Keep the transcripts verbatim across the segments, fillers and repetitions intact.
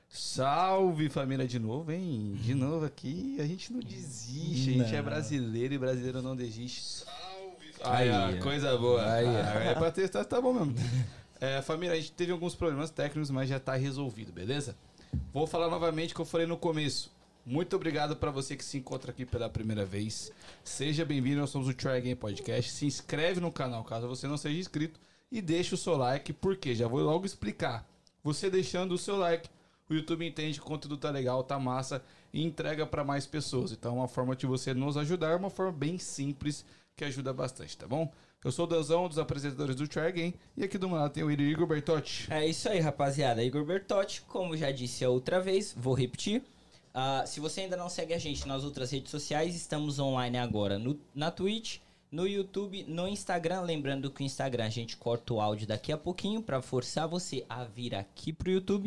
Salve, família, de novo, hein? De novo aqui, a gente não desiste, a gente é brasileiro e brasileiro não desiste. Salve, família! Aí, coisa boa. Aí, ah, é pra testar, tá bom mesmo. É, família, a gente teve alguns problemas técnicos, mas já tá resolvido, beleza? Vou falar novamente o que eu falei no começo. Muito obrigado pra você que se encontra aqui pela primeira vez. Seja bem-vindo, nós somos o Try Again Podcast. Se inscreve no canal, caso você não seja inscrito, e deixa o seu like, porque já vou logo explicar. Você deixando o seu like, o YouTube entende que o conteúdo tá legal, tá massa e entrega para mais pessoas. Então, uma forma de você nos ajudar é uma forma bem simples que ajuda bastante, tá bom? Eu sou o Danzão, um dos apresentadores do Try Again, e aqui do meu lado tem o Igor Bertotti. É isso aí, rapaziada. Igor Bertotti, como já disse a outra vez, vou repetir. Uh, se você ainda não segue a gente nas outras redes sociais, estamos online agora no, na Twitch, no YouTube, no Instagram. Lembrando que o Instagram a gente corta o áudio daqui a pouquinho para forçar você a vir aqui pro YouTube.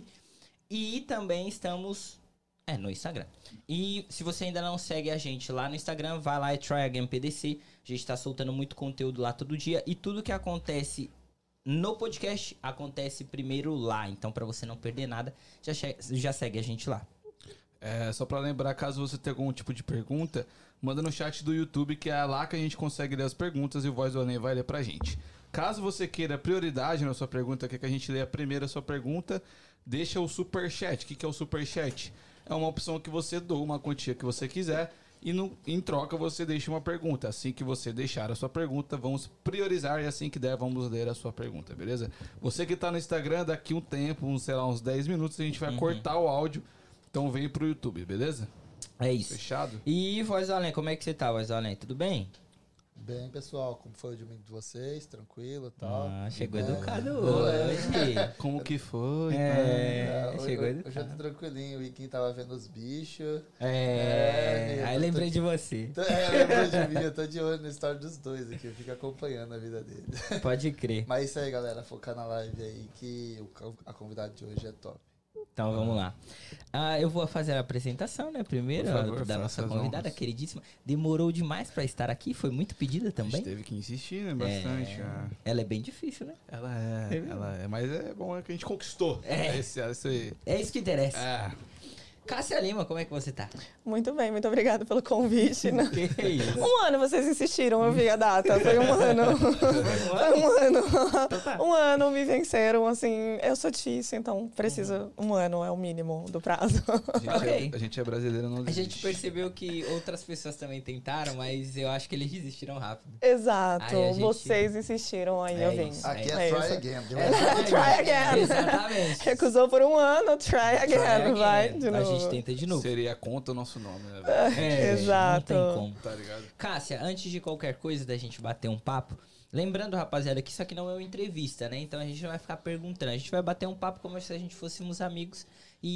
E também estamos é, no Instagram. E se você ainda não segue a gente lá no Instagram, vai lá e Try Again P D C. A gente tá soltando muito conteúdo lá todo dia. E tudo que acontece no podcast acontece primeiro lá. Então, pra você não perder nada, já, já segue a gente lá. É, só pra lembrar, caso você tenha algum tipo de pergunta, manda no chat do YouTube, que é lá que a gente consegue ler as perguntas e o Voz do Além vai ler pra gente. Caso você queira prioridade na sua pergunta, quer que a gente leia primeiro a sua pergunta, deixa o Superchat. O que, que é o Superchat? É uma opção que você doa uma quantia que você quiser e no, em troca você deixa uma pergunta. Assim que você deixar a sua pergunta, vamos priorizar e assim que der, vamos ler a sua pergunta, beleza? Você que tá no Instagram, daqui um tempo, uns, sei lá, uns dez minutos, a gente vai uhum. cortar o áudio, então vem pro YouTube, beleza? É isso. Fechado? E Voz do Além, como é que você tá, Voz do Além? Tudo bem? Bem, pessoal, como foi o domingo de vocês? Tranquilo e tal? Ah, chegou é. educado hoje. Como que foi? É, é chegou hoje, educado. Hoje eu tô tranquilinho, o Iquim tava vendo os bichos. É, é aí lembrei tô, de você. Tô, é, lembrei de mim, eu tô de olho na história dos dois aqui, eu fico acompanhando a vida dele. Pode crer. Mas isso aí, galera, focar na live aí que o, a convidada de hoje é top. Então vamos lá. Ah, eu vou fazer a apresentação, né? Primeiro, favor, da nossa convidada, honras. Queridíssima. Demorou demais pra estar aqui, foi muito pedida também. A gente teve que insistir, né? Bastante. É... Ela é bem difícil, né? Ela é, é ela é, mas é bom é que a gente conquistou. É, esse, esse... é isso que interessa. É. Cássia Lima, como é que você tá? Muito bem, muito obrigada pelo convite. Né? Que é isso? Um ano vocês insistiram, eu vi a data. Foi um ano. Foi um ano. Um ano me venceram, assim. Eu sou Tícia, então precisa. Um ano é o mínimo do prazo. A gente, okay. é, a gente é brasileiro, não desiste. A gente percebeu que outras pessoas também tentaram, mas eu acho que eles desistiram rápido. Exato. Gente... Vocês insistiram, aí é eu vim. Isso, Aqui é, é try isso. again. É, try again. Exatamente. Recusou por um ano, try again. Try again. Vai de novo. A gente tenta de novo. Seria conta o nosso nome, né? É, exato. Não tem como. Tá ligado? Cássia, antes de qualquer coisa da gente bater um papo, lembrando, rapaziada, que isso aqui não é uma entrevista, né? Então a gente não vai ficar perguntando. A gente vai bater um papo como se a gente fôssemos amigos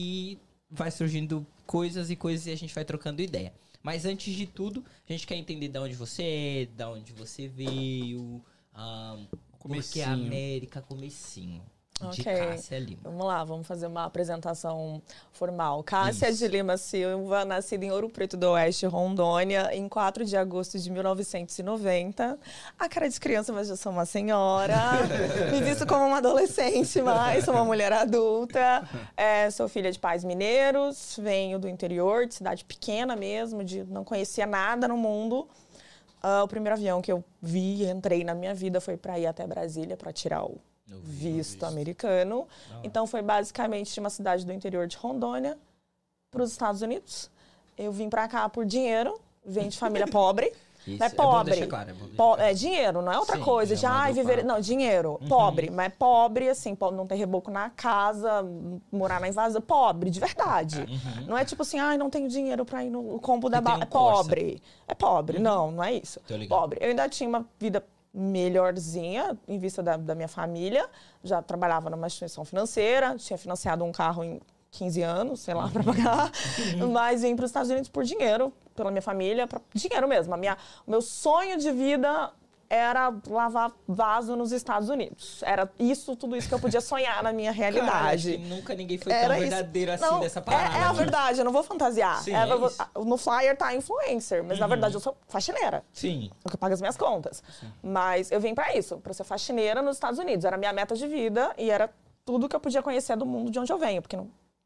e vai surgindo coisas e coisas e a gente vai trocando ideia. Mas antes de tudo, a gente quer entender de onde você é, de onde você veio, um, por que a América, comecinho. De Ok, Cássia Lima. Vamos lá, vamos fazer uma apresentação formal. Cássia Isso. de Lima Silva, nascida em Ouro Preto do Oeste, Rondônia, em quatro de agosto de mil novecentos e noventa. A cara de criança, mas já sou uma senhora. Me visto como uma adolescente, mas sou uma mulher adulta. É, sou filha de pais mineiros, venho do interior, de cidade pequena mesmo, de não conhecia nada no mundo. Uh, o primeiro avião que eu vi e entrei na minha vida foi para ir até Brasília para tirar o visto, visto americano. Ah. Então foi basicamente de uma cidade do interior de Rondônia para os Estados Unidos. Eu vim para cá por dinheiro, venho de família pobre. Isso, é pobre. É, claro, é, po é dinheiro, não é outra Sim, coisa. é de ai, viver. Não, dinheiro. Uhum. Pobre. Mas pobre, assim, não ter reboco na casa, morar na invasão. Pobre, de verdade. Uhum. Não é tipo assim, ai, não tenho dinheiro pra ir no combo da bala. Um é pobre. É pobre. Uhum. Não, não é isso. Pobre. Eu ainda tinha uma vida melhorzinha em vista da, da minha família. Já trabalhava numa instituição financeira, tinha financiado um carro em quinze anos, sei lá, para pagar. Uhum. Mas vim para os Estados Unidos por dinheiro, pela minha família, pra, dinheiro mesmo. A minha, o meu sonho de vida era lavar vaso nos Estados Unidos. Era isso, tudo isso que eu podia sonhar na minha realidade. Cara, acho que nunca ninguém foi era tão verdadeiro isso. assim Não, dessa parada. É, é a verdade, eu não vou fantasiar. Sim, é, é vou, isso. No flyer tá influencer, mas uhum. na verdade eu sou faxineira. Sim. Eu que pago as minhas contas. Sim. Mas eu vim pra isso, pra ser faxineira nos Estados Unidos. Era a minha meta de vida e era tudo que eu podia conhecer do mundo de onde eu venho, porque não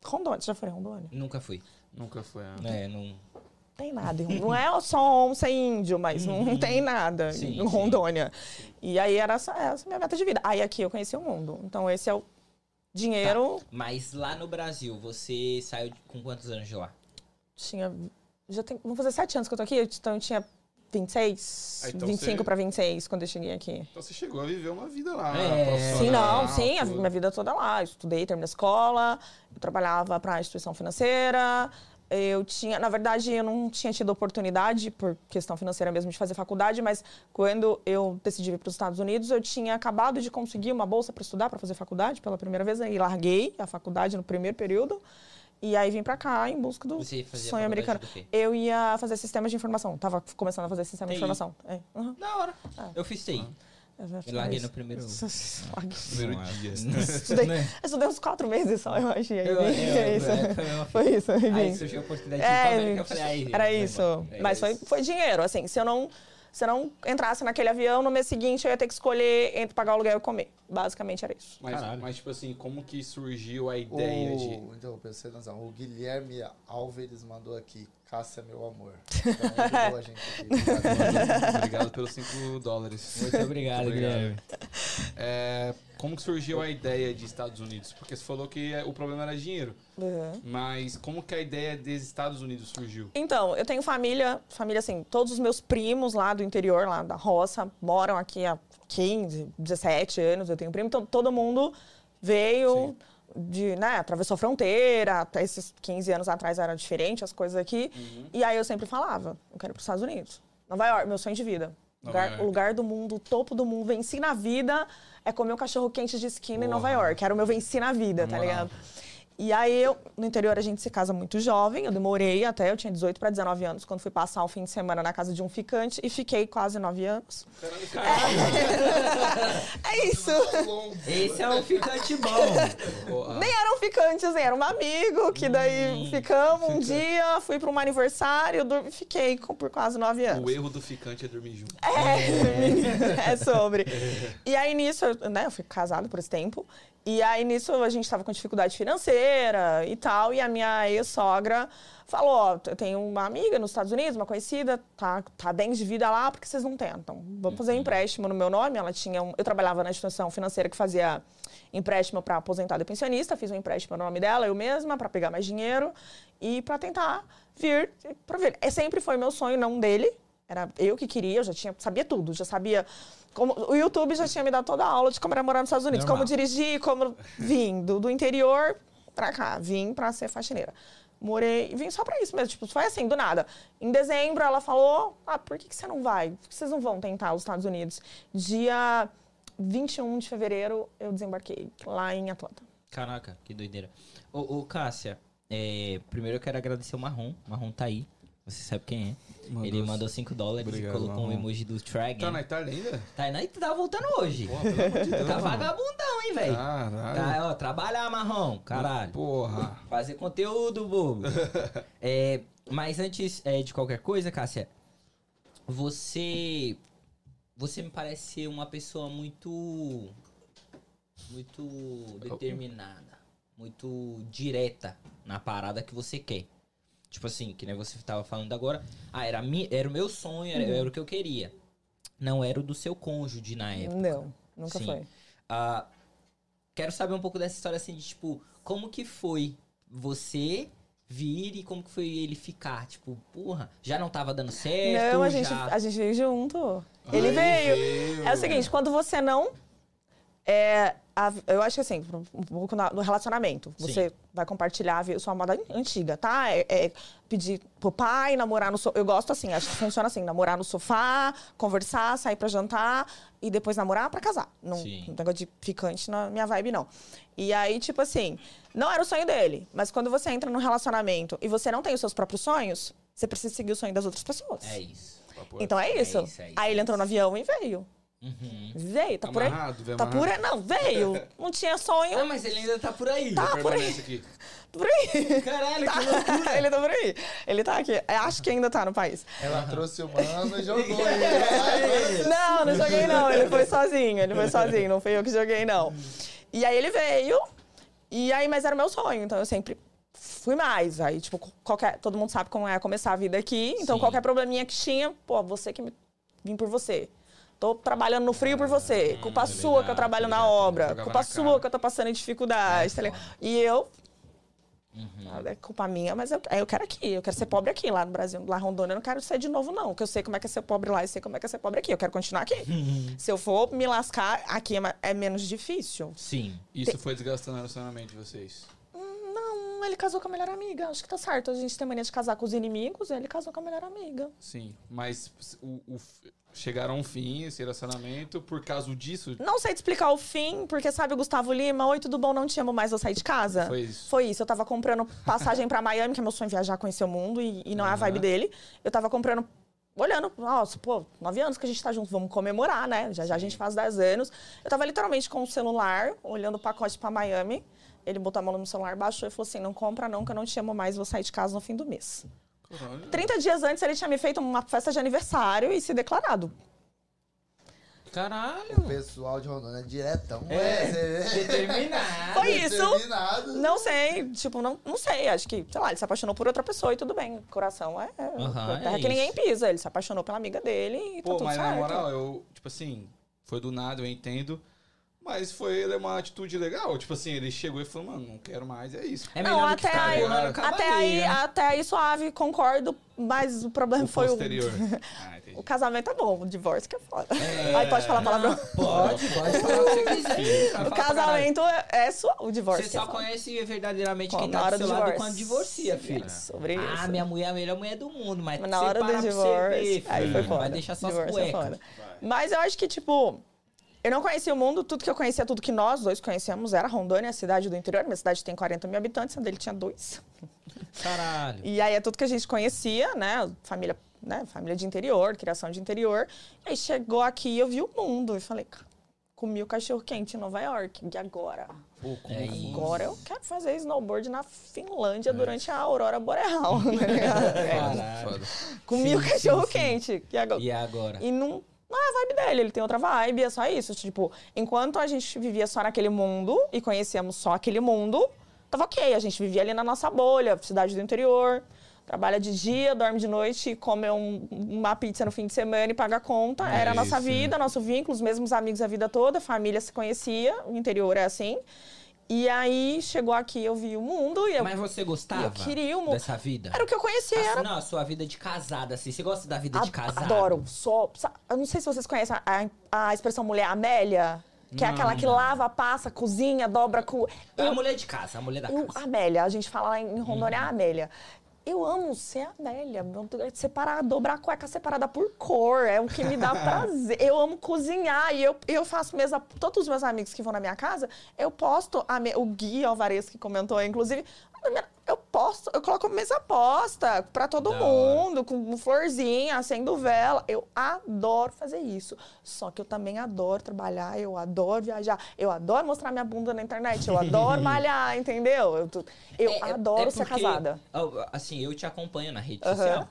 Rondônia, já foi em Rondônia? Nunca fui. Nunca foi. Ah. É, não... Tem nada. Não é só onça e índio, mas não, não tem nada Sim, em Rondônia. Sim. E aí era essa, essa minha meta de vida. Aí aqui eu conheci o mundo. Então esse é o dinheiro... Tá. Mas lá no Brasil, você saiu com quantos anos de lá? Tinha... Já tem... Vamos fazer sete anos que eu tô aqui. Então eu tinha vinte e seis, ah, então vinte e cinco você... para vinte e seis quando eu cheguei aqui. Então você chegou a viver uma vida lá. É. Sim, não. Sim, a minha vida toda lá. Eu estudei, terminei a escola. Eu trabalhava para a instituição financeira. Eu tinha, na verdade, eu não tinha tido oportunidade, por questão financeira mesmo, de fazer faculdade, mas quando eu decidi vir para os Estados Unidos, eu tinha acabado de conseguir uma bolsa para estudar, para fazer faculdade pela primeira vez, aí larguei a faculdade no primeiro período, e aí vim para cá em busca do sonho americano. Eu ia fazer sistemas de informação, tava começando a fazer sistema de informação. É. Uhum. Da hora. É. Eu fiz T I. Uhum. Eu larguei no primeiro... primeiro dia. Estudei, eu estudei uns quatro meses só, eu achei. Aí, eu, eu, é isso. Eu, foi isso. Aí surgiu a oportunidade de ir pra América, eu falei, aí... Era isso. É Mas foi, foi dinheiro, assim, se eu não... Se eu não entrasse naquele avião, no mês seguinte eu ia ter que escolher entre pagar o aluguel e comer. Basicamente era isso. Mas, mas tipo assim, como que surgiu a ideia o... de... Então, pensei, não, o Guilherme Álvares mandou aqui, Cássia, meu amor. Então, ajudou a gente aqui. Obrigado, obrigado pelos cinco dólares. Muito obrigado, Muito obrigado. Guilherme. É, como que surgiu a ideia de Estados Unidos? Porque você falou que o problema era dinheiro. Uhum. Mas como que a ideia dos Estados Unidos surgiu? Então, eu tenho família, família assim, todos os meus primos lá do interior, lá da roça, moram aqui há quinze, dezessete anos, eu tenho primo, então todo mundo veio... Sim. De, né, atravessou a fronteira, até esses quinze anos atrás era diferente as coisas aqui. Uhum. E aí eu sempre falava, eu quero ir para os Estados Unidos. Nova York, meu sonho de vida. Lugar, o lugar do mundo, o topo do mundo, venci na vida é comer um cachorro quente de esquina Porra. Em Nova York. Era o meu venci na vida, Vamos tá ligado? Lá. E aí, eu, no interior, a gente se casa muito jovem. Eu demorei até, eu tinha dezoito para dezenove anos, quando fui passar um fim de semana na casa de um ficante. E fiquei quase nove anos. Caralho. É, é isso. Esse é um ficante bom. Nem era um ficante, assim, era um amigo. Que daí hum, ficamos um dia, fui para um aniversário, e fiquei por quase nove anos. O erro do ficante é dormir junto. É, é sobre. E aí, nisso, né, eu fui casada por esse tempo. E aí, nisso, a gente estava com dificuldade financeira e tal. E a minha ex-sogra falou, ó, eu tenho uma amiga nos Estados Unidos, uma conhecida, tá, tá bem de vida lá, porque vocês não tentam. Vamos fazer um empréstimo no meu nome. Ela tinha um, eu trabalhava na instituição financeira que fazia empréstimo para aposentado e pensionista. Fiz um empréstimo no nome dela, eu mesma, para pegar mais dinheiro e para tentar vir para ver. É, sempre foi meu sonho, não dele. Era eu que queria, eu já tinha, sabia tudo, já sabia... Como, o YouTube já tinha me dado toda a aula de como era morar nos Estados Unidos, Normal. Como dirigir, como vim do, do interior pra cá, vim pra ser faxineira. Morei, vim só pra isso mesmo, tipo, foi assim, do nada. Em dezembro ela falou, ah, por que, que você não vai? Por que vocês não vão tentar os Estados Unidos? Dia vinte e um de fevereiro eu desembarquei lá em Atlanta. Caraca, que doideira. Ô, ô Cássia, é, primeiro eu quero agradecer o Marrom, o Marrom tá aí. Você sabe quem é. Mandou Ele mandou cinco dólares Obrigado, e colocou um emoji do Tragan. Tá na Itália ainda? Tá aí, tá voltando hoje. Porra, pelo amor de Deus, tá vagabundão, hein, velho? Caralho. Tá, ó, trabalhar, Marrom, caralho. Porra. Fazer conteúdo, bobo. é, mas antes é, de qualquer coisa, Cássia, você... Você me parece ser uma pessoa muito... Muito determinada. Muito direta na parada que você quer. Tipo assim, que nem você tava falando agora. Ah, era, mi, era o meu sonho, era, uhum. era o que eu queria. Não era o do seu cônjuge na época. Não, nunca Sim. foi. Ah, quero saber um pouco dessa história assim, de tipo, como que foi você vir e como que foi ele ficar? Tipo, porra, já não tava dando certo? Não, a, já... gente, a gente veio junto. Ai, ele veio. veio. É o seguinte, quando você não... É, a, eu acho que assim, um pouco no relacionamento. Você Sim. vai compartilhar a sua moda antiga, tá? É, é pedir pro pai, namorar no sofá. Eu gosto assim, acho que funciona assim: namorar no sofá, conversar, sair pra jantar e depois namorar pra casar. Não, não tem negócio de ficante na minha vibe, não. E aí, tipo assim, não era o sonho dele, mas quando você entra num relacionamento e você não tem os seus próprios sonhos, você precisa seguir o sonho das outras pessoas. É isso. Então é isso. É isso, é isso aí ele entrou no avião e veio. Uhum. Veio, tá amarrado, por aí. Tá por aí. Não, veio. Não tinha sonho. Ah, mas ele ainda tá por aí. Tá por aí. Aqui. Por aí. Caralho, tá. que loucura. Ele tá por aí. Ele tá aqui. Acho que ainda tá no país. Ela trouxe o mano e jogou ele. Não, não joguei não. Ele foi sozinho. Ele foi sozinho. Não fui eu que joguei, não. E aí ele veio. E aí, mas era o meu sonho. Então eu sempre fui mais. Aí, tipo, qualquer, todo mundo sabe como é começar a vida aqui. Então, Sim. qualquer probleminha que tinha, pô, você que me, vim por você. Tô trabalhando no frio por você. Culpa hum, sua ligado, que eu trabalho na obra. Culpa sua cara. que eu tô passando em dificuldade. É, tá e eu... Uhum. É culpa minha, mas eu, eu quero aqui. Eu quero ser pobre aqui, lá no Brasil. Lá em Rondônia, eu não quero ser de novo, não. Porque eu sei como é que é ser pobre lá e sei como é que é ser pobre aqui. Eu quero continuar aqui. Uhum. Se eu for me lascar, aqui é, é menos difícil. Sim. Isso Tem... foi desgastando o relacionamento de vocês? Não, ele casou com a melhor amiga. Acho que tá certo. A gente tem mania de casar com os inimigos. Ele casou com a melhor amiga. Sim, mas o... o... chegaram a um fim, esse relacionamento, por causa disso? Não sei te explicar o fim, porque sabe o Gustavo Lima? Oi, tudo bom? Não te amo mais, vou sair de casa? Foi isso. Foi isso. Eu tava comprando passagem pra Miami, que é meu sonho viajar, conhecer o mundo, e, e não uhum. é a vibe dele. Eu tava comprando, olhando, nossa, pô, nove anos que a gente tá junto, vamos comemorar, né? Já já a gente faz dez anos. Eu tava literalmente com o celular, olhando o pacote pra Miami. Ele botou a mão no meu celular, baixou e falou assim, não compra não, que eu não te amo mais, vou sair de casa no fim do mês. Caralho. trinta dias antes, ele tinha me feito uma festa de aniversário e se declarado. Caralho. O pessoal de Rondônia é diretão. É, é. Determinado. Foi isso. Determinado. Não sei, tipo, não, não sei. Acho que, sei lá, ele se apaixonou por outra pessoa e tudo bem. Coração é, uhum, é terra é que ninguém pisa. Ele se apaixonou pela amiga dele e Pô, tá tudo mas certo. na moral, eu, tipo assim, foi do nada, eu entendo. Mas foi uma atitude legal. Tipo assim, ele chegou e falou, mano, não quero mais, é isso. É não, até aí, até aí, até aí suave, concordo, mas o problema o foi posterior. o... Ah, o casamento é bom, o divórcio que é foda. É... Aí pode falar palavrão? Pode, pode falar o que você quiser. O casamento é, é só o divórcio. Você só é conhece verdadeiramente Qual, quem tá do seu lado divórcio. quando divorcia, filho. É sobre isso. Ah, minha mulher é a melhor mulher do mundo, mas, mas na hora do divórcio, aí foi foda. Vai deixar só as cuecas. Mas eu acho que, tipo... Eu não conhecia o mundo, tudo que eu conhecia, tudo que nós dois conhecíamos era Rondônia, a cidade do interior. Minha cidade tem quarenta mil habitantes, a dele tinha dois. Caralho. E aí é tudo que a gente conhecia, né? Família, né? Família de interior, criação de interior. E aí chegou aqui e eu vi o mundo. E falei, comi o cachorro quente em Nova York. E agora? Pô, como é agora eu quero fazer snowboard na Finlândia é. durante a aurora boreal. Tá comi sim, o cachorro sim, quente. Sim. E agora? E, agora? E não... Não é a vibe dele, ele tem outra vibe, é só isso. Tipo, enquanto a gente vivia só naquele mundo e conhecíamos só aquele mundo, tava ok. A gente vivia ali na nossa bolha, cidade do interior, trabalha de dia, dorme de noite, come um, uma pizza no fim de semana e paga a conta. É Era a nossa isso. vida, nosso vínculo, os mesmos amigos a vida toda, a família se conhecia, o interior é assim. E aí, chegou aqui, eu vi o mundo e eu... Mas você gostava eu queria o mundo. dessa vida? Era o que eu conhecia, assim, era... Não, a sua vida de casada, assim. Você gosta da vida a, de casada? Adoro. Só, eu não sei se vocês conhecem a, a expressão mulher Amélia, que não, é aquela que não. lava, passa, cozinha, dobra... Co... É a mulher de casa, a mulher da eu, casa. Amélia, a gente fala lá em Rondônia, uhum. Amélia. Eu amo ser Amélia. Separar, dobrar a cueca separada por cor. É o que me dá prazer. Eu amo cozinhar. E eu, eu faço mesa... Todos os meus amigos que vão na minha casa, eu posto... A me, o Gui Alvarez, que comentou, inclusive... Eu posto... Eu coloco mesa posta pra todo da mundo. Hora. Com florzinha, acendo vela. Eu adoro fazer isso. Só que eu também adoro trabalhar. Eu adoro viajar. Eu adoro mostrar minha bunda na internet. Eu adoro malhar, entendeu? Eu, eu é, adoro é porque, ser casada. Assim, eu te acompanho na rede uhum. social.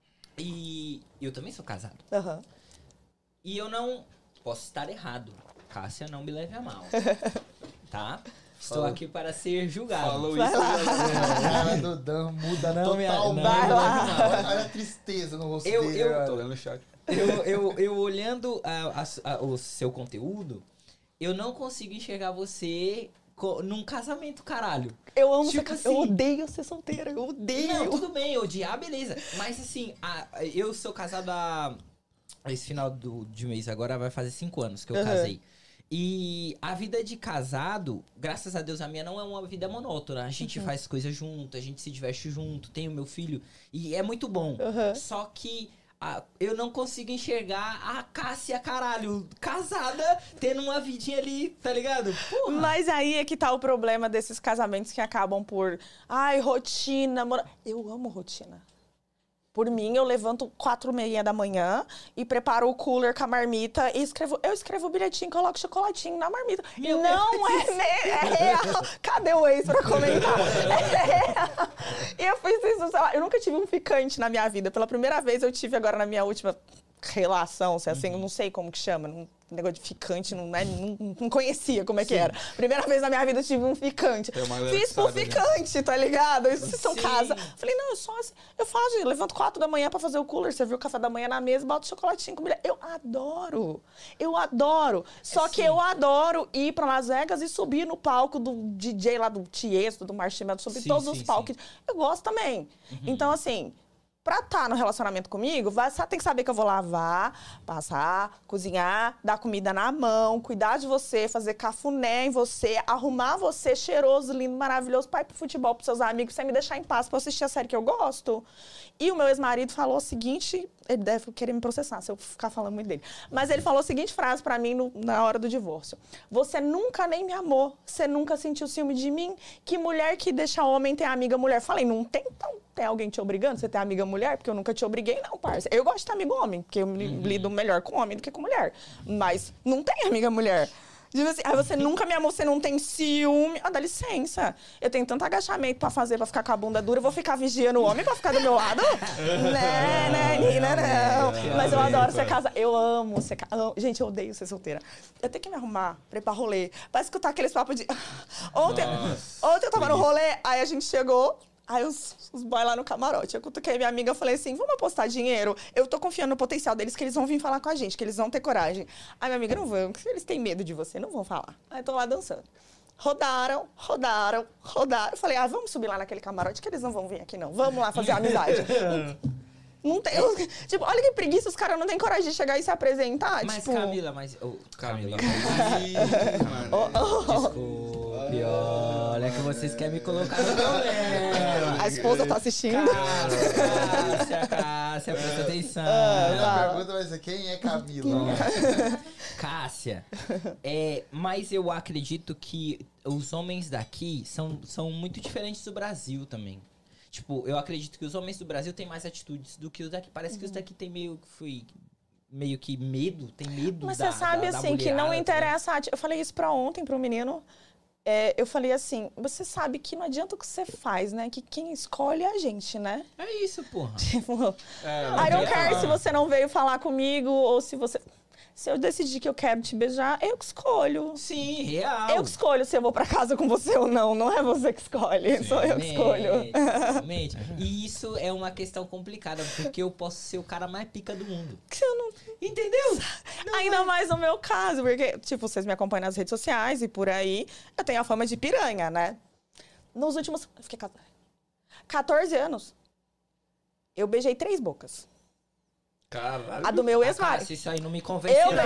E eu também sou casado. Uhum. E eu não... Posso estar errado. Cássia, não me leve a mal. Tá? Estou Falou. aqui para ser julgado. Falou isso. Cara do Dan muda não, totalmente. Vai lá. Olha a tristeza no rosto eu, dele. Eu tô lendo o chat. Eu, eu, eu olhando a, a, a, o seu conteúdo, eu não consigo enxergar você num casamento, caralho. Eu amo tipo ser assim, eu odeio ser solteira, eu odeio. Não, tudo bem, odiar, beleza. Mas assim, a, eu sou casado há... Esse final do, de mês agora vai fazer cinco anos que eu uhum. casei. E a vida de casado, graças a Deus, a minha não é uma vida monótona. A gente uhum. faz coisas junto, a gente se diverte junto, tem o meu filho. E é muito bom. Uhum. Só que a, eu não consigo enxergar a Cássia, caralho, casada, tendo uma vidinha ali, tá ligado? Porra. Mas aí é que tá o problema desses casamentos que acabam por... Ai, rotina, mora... Eu amo rotina. Por mim, eu levanto quatro e meia da manhã e preparo o cooler com a marmita e escrevo... Eu escrevo o bilhetinho, coloco chocolatinho na marmita. Meu não Deus. é, é real. Cadê o ex pra comentar? É real. E eu fiz isso, sei lá, eu nunca tive um ficante na minha vida. Pela primeira vez eu tive agora na minha última relação, se assim, eu não sei como que chama, não, negócio de ficante, não, né, não, não conhecia como é que Sim. era. Primeira vez na minha vida eu tive um ficante. Fiz por ficante, né? Tá ligado? Vocês são casa. Falei, não, eu só assim, eu faço, eu levanto quatro da manhã pra fazer o cooler, servir o café da manhã na mesa, boto chocolatinho com milho. Eu adoro, eu adoro. Só é que sim. eu adoro ir pra Las Vegas e subir no palco do D J lá do Tiesto, do Marshmello, subir sim, todos sim, os palcos. Sim. Eu gosto também. Uhum. Então, assim... Pra estar no relacionamento comigo, vai, tem que saber que eu vou lavar, passar, cozinhar, dar comida na mão, cuidar de você, fazer cafuné em você, arrumar você cheiroso, lindo, maravilhoso, pra ir pro futebol pros seus amigos, pra você me deixar em paz pra eu assistir a série que eu gosto. E o meu ex-marido falou o seguinte, ele deve querer me processar se eu ficar falando muito dele, mas ele falou a seguinte frase pra mim no, na hora do divórcio. Você nunca nem me amou, você nunca sentiu ciúme de mim? Que mulher que deixa homem ter amiga mulher? Falei, não tem, então. Tem alguém te obrigando? Você tem amiga mulher? Porque eu nunca te obriguei, não, parça. Eu gosto de ter amigo homem, porque eu uhum. lido melhor com homem do que com mulher. Mas não tem amiga mulher. Diz assim, ah, você nunca me amou, você não tem ciúme. Ah, dá licença. Eu tenho tanto agachamento pra fazer, pra ficar com a bunda dura. Eu vou ficar vigiando o homem pra ficar do meu lado? né, né, Nina, não. Mas eu adoro ser casada. Eu amo ser casada. Gente, eu odeio ser solteira. Eu tenho que me arrumar pra ir pra rolê. Pra escutar aqueles papos de... Ontem, ontem eu tava no rolê, aí a gente chegou... Aí os, os boys lá no camarote, eu cutuquei minha amiga, eu falei assim, vamos apostar dinheiro? Eu tô confiando no potencial deles, que eles vão vir falar com a gente, que eles vão ter coragem. Aí minha amiga, não vão, eles têm medo de você, não vão falar. Aí tô lá dançando. Rodaram, rodaram, rodaram. Eu falei, ah, vamos subir lá naquele camarote, que eles não vão vir aqui não. Vamos lá fazer amizade. Não tem... Tipo, olha que preguiça, os caras não têm coragem de chegar e se apresentar. Mas tipo... Camila, mas... Oh, Camila, mas... oh, oh. Desculpe, olha que vocês querem me colocar no problema. A esposa tá assistindo. Cássia, Cássia, presta atenção. Ah, a pergunta vai ser, quem é Camila? Cássia, é, mas eu acredito que os homens daqui são, são muito diferentes do Brasil também. Tipo, eu acredito que os homens do Brasil têm mais atitudes do que os daqui. Parece uhum. que os daqui têm meio, fui, meio que medo, tem medo Mas da você sabe, da, assim, da que não interessa... Né? Eu falei isso pra ontem, pro menino. É, eu falei assim, você sabe que não adianta o que você faz, né? Que quem escolhe é a gente, né? É isso, porra. Tipo, é, I don't care se você não veio falar comigo ou se você... Se eu decidir que eu quero te beijar, eu que escolho. Sim, real. Eu que escolho se eu vou pra casa com você ou não. Não é você que escolhe, Sim, sou eu que escolho. Realmente. E isso é uma questão complicada, porque eu posso ser o cara mais pica do mundo. Que eu não... Entendeu? Não Ainda é. mais no meu caso, porque, tipo, vocês me acompanham nas redes sociais e por aí, eu tenho a fama de piranha, né? Nos últimos... Eu fiquei casada. quatorze anos. Eu beijei três bocas. Caralho. A do meu ex-marido. Isso aí não me convenceu. Eu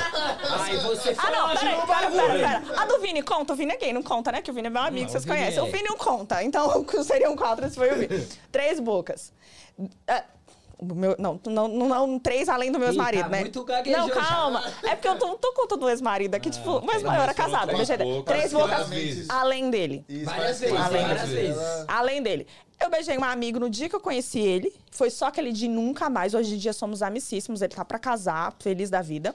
Aí você Ah, não, peraí, pera, pera, pera. A do Vini conta? O Vini é gay, não conta, né? Que o Vini é meu amigo, não, vocês conhecem. É. O Vini não conta. Então, seriam quatro se foi o Vini. Três bocas. É, o meu, não, não, não, não, três além do meu ex-marido, tá né? Muito não, calma. Já. É porque eu tô, tô contando do ex-marido aqui, ah, tipo, mas eu era casada. Três bocas além dele. Isso, várias vezes, além várias vezes. Além dele. Eu beijei um amigo no dia que eu conheci ele. Foi só aquele dia, nunca mais. Hoje em dia somos amicíssimos. Ele tá pra casar, feliz da vida.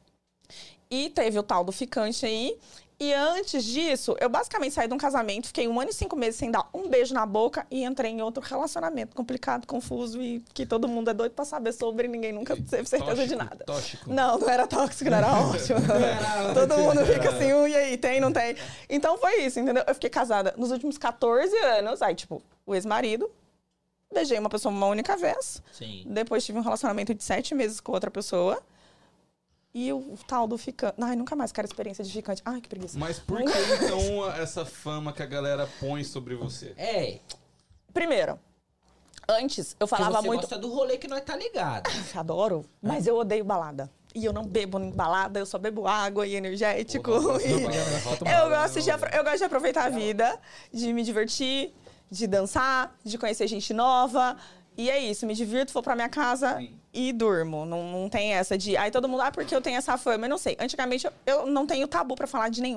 E teve o tal do ficante aí. E antes disso, eu basicamente saí de um casamento, fiquei um ano e cinco meses sem dar um beijo na boca e entrei em outro relacionamento complicado, confuso e que todo mundo é doido pra saber sobre e ninguém nunca teve certeza tóxico, de nada. Tóxico. Não, não era tóxico, não era ótimo. Todo mundo fica assim, uh, e aí, tem, não tem? Então foi isso, entendeu? Eu fiquei casada nos últimos quatorze anos, aí tipo, o ex-marido, beijei uma pessoa uma única vez. Sim. Depois tive um relacionamento de sete meses com outra pessoa. E o, o tal do ficante... Ai, nunca mais quero experiência de ficante. Ai, que preguiça. Mas por que, então, essa fama que a galera põe sobre você? É. Primeiro, antes eu falava você muito... Você gosta do rolê que nós tá ligado. Adoro, mas eu odeio balada. E eu não bebo em balada, eu só bebo água e energético. Porra, e... eu, gosto de, eu gosto de aproveitar a vida, de me divertir, de dançar, de conhecer gente nova... E é isso, me divirto, vou pra minha casa Sim. e durmo. Não, não tem essa de... Aí todo mundo, ah, porque eu tenho essa fama. Eu não sei. Antigamente, eu, eu não tenho tabu pra falar de nenhum, assim.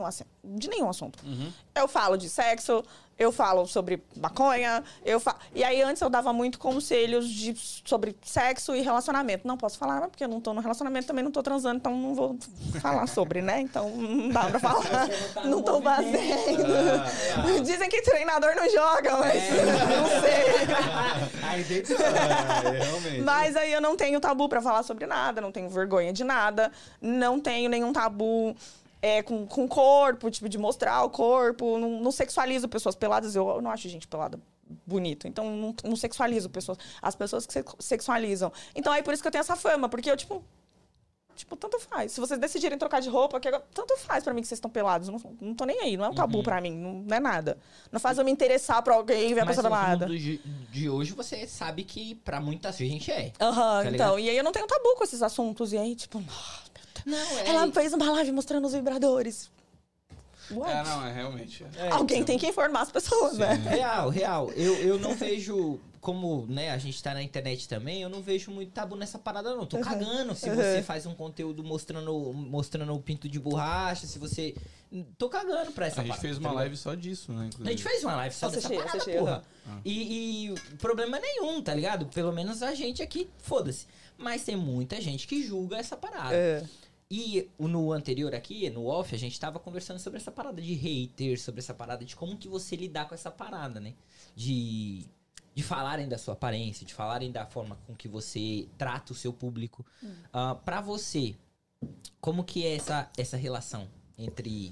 de nenhum assunto. Uhum. Eu falo de sexo, eu falo sobre maconha, eu falo... E aí, antes eu dava muito conselhos de, sobre sexo e relacionamento. Não posso falar, porque eu não tô no relacionamento, também não tô transando, então não vou falar sobre, né? Então, não dá pra falar. Não, não tô fazendo. Ah, ah. Dizem que treinador não joga, mas é. não sei. Aí dentro... ah, é, realmente. Mas aí eu não tenho tabu pra falar sobre nada, não tenho vergonha de nada, não tenho nenhum tabu... É, com, com corpo, tipo, de mostrar o corpo. Não, não sexualizo pessoas peladas. Eu, eu não acho gente pelada bonito. Então, não, não sexualizo pessoas. As pessoas que se, sexualizam. Então, aí por isso que eu tenho essa fama. Porque eu, tipo... Tipo, tanto faz. Se vocês decidirem trocar de roupa, que, tanto faz pra mim que vocês estão pelados. Não, não tô nem aí. Não é um tabu uhum. pra mim. Não, não é nada. Não faz eu me interessar pra alguém e ver a pessoa pelada. Mas no mundo de hoje, você sabe que pra muita gente é. Aham, uhum, tá então. E aí eu não tenho tabu com esses assuntos. E aí, tipo... Não, é... Ela fez uma live mostrando os vibradores. What? É, não, é realmente. É, Alguém então... tem que informar as pessoas, Sim. né? Real, real. Eu, eu não vejo, como né, a gente tá na internet também, eu não vejo muito tabu nessa parada, não. Tô uhum. cagando se uhum. você faz um conteúdo mostrando, mostrando o pinto de borracha, se você... Tô cagando pra essa parada. A gente parada, fez uma tá live só disso, né? Inclusive. A gente fez uma live só assisti, dessa parada, assisti, porra. Uhum. E, e problema nenhum, tá ligado? Pelo menos a gente aqui, foda-se. Mas tem muita gente que julga essa parada. É. E no anterior aqui, no off, a gente tava conversando sobre essa parada de hater, sobre essa parada de como que você lidar com essa parada, né? De, de falarem da sua aparência, de falarem da forma com que você trata o seu público. Hum. Uh, pra você, como que é essa, essa relação entre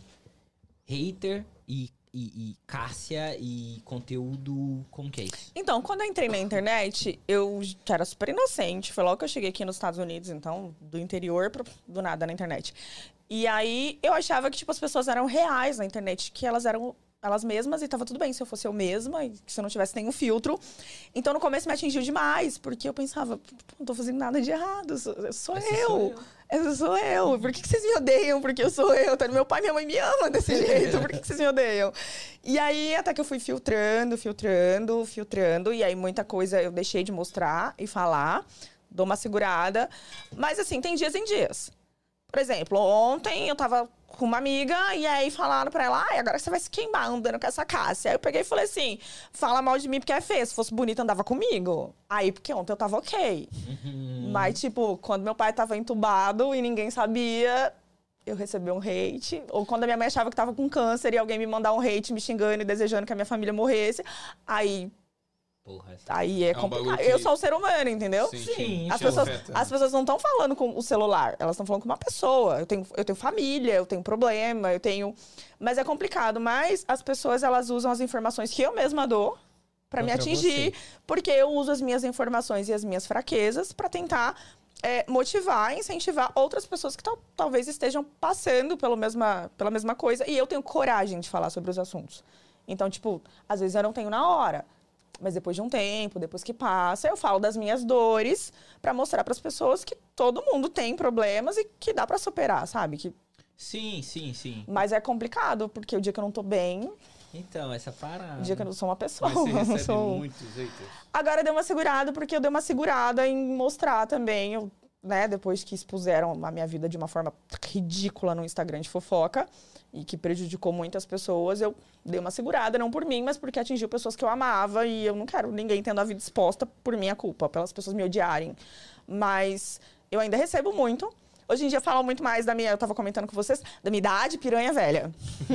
hater e E, e Cássia e conteúdo, como que é isso? Então, quando eu entrei na internet, eu era super inocente. Foi logo que eu cheguei aqui nos Estados Unidos, então, do interior pro, do nada na internet. E aí, eu achava que, tipo, as pessoas eram reais na internet, que elas eram elas mesmas e tava tudo bem se eu fosse eu mesma e se eu não tivesse nenhum filtro. Então, no começo me atingiu demais, porque eu pensava, não tô fazendo nada de errado, sou, sou eu. Sou eu. Eu sou eu. Por que, que vocês me odeiam? Porque eu sou eu. Meu pai e minha mãe me amam desse jeito. Por que, que vocês me odeiam? E aí, até que eu fui filtrando, filtrando, filtrando. E aí, muita coisa eu deixei de mostrar e falar. Dou uma segurada. Mas, assim, tem dias em dias. Por exemplo, ontem eu tava com uma amiga e aí falaram pra ela, ai, agora você vai se queimar andando com essa Cássia. Aí eu peguei e falei assim, fala mal de mim porque é feio. Se fosse bonita, andava comigo. Aí, porque ontem eu tava ok. Uhum. Mas, tipo, quando meu pai tava entubado e ninguém sabia, eu recebi um hate. Ou quando a minha mãe achava que tava com câncer e alguém me mandar um hate me xingando e desejando que a minha família morresse. Aí... Porra, aí é, é complicado. Um que... Eu sou um ser humano, entendeu? Sim. Sim. As, pessoas, as pessoas não estão falando com o celular, elas estão falando com uma pessoa. Eu tenho, eu tenho família, eu tenho problema, eu tenho... Mas é complicado. Mas as pessoas, elas usam as informações que eu mesma dou pra me atingir. Você. Porque eu uso as minhas informações e as minhas fraquezas pra tentar é, motivar, incentivar outras pessoas que tal, talvez estejam passando pelo mesma, pela mesma coisa. E eu tenho coragem de falar sobre os assuntos. Então, tipo, às vezes eu não tenho na hora. Mas depois de um tempo, depois que passa, eu falo das minhas dores pra mostrar pras pessoas que todo mundo tem problemas e que dá pra superar, sabe? Que... Sim, sim, sim. Mas é complicado, porque o dia que eu não tô bem... Então, essa parada... O dia que eu não sou uma pessoa... Mas você recebe sou... muitos haters. Agora eu dei uma segurada, porque eu dei uma segurada em mostrar também... Eu, né, depois que expuseram a minha vida de uma forma ridícula no Instagram de fofoca... E que prejudicou muitas pessoas, eu dei uma segurada, não por mim, mas porque atingiu pessoas que eu amava. E eu não quero ninguém tendo a vida exposta por minha culpa, pelas pessoas me odiarem. Mas eu ainda recebo muito. Hoje em dia falam muito mais da minha, eu tava comentando com vocês, da minha idade, piranha velha.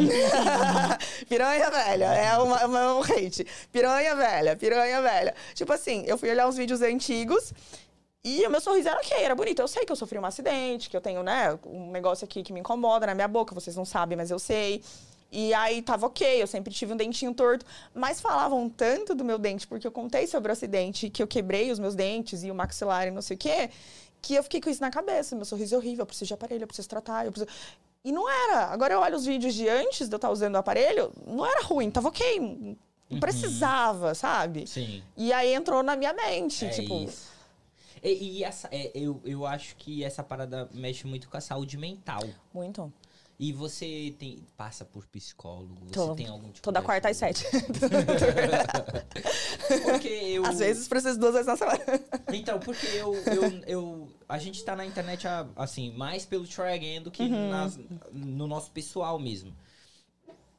Piranha velha, é uma, uma, um hate. Piranha velha, piranha velha. Tipo assim, eu fui olhar uns vídeos antigos... E o meu sorriso era ok, era bonito. Eu sei que eu sofri um acidente, que eu tenho, né, um negócio aqui que me incomoda na minha boca. Vocês não sabem, mas eu sei. E aí tava ok, eu sempre tive um dentinho torto. Mas falavam tanto do meu dente, porque eu contei sobre o acidente, que eu quebrei os meus dentes e o maxilar e não sei o quê, que eu fiquei com isso na cabeça. Meu sorriso é horrível, eu preciso de aparelho, eu preciso tratar, eu preciso... E não era. Agora eu olho os vídeos de antes de eu estar usando o aparelho, não era ruim, tava ok. Não uhum. precisava, sabe? Sim. E aí entrou na minha mente, é tipo... Isso. E, e essa, é, eu, eu acho que essa parada mexe muito com a saúde mental. Muito. E você tem, passa por psicólogo? Você Tô, tem algum tipo toda de quarta às sete. Porque eu... Às vezes preciso duas vezes na semana. Então, porque eu, eu, eu... A gente tá na internet, assim, mais pelo try again do que uhum. nas, no nosso pessoal mesmo.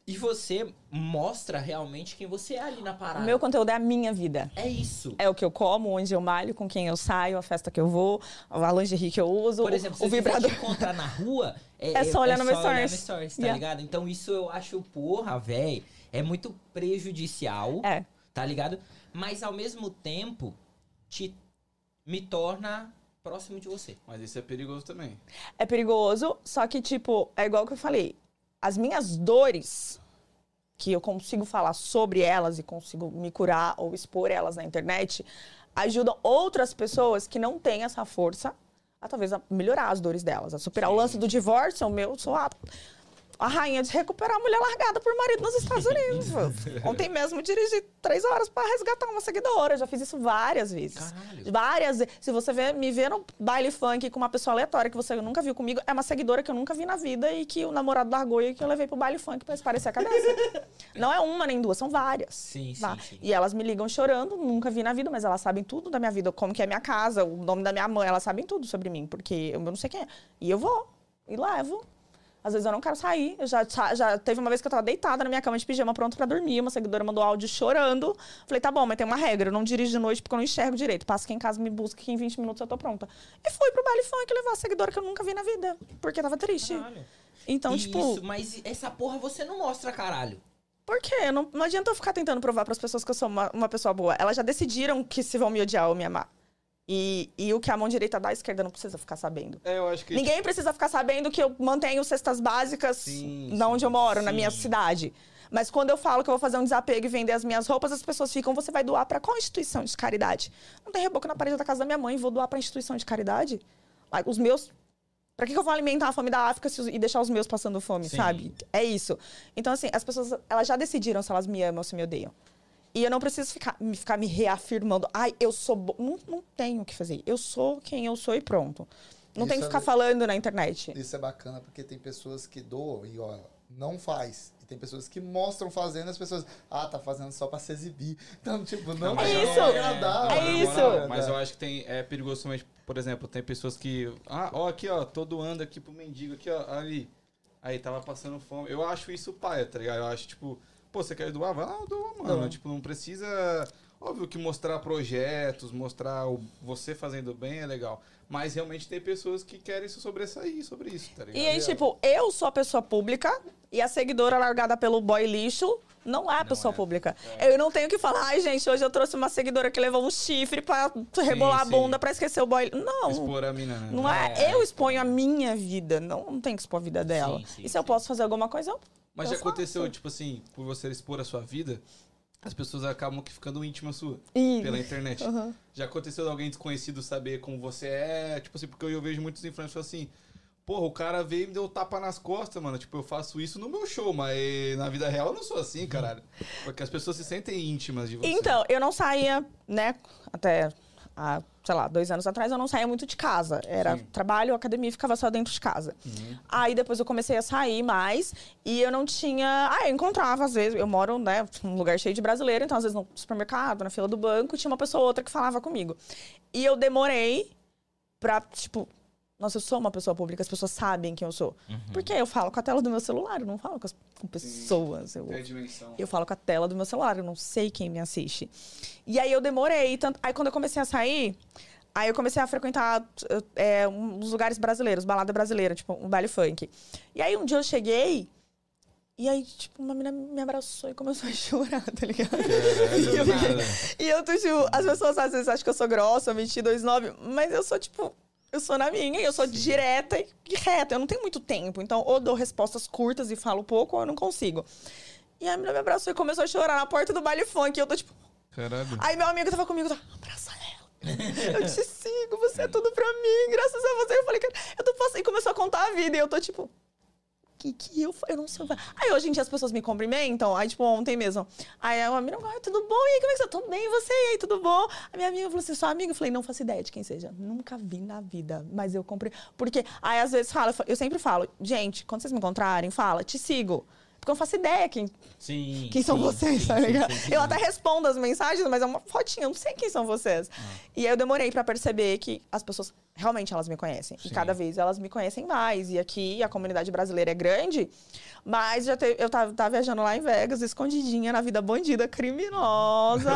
E você mostra realmente quem você é ali na parada. O meu conteúdo é a minha vida. É isso. É o que eu como, onde eu malho, com quem eu saio, a festa que eu vou, a lingerie que eu uso, Por exemplo, o, se o você vibrador. te encontrar na rua, é, É só olhar é no só meu olhar stories. no stories, tá Yeah. ligado? Então isso eu acho, porra, velho, é muito prejudicial, É. tá ligado? Mas ao mesmo tempo, te, me torna próximo de você. Mas isso é perigoso também. É perigoso, só que, tipo, é igual que eu falei. As minhas dores, que eu consigo falar sobre elas e consigo me curar ou expor elas na internet, ajudam outras pessoas que não têm essa força a talvez a melhorar as dores delas, a superar. Sim. O lance do divórcio, o meu, sou a, a rainha de recuperar a mulher largada por marido nos Estados Unidos. Ontem mesmo dirigi três horas para resgatar uma seguidora. Eu já fiz isso várias vezes. Caralho. Várias vezes. Se você vê, me vê no baile funk com uma pessoa aleatória que você nunca viu comigo, é uma seguidora que eu nunca vi na vida e que o namorado largou e que eu levei pro baile funk pra esparecer a cabeça. Não é uma nem duas, são várias. Sim, sim, Tá? sim. E elas me ligam chorando, nunca vi na vida, mas elas sabem tudo da minha vida, como que é minha casa, o nome da minha mãe, elas sabem tudo sobre mim, porque eu não sei quem é. E eu vou, e levo. Às vezes eu não quero sair. Eu já, já teve uma vez que eu tava deitada na minha cama de pijama, pronto pra dormir. Uma seguidora mandou áudio chorando. Falei, tá bom, mas tem uma regra. Eu não dirijo de noite porque eu não enxergo direito. Passa aqui em casa, me busca, que em vinte minutos eu tô pronta. E fui pro baile funk levar a seguidora que eu nunca vi na vida. Porque tava triste. Caralho. Então, Isso, tipo... mas essa porra você não mostra, caralho. Por quê? Não, não adianta eu ficar tentando provar pras pessoas que eu sou uma, uma pessoa boa. Elas já decidiram que se vão me odiar ou me amar. E, e o que a mão direita dá, a esquerda não precisa ficar sabendo. É, eu acho que... Ninguém precisa ficar sabendo que eu mantenho cestas básicas Sim, na onde sim, eu moro, sim. na minha cidade. Mas quando eu falo que eu vou fazer um desapego e vender as minhas roupas, as pessoas ficam, você vai doar pra qual instituição de caridade? Não tem reboco na parede da casa da minha mãe, vou doar pra instituição de caridade? Os meus... Pra que eu vou alimentar a fome da África se os- e deixar os meus passando fome, Sim. sabe? É isso. Então, assim, as pessoas, elas já decidiram se elas me amam ou se me odeiam. E eu não preciso ficar me, ficar me reafirmando. Ai, eu sou... Bo... Não, não tenho o que fazer. Eu sou quem eu sou e pronto. Não Isso tem que é ficar le- falando na internet. Isso é bacana porque tem pessoas que doam e, ó, não faz. E tem pessoas que mostram fazendo, as pessoas, ah, tá fazendo só pra se exibir. Então, tipo, não mas É é isso. agradável. É não isso. agradável. Mas eu acho que tem, é perigoso também, por exemplo, tem pessoas que... Ah, ó, aqui, ó, tô doando aqui pro mendigo, aqui, ó, ali. Aí, tava passando fome. Eu acho isso paia, tá ligado? Eu acho, tipo... Pô, você quer doar? Vai lá, doa, mano. Doa. Tipo, não precisa... Óbvio que mostrar projetos, mostrar o, você fazendo bem é legal. Mas realmente tem pessoas que querem se sobressair sobre isso, tá ligado? E aí, tipo, eu sou a pessoa pública e a seguidora largada pelo boy lixo não é a pessoa é. pública. Eu não tenho que falar, ai, gente, hoje eu trouxe uma seguidora que levou um chifre pra rebolar sim. a bunda pra esquecer o boy. Não. Expor a mina, né? Não é, É. eu exponho a minha vida, não, não tem que expor a vida dela. Sim, sim, e se eu sim. posso fazer alguma coisa, eu Mas eu já aconteceu, faço. tipo assim, por você expor a sua vida, as pessoas acabam que ficando íntimas sua Ih. pela internet. Uhum. Já aconteceu de alguém desconhecido saber como você é? Tipo assim, porque eu, eu vejo muitos influencers assim, porra, o cara veio e me deu tapa nas costas, mano. Tipo, eu faço isso no meu show, mas na vida real eu não sou assim, caralho. Porque as pessoas se sentem íntimas de você. Então, eu não saía, né, até, há, sei lá, dois anos atrás, eu não saía muito de casa. Era Sim. trabalho, academia, ficava só dentro de casa. Aí depois eu comecei a sair mais e eu não tinha... Ah, eu encontrava, às vezes, eu moro, né, num lugar cheio de brasileiro, então às vezes no supermercado, na fila do banco, tinha uma pessoa ou outra que falava comigo. E eu demorei pra, tipo... Nossa, eu sou uma pessoa pública, as pessoas sabem quem eu sou. Porque eu falo com a tela do meu celular, eu não falo com, as, com pessoas. Eu, Tem a dimensão. eu falo com a tela do meu celular, eu não sei quem me assiste. E aí eu demorei. Tanto... Aí quando eu comecei a sair, aí eu comecei a frequentar é, uns lugares brasileiros, balada brasileira, tipo um baile funk. E aí um dia eu cheguei, e aí, tipo, uma menina me abraçou e começou a chorar, tá ligado? Caralho, e, eu fiquei... nada. e eu tô, tipo, as pessoas às vezes acham que eu sou grossa, vinte e dois nove, mas eu sou, tipo... Eu sou na minha, eu sou direta e reta. Eu não tenho muito tempo. Então, ou dou respostas curtas e falo pouco, ou eu não consigo. E aí a menina me abraçou e começou a chorar na porta do baile funk. E eu tô tipo... Caralho. Aí meu amigo tava comigo, tá, abraça ela. Eu te sigo, você é tudo pra mim, graças a você. Eu falei, cara, eu tô passando. E começou a contar a vida. E eu tô tipo... Que que eu... Eu não sei... Aí hoje em dia as pessoas me cumprimentam. Aí, tipo, ontem mesmo. Aí a menina, ai, tudo bom? E aí, como é que você tá? Tudo bem, e você? E aí, tudo bom? A minha amiga falou assim, sua amiga? Eu falei, não faço ideia de quem seja. Nunca vi na vida, mas eu comprei. Porque, aí às vezes fala, eu sempre falo, gente, quando vocês me encontrarem, fala, te sigo. Porque eu não faço ideia quem, sim, quem são sim, vocês, sim, tá sim, ligado? sim, sim, eu sim. até respondo as mensagens, mas é uma fotinha, eu não sei quem são vocês. Ah. E aí eu demorei pra perceber que as pessoas, realmente, elas me conhecem. Sim. E cada vez elas me conhecem mais. E aqui, a comunidade brasileira é grande, mas já te, eu tava, tava viajando lá em Vegas, escondidinha na vida bandida, criminosa.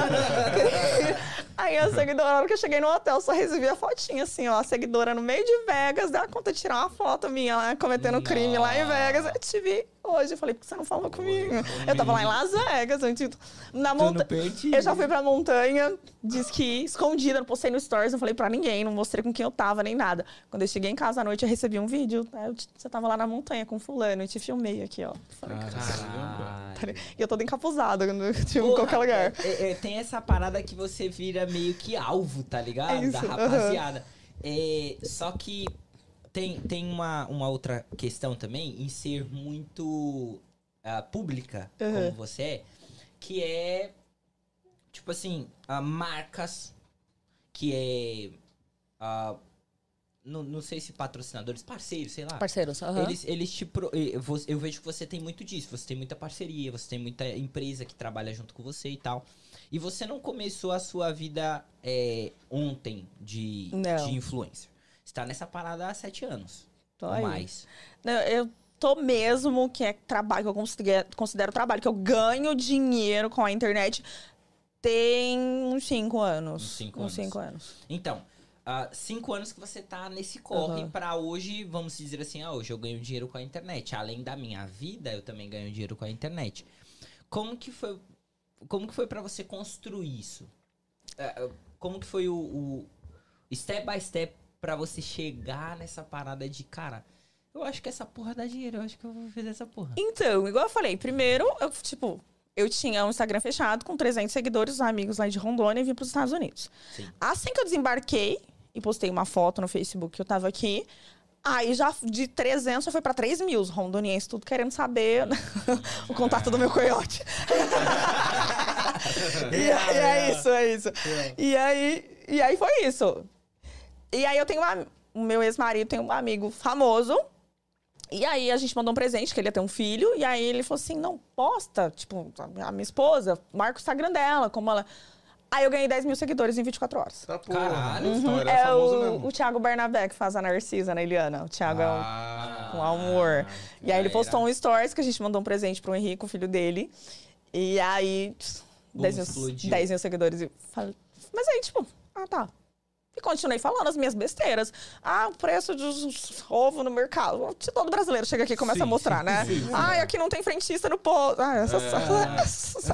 Aí a seguidora, na hora que eu cheguei no hotel, só recebi a fotinha, assim, ó, a seguidora no meio de Vegas, dá conta de tirar uma foto minha lá, cometendo Nossa. crime lá em Vegas. Eu te vi hoje, eu falei, por que você não falou comigo? Eu tava lá em Las Vegas, antes, na montanha. Eu já fui pra montanha, disse que escondida, não postei no stories, não falei pra ninguém, não mostrei com quem eu tava, nem nada. Quando eu cheguei em casa à noite, eu recebi um vídeo, né? Eu, você tava lá na montanha com fulano, eu te filmei aqui, ó. Falei, caralho. E eu toda encapuzada, tipo, em qualquer lugar. É, é, tem essa parada que você vira meio que alvo, tá ligado? É da rapaziada. Uhum. É, só que tem, tem uma, uma outra questão também em ser muito uh, pública, uhum. como você é, que é, tipo assim, uh, marcas, que é... Uh, Não, não sei se patrocinadores, parceiros, sei lá. Parceiros, aham. Uhum. Eles, eles te pro, eu vejo que você tem muito disso. Você tem muita parceria, você tem muita empresa que trabalha junto com você e tal. E você não começou a sua vida é, ontem de, de influencer. Você tá nessa parada há sete anos. Tô ou aí. mais. Não, eu tô mesmo, que é trabalho, que eu considero, considero trabalho, que eu ganho dinheiro com a internet, tem uns cinco anos. Uns cinco uns anos. cinco anos. Então... Uh, cinco anos que você tá nesse corre uhum. pra hoje, vamos dizer assim, ah, hoje eu ganho dinheiro com a internet. Além da minha vida, eu também ganho dinheiro com a internet. Como que foi, como que foi pra você construir isso? Uh, como que foi o, o step by step pra você chegar nessa parada de, cara, eu acho que essa porra dá dinheiro, eu acho que eu vou fazer essa porra. Então, igual eu falei, primeiro, eu, tipo... Eu tinha um Instagram fechado com trezentos seguidores, amigos lá de Rondônia, e vim para os Estados Unidos. Sim. Assim que eu desembarquei e postei uma foto no Facebook que eu tava aqui, aí já de trezentos já foi para três mil. Os rondonienses tudo querendo saber o contato do meu coiote. e, e é isso, é isso. E aí, e aí foi isso. E aí eu tenho uma, o meu ex-marido tem um amigo famoso. E aí a gente mandou um presente, que ele ia ter um filho. E aí ele falou assim, não, posta, tipo, a minha esposa, marca o Instagram dela, como ela... Aí eu ganhei dez mil seguidores em vinte e quatro horas. Tá porra. Caralho, uhum. é, é famoso o, mesmo. o Thiago Bernabé, que faz a Narcisa, na Eliana. O Thiago ah, é um, um amor. E aí ele postou um stories, que a gente mandou um presente pro Henrique, o filho dele. E aí, dez mil seguidores. E falei, mas aí, tipo, ah, tá. E continuei falando as minhas besteiras. Ah, o preço de ovo no mercado. Todo brasileiro chega aqui e começa sim, a mostrar, sim, né? Sim, ah, aqui não tem frentista no posto. Ah, essa... É...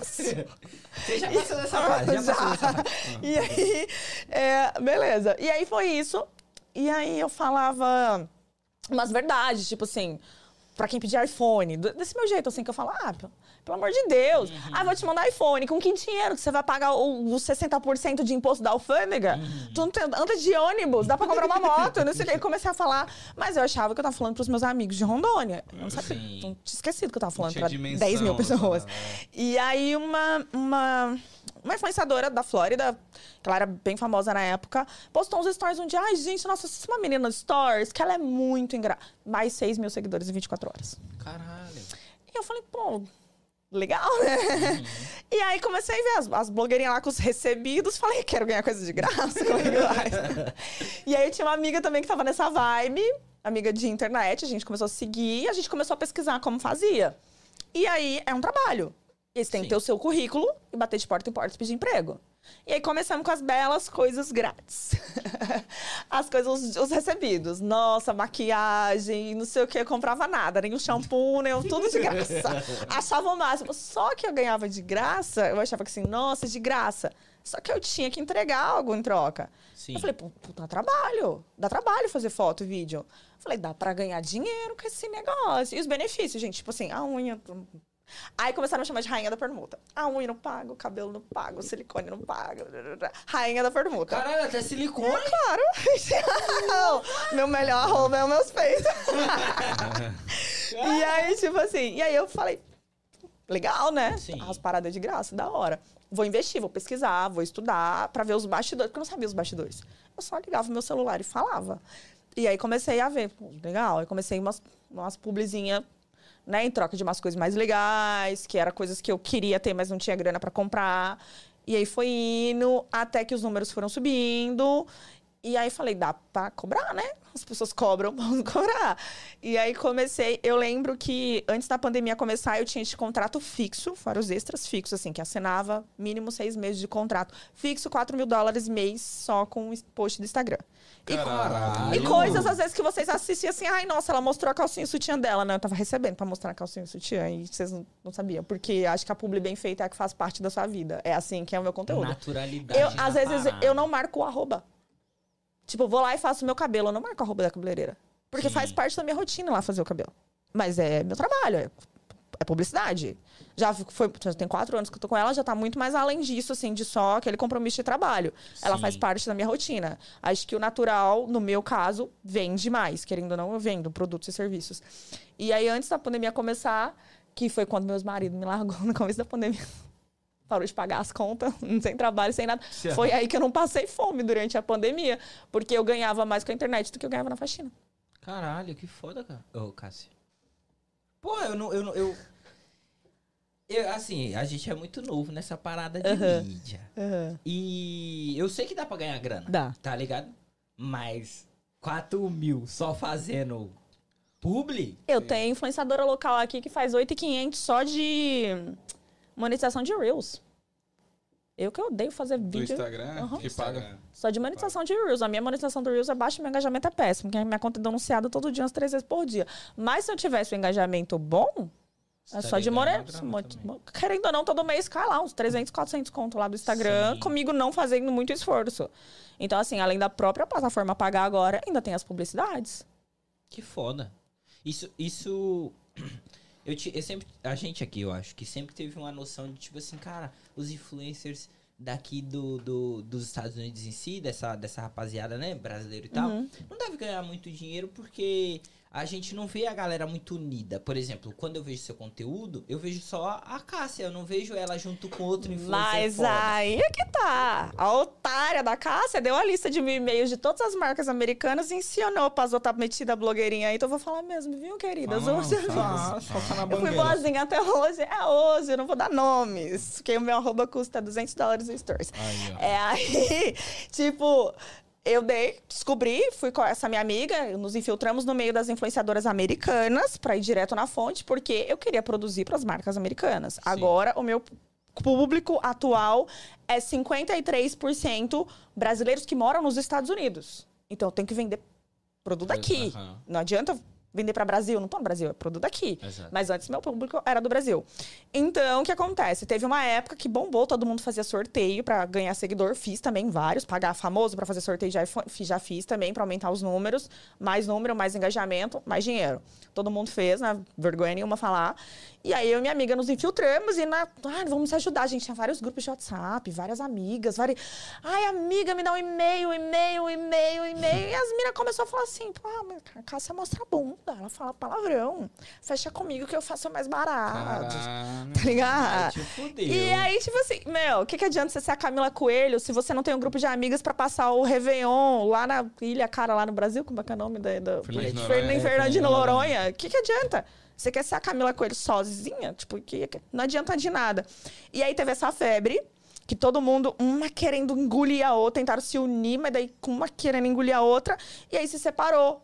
Você já passou dessa fase, já passou dessa fase. E aí, é, beleza. E aí foi isso. E aí eu falava umas verdades, tipo assim... Pra quem pedir iPhone, desse meu jeito, assim, que eu falo, ah, pelo, pelo amor de Deus, uhum. ah, vou te mandar iPhone, com que dinheiro que você vai pagar o, os sessenta por cento de imposto da alfândega? Uhum. Tu não tem, anda de ônibus, dá pra comprar uma moto, não sei o que. Aí comecei a falar, mas eu achava que eu tava falando pros meus amigos de Rondônia. Eu não sabia, não tinha esquecido que eu tava falando pra dimensão, dez mil pessoas. Tá, é. E aí uma... uma Uma influenciadora da Flórida, que ela era bem famosa na época, postou uns stories um dia. Ai, gente, nossa, essa é uma menina no stories, que ela é muito engraçada. Mais seis mil seguidores em vinte e quatro horas. Caralho. E eu falei, pô, legal, né? Uhum. E aí comecei a ver as, as blogueirinhas lá com os recebidos. Falei, quero ganhar coisa de graça. Como é que vai? E aí eu tinha uma amiga também que tava nessa vibe, amiga de internet. A gente começou a seguir e a gente começou a pesquisar como fazia. E aí é um trabalho. E você tem Sim. que ter o seu currículo e bater de porta em porta e pedir emprego. E aí começamos com as belas coisas grátis. As coisas, os, os recebidos. Nossa, maquiagem, não sei o que, eu comprava nada. Nem o shampoo, nem o, tudo de graça. Achava o máximo. Só que eu ganhava de graça, eu achava que assim, nossa, de graça. Só que eu tinha que entregar algo em troca. Sim. Eu falei, pô, dá trabalho. Dá trabalho fazer foto e vídeo. Eu falei, dá pra ganhar dinheiro com esse negócio. E os benefícios, gente, tipo assim, a unha... Aí começaram a me chamar de rainha da permuta. A unha não paga, o cabelo não paga, o silicone não paga. Rainha da permuta. Caralho, até silicone? É, claro. Meu melhor arroba é os meus peitos. E aí, tipo assim, e aí eu falei, legal, né? Sim. As paradas de graça, da hora. Vou investir, vou pesquisar, vou estudar pra ver os bastidores, porque eu não sabia os bastidores. Eu só ligava o meu celular e falava. E aí comecei a ver, pô, legal. Aí comecei umas, umas publizinhas né? Em troca de umas coisas mais legais, que eram coisas que eu queria ter, mas não tinha grana pra comprar. E aí foi indo, até que os números foram subindo. E aí falei, dá pra cobrar, né? As pessoas cobram, vamos cobrar. E aí comecei, eu lembro que antes da pandemia começar, eu tinha esse contrato fixo, fora os extras fixos, assim, que assinava mínimo seis meses de contrato. Fixo, quatro mil dólares mês, só com o post do Instagram. E, e coisas, às vezes, que vocês assistem assim, ai, nossa, ela mostrou a calcinha e sutiã dela, né? Eu tava recebendo pra mostrar a calcinha e sutiã, e vocês não, não sabiam. Porque acho que a publi bem feita é a que faz parte da sua vida. É assim que é o meu conteúdo. Naturalidade. Eu, às vezes, parada. eu não marco o arroba. Tipo, eu vou lá e faço o meu cabelo. Eu não marco a arroba da cabeleireira. Porque Sim. faz parte da minha rotina lá fazer o cabelo. Mas é meu trabalho, é, é publicidade. Já, foi, já tem quatro anos que eu tô com ela, já tá muito mais além disso, assim, de só aquele compromisso de trabalho. Sim. Ela faz parte da minha rotina. Acho que o natural, no meu caso, vende mais. Querendo ou não, eu vendo produtos e serviços. E aí, antes da pandemia começar, que foi quando meus maridos me largou no começo da pandemia... Parou de pagar as contas, sem trabalho, sem nada. Certo. Foi aí que eu não passei fome durante a pandemia. Porque eu ganhava mais com a internet do que eu ganhava na faxina. Caralho, que foda, cara. Ô, oh, Cássio. Pô, eu não... Eu, não, eu, eu, assim, a gente é muito novo nessa parada de uhum. mídia. Uhum. E eu sei que dá pra ganhar grana. Dá. Tá ligado? Mas quatro mil só fazendo publi? Eu tenho influenciadora local aqui que faz oito mil e quinhentos só de... monetização de Reels. Eu que odeio fazer vídeo. Do Instagram? Uhum. Que paga. Só de monetização de Reels. A minha monetização do Reels é baixa e meu engajamento é péssimo. Porque a minha conta é denunciada todo dia, umas três vezes por dia. Mas se eu tivesse um engajamento bom, Você é só de monetização. Querendo ou não, todo mês cai lá uns trezentos, quatrocentos conto lá do Instagram. Sim. Comigo não fazendo muito esforço. Então, assim, além da própria plataforma pagar agora, ainda tem as publicidades. Que foda. Isso... isso... Eu, te, eu sempre, a gente aqui, eu acho, que sempre teve uma noção de, tipo assim, cara, os influencers daqui do, do, dos Estados Unidos em si, dessa, dessa rapaziada, né, brasileiro e tal, uhum. não deve ganhar muito dinheiro porque a gente não vê a galera muito unida. Por exemplo, quando eu vejo seu conteúdo, eu vejo só a Cássia, eu não vejo ela junto com outro influencer. Mas foda. Aí é que tá. A otária da Cássia deu a lista de mil e-mails de todas as marcas americanas e ensinou para as outras metidas blogueirinha aí. Então eu vou falar mesmo, viu, queridas? Fala, hoje não, fala, fala eu fui boazinha até hoje. É hoje, eu não vou dar nomes. Porque o meu arroba custa duzentos dólares no Stores. Aí, é aí, tipo... Eu dei, descobri, fui com essa minha amiga, nos infiltramos no meio das influenciadoras americanas para ir direto na fonte, porque eu queria produzir para as marcas americanas. Sim. Agora, o meu público atual é cinquenta e três por cento brasileiros que moram nos Estados Unidos. Então, eu tenho que vender produto daqui. Uhum. Não adianta vender para Brasil, não tô no Brasil, é produto daqui. Exato. Mas antes, meu público era do Brasil. Então, o que acontece? Teve uma época que bombou, todo mundo fazia sorteio para ganhar seguidor. Fiz também vários, pagar famoso para fazer sorteio, já, já fiz também para aumentar os números. Mais número, mais engajamento, mais dinheiro. Todo mundo fez, né? Vergonha nenhuma falar. E aí, eu e minha amiga nos infiltramos e na... Ah, vamos se ajudar. A gente tinha vários grupos de WhatsApp, várias amigas, várias... Ai, amiga, me dá um e-mail, e-mail, e-mail, e-mail. E as meninas começaram a falar assim, pô, a Cássia mostra a bunda, ela fala palavrão. Fecha comigo que eu faço mais barato. Caramba. Tá ligado? Ai, e aí, tipo assim, meu, o que, que adianta você ser a Camila Coelho se você não tem um grupo de amigas pra passar o Réveillon lá na Ilha Cara, lá no Brasil? Como é que é o nome da... da... Fernandinho, Fernandinho Noronha. O que, que adianta? Você quer ser a Camila Coelho sozinha? Tipo, que não adianta de nada. E aí teve essa febre, que todo mundo, uma querendo engolir a outra, tentaram se unir, mas daí uma querendo engolir a outra, e aí se separou.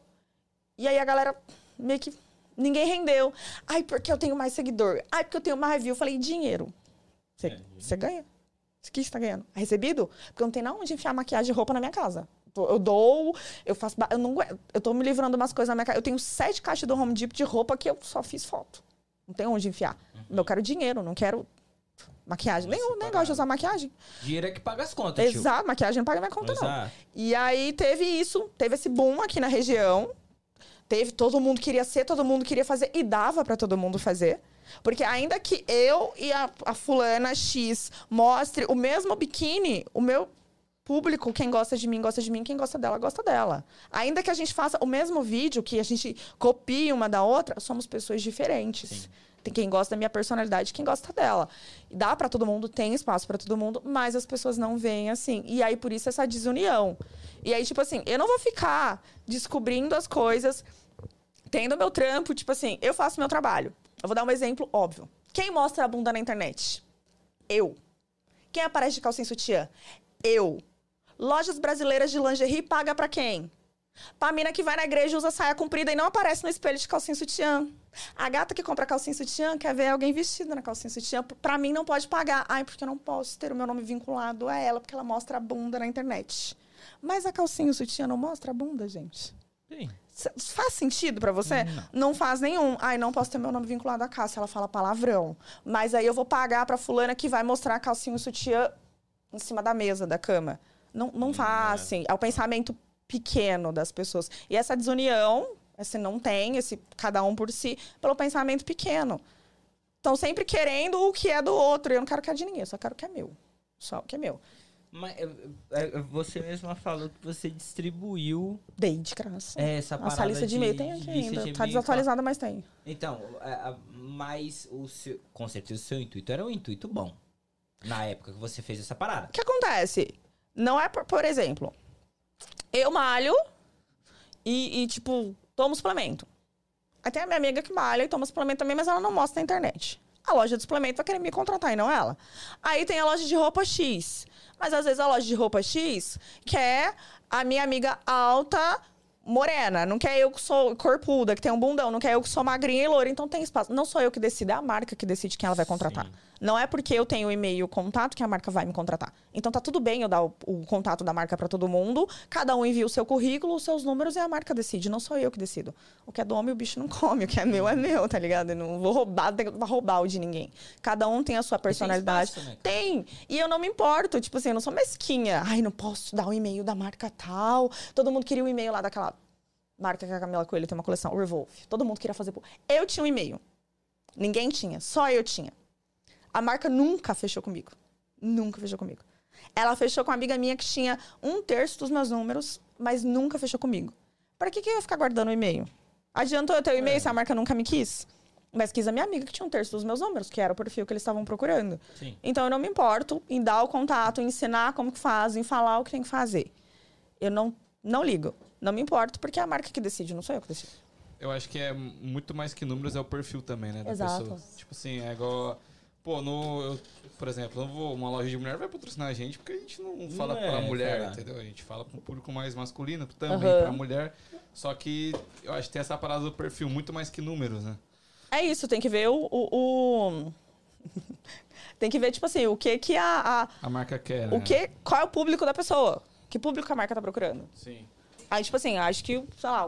E aí a galera meio que... Ninguém rendeu. Ai, porque eu tenho mais seguidor. Ai, porque eu tenho mais review. Eu falei, dinheiro. Você é, ganha. O que você tá ganhando? Recebido? Porque eu não tenho onde enfiar maquiagem e roupa na minha casa. Eu dou, eu faço... Eu, não, eu tô me livrando de umas coisas na minha casa. Eu tenho sete caixas do Home Depot de roupa que eu só fiz foto. Não tenho onde enfiar. Uhum. Eu quero dinheiro, não quero maquiagem. Nem, nem gosto de usar maquiagem. Dinheiro é que paga as contas, tio. Exato, maquiagem não paga minha conta, Exato. não. E aí teve isso, teve esse boom aqui na região. Teve, todo mundo queria ser, todo mundo queria fazer. E dava pra todo mundo fazer. Porque ainda que eu e a, a fulana X mostre o mesmo biquíni, o meu... público, quem gosta de mim, gosta de mim. Quem gosta dela, gosta dela. Ainda que a gente faça o mesmo vídeo, que a gente copie uma da outra, somos pessoas diferentes. Sim. Tem quem gosta da minha personalidade, quem gosta dela. Dá pra todo mundo, tem espaço pra todo mundo, mas as pessoas não veem assim. E aí, por isso, essa desunião. E aí, tipo assim, eu não vou ficar descobrindo as coisas, tendo meu trampo, tipo assim, eu faço meu trabalho. Eu vou dar um exemplo óbvio. Quem mostra a bunda na internet? Eu. Quem aparece de calcinha e sutiã? Eu. Lojas brasileiras de lingerie paga pra quem? Pra mina que vai na igreja, usa saia comprida e não aparece no espelho de calcinha e sutiã. A gata que compra calcinha e sutiã quer ver alguém vestido na calcinha e sutiã. Pra mim, não pode pagar. Ai, porque eu não posso ter o meu nome vinculado a ela, porque ela mostra a bunda na internet. Mas a calcinha e o sutiã não mostra a bunda, gente? Sim. Faz sentido pra você? Não. Não faz nenhum. Ai, não posso ter meu nome vinculado a Cássia. Ela fala palavrão. Mas aí eu vou pagar pra fulana que vai mostrar a calcinha e o sutiã em cima da mesa, da cama. Não, não faz, assim. É o pensamento pequeno das pessoas. E essa desunião, esse não tem, esse cada um por si, pelo pensamento pequeno. Estão sempre querendo o que é do outro. Eu não quero o que é de ninguém, eu só quero o que é meu. Só o que é meu. Mas você mesma falou que você distribuiu... Dei de graça. Essa parada Nossa, a lista de e-mail tem aqui ainda. De tá desatualizada, mas tem. Então, mas o seu, com certeza o seu intuito era um intuito bom. Na época que você fez essa parada. O que acontece? Não é, por, por exemplo... Eu malho e, e, tipo, tomo suplemento. Aí tem a minha amiga que malha e toma suplemento também, mas ela não mostra na internet. A loja de suplemento vai querer me contratar e não ela. Aí tem a loja de roupa X. Mas às vezes a loja de roupa X quer a minha amiga alta, morena. Não quer eu que sou corpuda, que tem um bundão. Não quer eu que sou magrinha e loira. Então tem espaço. Não sou eu que decido, é a marca que decide quem ela vai contratar. Sim. Não é porque eu tenho o e-mail e o contato que a marca vai me contratar. Então tá tudo bem eu dar o, o contato da marca pra todo mundo. Cada um envia o seu currículo, os seus números e a marca decide. Não sou eu que decido. O que é do homem, o bicho não come. O que é meu, é meu, tá ligado? Eu não vou roubar, vou roubar o de ninguém. Cada um tem a sua personalidade. Tem, espaço, né? Tem. E eu não me importo. Tipo assim, eu não sou mesquinha. Ai, não posso dar o e-mail da marca tal. Todo mundo queria o e-mail lá daquela marca que a Camila Coelho tem uma coleção, o Revolve. Todo mundo queria fazer... Eu tinha um e-mail. Ninguém tinha. Só eu tinha. A marca nunca fechou comigo. Nunca fechou comigo. Ela fechou com uma amiga minha que tinha um terço dos meus números, mas nunca fechou comigo. Pra que, que eu ia ficar guardando o e-mail? Adiantou eu ter o e-mail é. se a marca nunca me quis? Mas quis a minha amiga que tinha um terço dos meus números, que era o perfil que eles estavam procurando. Sim. Então eu não me importo em dar o contato, em ensinar como que faz, em falar o que tem que fazer. Eu não, não ligo. Não me importo, porque é a marca que decide, não sou eu que decido. Eu acho que é muito mais que números, é o perfil também, né? Da Exato. pessoa. Tipo assim, é igual... Pô, no, eu, por exemplo, eu não vou, uma loja de mulher vai patrocinar a gente porque a gente não fala não é, pra mulher, cara. Entendeu? A gente fala pra um público mais masculino, também uhum. pra mulher. Só que eu acho que tem essa parada do perfil, muito mais que números, né? É isso, tem que ver o... o, o... tem que ver, tipo assim, o que que a... A, a marca quer, o né? que, qual é o público da pessoa? Que público a marca tá procurando? Sim. Aí, tipo assim, acho que, sei lá,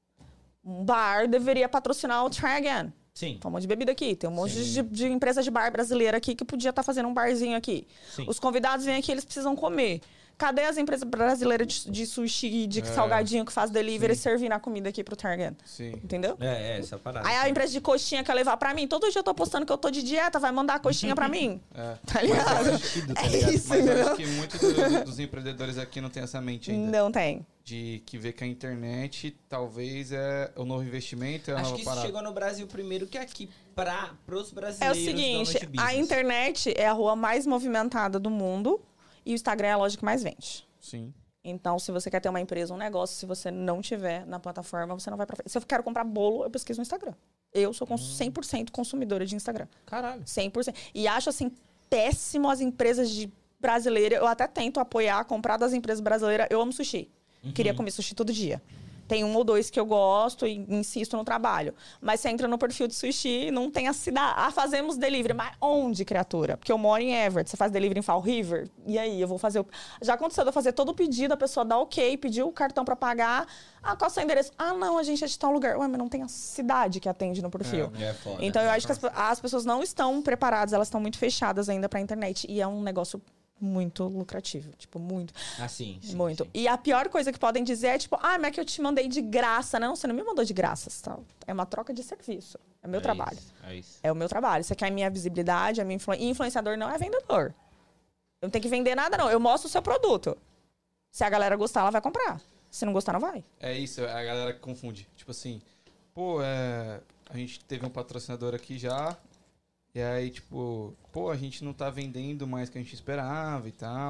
um bar deveria patrocinar o Try Again. Sim. Tem um monte de bebida aqui. Tem um monte de, de empresa de bar brasileira aqui que podia estar tá fazendo um barzinho aqui. Sim. Os convidados vêm aqui, eles precisam comer. Cadê as empresas brasileiras de, de sushi, de é. salgadinho que faz delivery Sim. e servir na comida aqui pro Target? Sim. Entendeu? É, é, essa parada. Aí a empresa de coxinha quer levar pra mim. Todo dia eu tô postando que eu tô de dieta, vai mandar a coxinha pra mim. É. Tá ligado? Mas eu acho, tá ligado? É isso, Mas eu acho que muitos do, dos empreendedores aqui não tem essa mente ainda. Não tem. De que vê que a internet talvez é o novo investimento, é a Acho nova que isso parada. chegou no Brasil primeiro que aqui para os brasileiros. É o seguinte, a internet é a rua mais movimentada do mundo e o Instagram é a loja que mais vende. Sim. Então, se você quer ter uma empresa, um negócio, se você não tiver na plataforma, você não vai pra frente. Se eu quero comprar bolo, eu pesquiso no Instagram. Eu sou hum. cem por cento consumidora de Instagram. Caralho. cem por cento. E acho, assim, péssimo as empresas de brasileiras. Eu até tento apoiar, comprar das empresas brasileiras. Eu amo sushi. Uhum. Queria comer sushi todo dia. Tem um ou dois que eu gosto e insisto no trabalho. Mas você entra no perfil de sushi, não tem a cidade. Ah, fazemos delivery. Mas onde, criatura? Porque eu moro em Everett. Você faz delivery em Fall River? E aí, eu vou fazer... O... Já aconteceu de eu fazer todo o pedido, a pessoa dá ok, pediu o cartão pra pagar. Ah, qual é o seu endereço? Ah, não, a gente é de tal lugar. Ué, mas não tem a cidade que atende no perfil. É, é foda, então, eu é acho que as, as pessoas não estão preparadas. Elas estão muito fechadas ainda pra internet. E é um negócio... muito lucrativo, tipo, muito. Ah, sim. sim muito. Sim. E a pior coisa que podem dizer é, tipo, ah, mas é que eu te mandei de graça. Não, você não me mandou de graça, tá? É uma troca de serviço. É meu é trabalho. Isso, é isso. É o meu trabalho. Você quer a minha visibilidade, a minha influência. E influenciador não é vendedor. Eu não tenho que vender nada, não. Eu mostro o seu produto. Se a galera gostar, ela vai comprar. Se não gostar, não vai. É isso, a galera que confunde. Tipo assim, pô, é... a gente teve um patrocinador aqui já... E aí, tipo, pô, a gente não tá vendendo mais que a gente esperava e tal.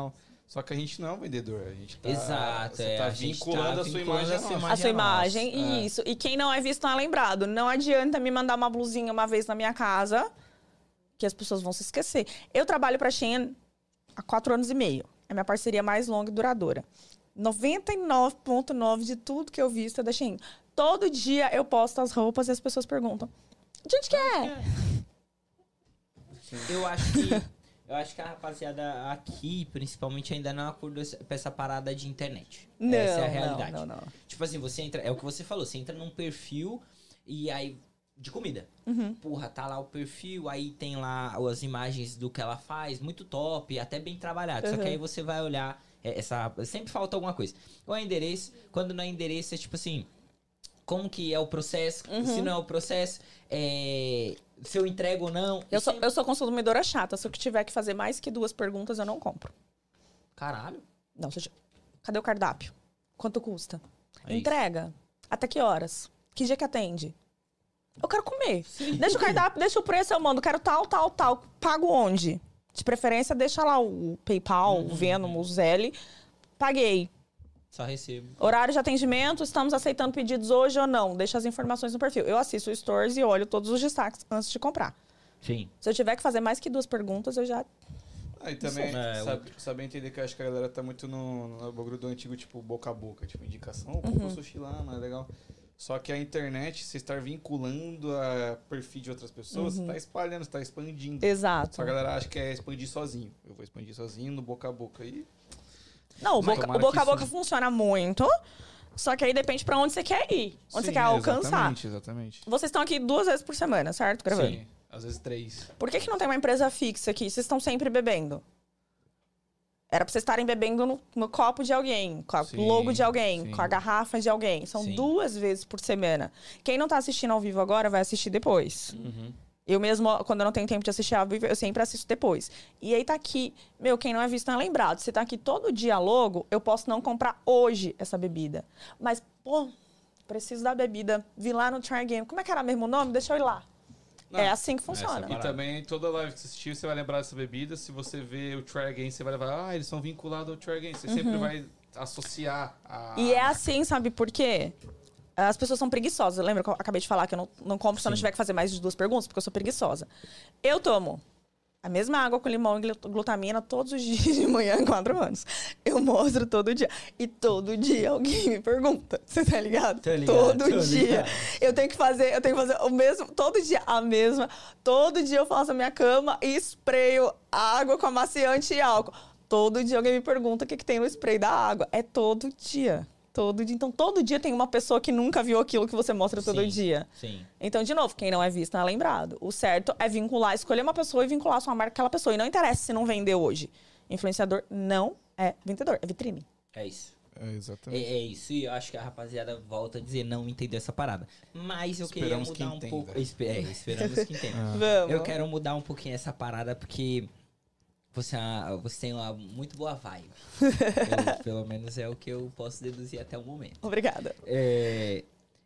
Só que a gente não é um vendedor, a gente tá, Exato, você é, tá a gente vinculando tá a sua vinculando imagem a sua à nossa. A sua imagem, É. isso. E quem não é visto não é lembrado. Não adianta me mandar uma blusinha uma vez na minha casa, que as pessoas vão se esquecer. Eu trabalho pra Shein há quatro anos e meio. É a minha parceria mais longa e duradoura. noventa e nove vírgula nove de tudo que eu visto é da Shein. Todo dia eu posto as roupas e as pessoas perguntam, de onde que é? Eu acho que... Eu acho que a rapaziada aqui, principalmente, ainda não acordou pra essa parada de internet. Não, essa é a realidade. não, não, não. Tipo assim, você entra... É o que você falou. Você entra num perfil e aí... De comida. Uhum. Porra, tá lá o perfil, aí tem lá as imagens do que ela faz. Muito top, até bem trabalhado. Uhum. Só que aí você vai olhar... é, essa Sempre falta alguma coisa. Ou é endereço. Quando não é endereço, é tipo assim... Como que é o processo? Uhum. Se não é o processo, é... se eu entrego ou não. Eu Isso sou, é- eu sou consumidora chata. Se eu tiver que fazer mais que duas perguntas, eu não compro. Caralho. Não, seja... Cadê o cardápio? Quanto custa? É isso. Entrega? Até que horas? Que dia que atende? Eu quero comer. Deixa o cardápio, deixa o preço, eu mando. Quero tal, tal, tal. Pago onde? De preferência, deixa lá o PayPal, o Venmo, o Zelle. Paguei. Só recebo. Horário de atendimento, estamos aceitando pedidos hoje ou não. Deixa as informações no perfil. Eu assisto o Stores e olho todos os destaques antes de comprar. Sim. Se eu tiver que fazer mais que duas perguntas, eu já... Aí também, É, sabe, saber entender que eu acho que a galera tá muito no, no bagulho do antigo, tipo, boca a boca. Tipo, indicação, oh, compra o sushi lá, mas é legal. Só que a internet, você estar vinculando a perfil de outras pessoas, você tá espalhando, você tá expandindo. Exato. Só a galera acha que é expandir sozinho. Eu vou expandir sozinho no boca a boca aí. Não, o Mas boca, tomara o boca que a boca isso- funciona muito, só que aí depende pra onde você quer ir, onde você quer alcançar. Exatamente, exatamente. Vocês estão aqui duas vezes por semana, certo? Gravando. Sim, às vezes três. Por que, que não tem uma empresa fixa aqui? Vocês estão sempre bebendo. Era pra vocês estarem bebendo no, no copo de alguém, com o Sim, logo de alguém, sim. com a garrafa de alguém. São Sim. duas vezes por semana. Quem não tá assistindo ao vivo agora vai assistir depois. Uhum. Eu mesmo, quando eu não tenho tempo de assistir ao vivo, eu sempre assisto depois. E aí tá aqui, meu, quem não é visto não é lembrado. Se tá aqui todo dia logo, eu posso não comprar hoje essa bebida. Mas, pô, preciso da bebida. Vi lá no Try Game. Como é que era mesmo o nome? Deixa eu ir lá. Não, é assim que funciona. E também, toda live que você assistir, você vai lembrar dessa bebida. Se você vê o Try Again, você vai levar, ah, eles são vinculados ao Try Again. Você sempre vai associar a... E é assim, sabe por quê? As pessoas são preguiçosas. Lembra que eu acabei de falar que eu não, não compro se eu não tiver que fazer mais de duas perguntas? Porque eu sou preguiçosa. Eu tomo a mesma água com limão e glu- glutamina todos os dias de manhã em quatro anos. Eu mostro todo dia. E todo dia alguém me pergunta. Você tá ligado? Tô ligado, todo tô dia. ligado. Eu tenho que fazer, eu tenho que fazer o mesmo, todo dia a mesma. Todo dia eu faço a minha cama e espreio água com amaciante e álcool. Todo dia alguém me pergunta o que, que tem no spray da água. É todo dia. Todo dia. Então, todo dia tem uma pessoa que nunca viu aquilo que você mostra todo Sim, dia. Sim. Então, de novo, quem não é visto não é lembrado. O certo é vincular, escolher uma pessoa e vincular a sua marca àquela pessoa. E não interessa se não vender hoje. Influenciador não é vendedor, é vitrine. É isso. É, É, exatamente. é isso, e eu acho que a rapaziada volta a dizer não entendeu essa parada. Mas eu Esperamos queria mudar que um entenda. pouco. Espe- É, esperamos que entenda. Vamos. Eu quero mudar um pouquinho essa parada porque você, é uma- você tem uma muito boa vibe. Eu- pelo menos é o que eu posso deduzir até o momento. Obrigada. É,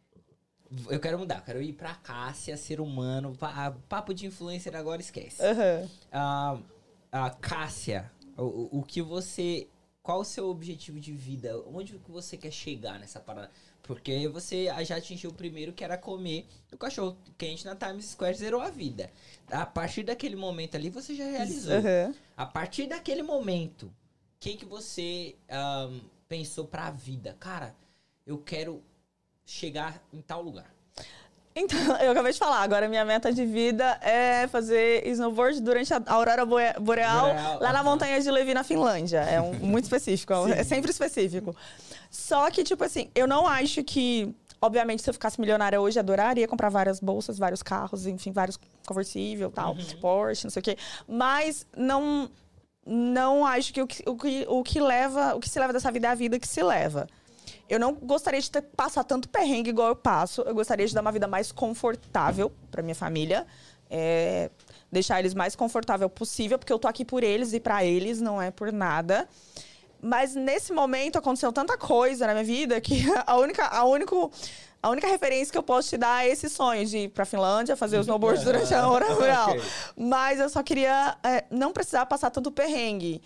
eu quero mudar, eu quero ir pra Cássia, ser humano. pa- Papo de influencer agora esquece. Aham. Ah, a Cássia, o, o- o que você... Qual o seu objetivo de vida? Onde que você quer chegar nessa parada? Porque você já atingiu o primeiro, que era comer o cachorro quente na Times Square, zerou a vida. A partir daquele momento ali, você já realizou. Aham. A partir daquele momento, o que, que você ahn, pensou pra vida? Cara, eu quero chegar em tal lugar. Então, eu acabei de falar, agora minha meta de vida é fazer snowboard durante a aurora boe- boreal, Boreal, lá na aham. montanha de Levi, na Finlândia. É um, muito específico, é sempre específico. Só que, tipo assim, eu não acho que... Obviamente, se eu ficasse milionária hoje, adoraria comprar várias bolsas, vários carros, enfim, vários conversível, tal, Porsche, não sei o quê. Mas não, não acho que o que, o que o que leva, o que se leva dessa vida é a vida que se leva. Eu não gostaria de ter, passar tanto perrengue igual eu passo. Eu gostaria de dar uma vida mais confortável para minha família. É, deixar eles mais confortável possível, porque eu tô aqui por eles e para eles, não é por nada. Mas nesse momento aconteceu tanta coisa na minha vida que a única, a único, a única referência que eu posso te dar é esse sonho de ir pra Finlândia, fazer os snowboards durante a hora rural. Ok. Mas eu só queria é, não precisar passar tanto perrengue.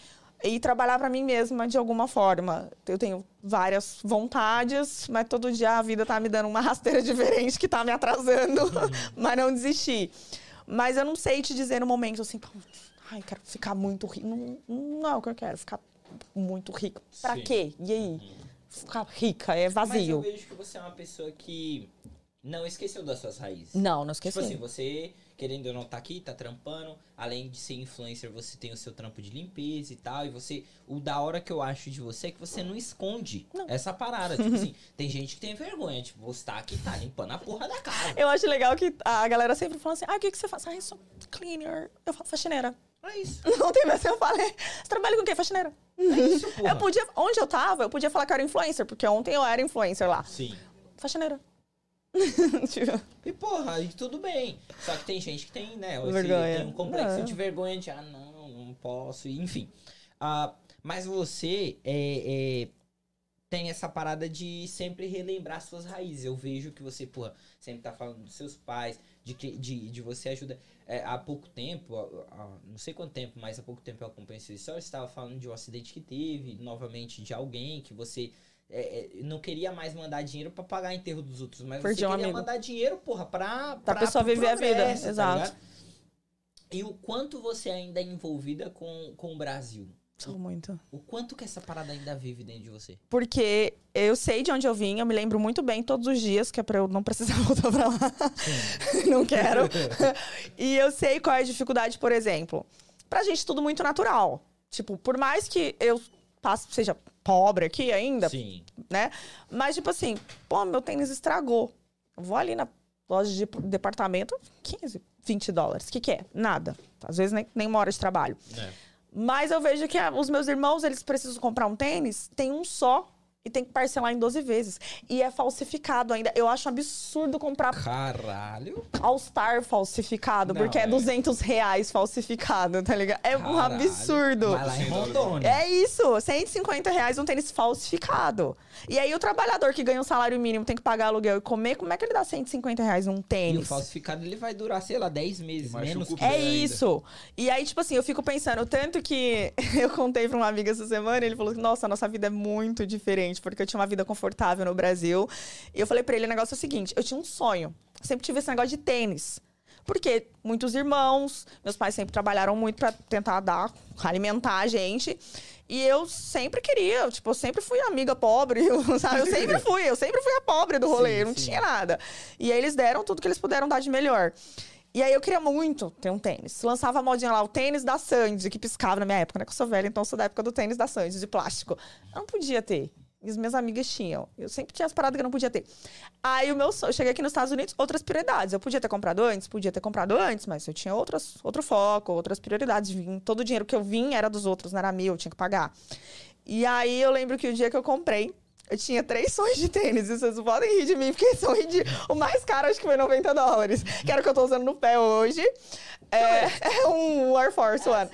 e trabalhar para mim mesma de alguma forma. Eu tenho várias vontades, mas todo dia a vida tá me dando uma rasteira diferente que tá me atrasando, mas não desisti. Mas eu não sei te dizer no momento assim, ai, quero ficar muito rico. Não, não é o que eu quero, ficar muito rica. Pra Sim. quê? E aí? Ficar rica, é vazio. Mas eu vejo que você é uma pessoa que não esqueceu das suas raízes. Não, não esqueci. Tipo assim, você, querendo ou não, tá aqui, tá trampando. Além de ser influencer, você tem o seu trampo de limpeza e tal. E você, o da hora que eu acho de você é que você não esconde não. essa parada. Tipo assim, tem gente que tem vergonha. Tipo, você tá aqui, tá limpando a porra da casa. Eu acho legal que a galera sempre fala assim, ah, o que, que você faz? Ah, eu sou cleaner. Eu faço faxineira. É isso. Não tem mais, eu falei. Você trabalha com o quê? Faxineira. É isso, porra. Eu podia, onde eu tava, eu podia falar que eu era influencer, porque ontem eu era influencer lá. Sim. Faxineira. E porra, aí tudo bem. Só que tem gente que tem, né? Esse, vergonha. Tem um complexo não. de vergonha de, ah, não, não posso, enfim. Uh, mas você é, é, tem essa parada de sempre relembrar suas raízes. Eu vejo que você, porra, sempre tá falando dos seus pais, de, que, de, de você ajuda. É, há pouco tempo, há, há, não sei quanto tempo, mas há pouco tempo eu acompanhei sua história, você estava falando de um acidente que teve, novamente de alguém que você é, é, não queria mais mandar dinheiro pra pagar enterro dos outros, mas Perdi você um queria amigo. mandar dinheiro, porra, pra... Pra, pra pessoa viver a vida, tá exato. Ligado? E o quanto você ainda é envolvida com, com o Brasil? Sou muito. O quanto que essa parada ainda vive dentro de você? Porque eu sei de onde eu vim, eu me lembro muito bem todos os dias, que é pra eu não precisar voltar pra lá. Não quero. E eu sei qual é a dificuldade, por exemplo. Pra gente, tudo muito natural. Tipo, por mais que eu passe, seja pobre aqui ainda, Sim. né? Mas, tipo assim, pô, meu tênis estragou. Eu vou ali na loja de departamento, quinze, vinte dólares. O que que é? Nada. Às vezes nem, nem uma hora de trabalho. É. Mas eu vejo que os meus irmãos, eles precisam comprar um tênis, tem um só e tem que parcelar em doze vezes. E é falsificado ainda. Eu acho um absurdo comprar... Caralho! All-Star falsificado, Não, porque é, é duzentos reais falsificado, tá ligado? É Caralho. um absurdo. Vai lá em Rondônia. É isso, cento e cinquenta reais um tênis falsificado. E aí o trabalhador que ganha um salário mínimo tem que pagar aluguel e comer, como é que ele dá cento e cinquenta reais num tênis? E o falsificado, ele vai durar, sei lá, dez meses, menos. É ainda. isso. E aí, tipo assim, eu fico pensando, tanto que eu contei pra uma amiga essa semana, ele falou, nossa, a nossa vida é muito diferente, porque eu tinha uma vida confortável no Brasil. E eu falei pra ele, o negócio é o seguinte, eu tinha um sonho. Eu sempre tive esse negócio de tênis. Porque muitos irmãos, meus pais sempre trabalharam muito pra tentar dar, alimentar a gente. E eu sempre queria, tipo, eu sempre fui amiga pobre, sabe? Eu sempre fui, eu sempre fui a pobre do rolê, sim, não sim. tinha nada. E aí eles deram tudo que eles puderam dar de melhor. E aí eu queria muito ter um tênis. Lançava a modinha lá, o tênis da Sandy, que piscava na minha época, né? Que eu sou velha, então eu sou da época do tênis da Sandy, de plástico. Eu não podia ter. E as minhas amigas tinham. Eu sempre tinha as paradas que eu não podia ter. Aí o meu sonho, eu cheguei aqui nos Estados Unidos, outras prioridades. Eu podia ter comprado antes? Podia ter comprado antes, mas eu tinha outras, outro foco, outras prioridades. Vim, todo o dinheiro que eu vim era dos outros, não era meu, eu tinha que pagar. E aí eu lembro que o dia que eu comprei, eu tinha três sonhos de tênis. E vocês podem rir de mim, porque são de... O mais caro acho que foi noventa dólares. Que era o que eu tô usando no pé hoje. É, é um Air Force One.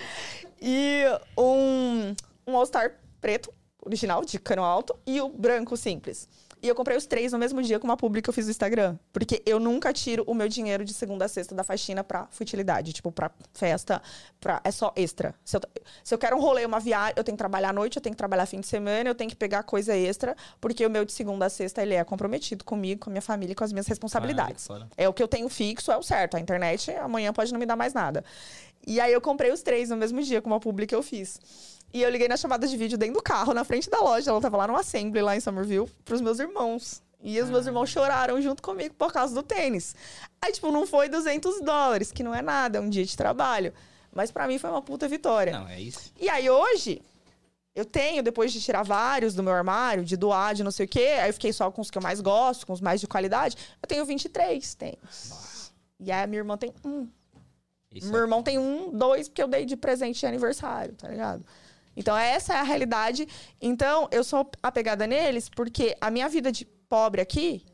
E um, um All-Star preto. Original, de cano alto, e o branco simples. E eu comprei os três no mesmo dia com uma publi que eu fiz no Instagram. Porque eu nunca tiro o meu dinheiro de segunda a sexta da faxina pra futilidade. Tipo, pra festa, pra... é só extra. Se eu, se eu quero um rolê, uma viagem, eu tenho que trabalhar à noite, eu tenho que trabalhar fim de semana, eu tenho que pegar coisa extra, porque o meu de segunda a sexta, ele é comprometido comigo, com a minha família e com as minhas responsabilidades. Ah, é o que eu tenho fixo, é o certo. A internet, amanhã pode não me dar mais nada. E aí eu comprei os três no mesmo dia com uma publi que eu fiz. E eu liguei na chamada de vídeo dentro do carro, na frente da loja. Ela tava lá no Assembly, lá em Somerville, pros meus irmãos. E os meus irmãos choraram junto comigo por causa do tênis. Aí, tipo, não foi duzentos dólares, que não é nada, é um dia de trabalho. Mas pra mim foi uma puta vitória. Não, é isso. E aí, hoje, eu tenho, depois de tirar vários do meu armário, de doar, de não sei o quê, aí eu fiquei só com os que eu mais gosto, com os mais de qualidade, eu tenho vinte e três tênis. Ah. E aí a minha irmã tem um. Isso meu é... irmão tem um, dois, porque eu dei de presente de aniversário, tá ligado? Então, essa é a realidade. Então, eu sou apegada neles porque a minha vida de pobre aqui,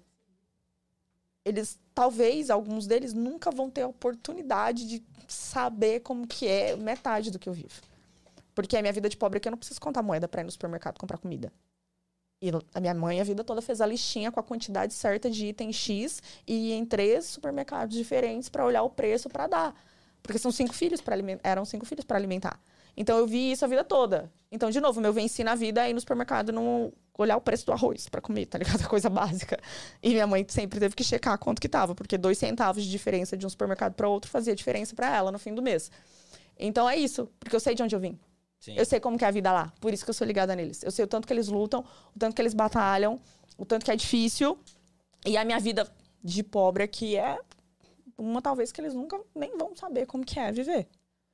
eles, talvez, alguns deles nunca vão ter a oportunidade de saber como que é metade do que eu vivo. Porque a minha vida de pobre aqui, eu não preciso contar moeda pra ir no supermercado comprar comida. E a minha mãe, a vida toda, fez a listinha com a quantidade certa de item X e ia em três supermercados diferentes pra olhar o preço pra dar. Porque são cinco filhos para alimentar, eram cinco filhos para alimentar. Então eu vi isso a vida toda. Então, de novo, meu venci na vida é ir no supermercado não olhar o preço do arroz pra comer, tá ligado? A coisa básica. E minha mãe sempre teve que checar quanto que tava, porque dois centavos de diferença de um supermercado para outro fazia diferença para ela no fim do mês. Então é isso, porque eu sei de onde eu vim. Sim. Eu sei como que é a vida lá, por isso que eu sou ligada neles. Eu sei o tanto que eles lutam, o tanto que eles batalham, o tanto que é difícil. E a minha vida de pobre aqui é uma talvez que eles nunca nem vão saber como que é viver.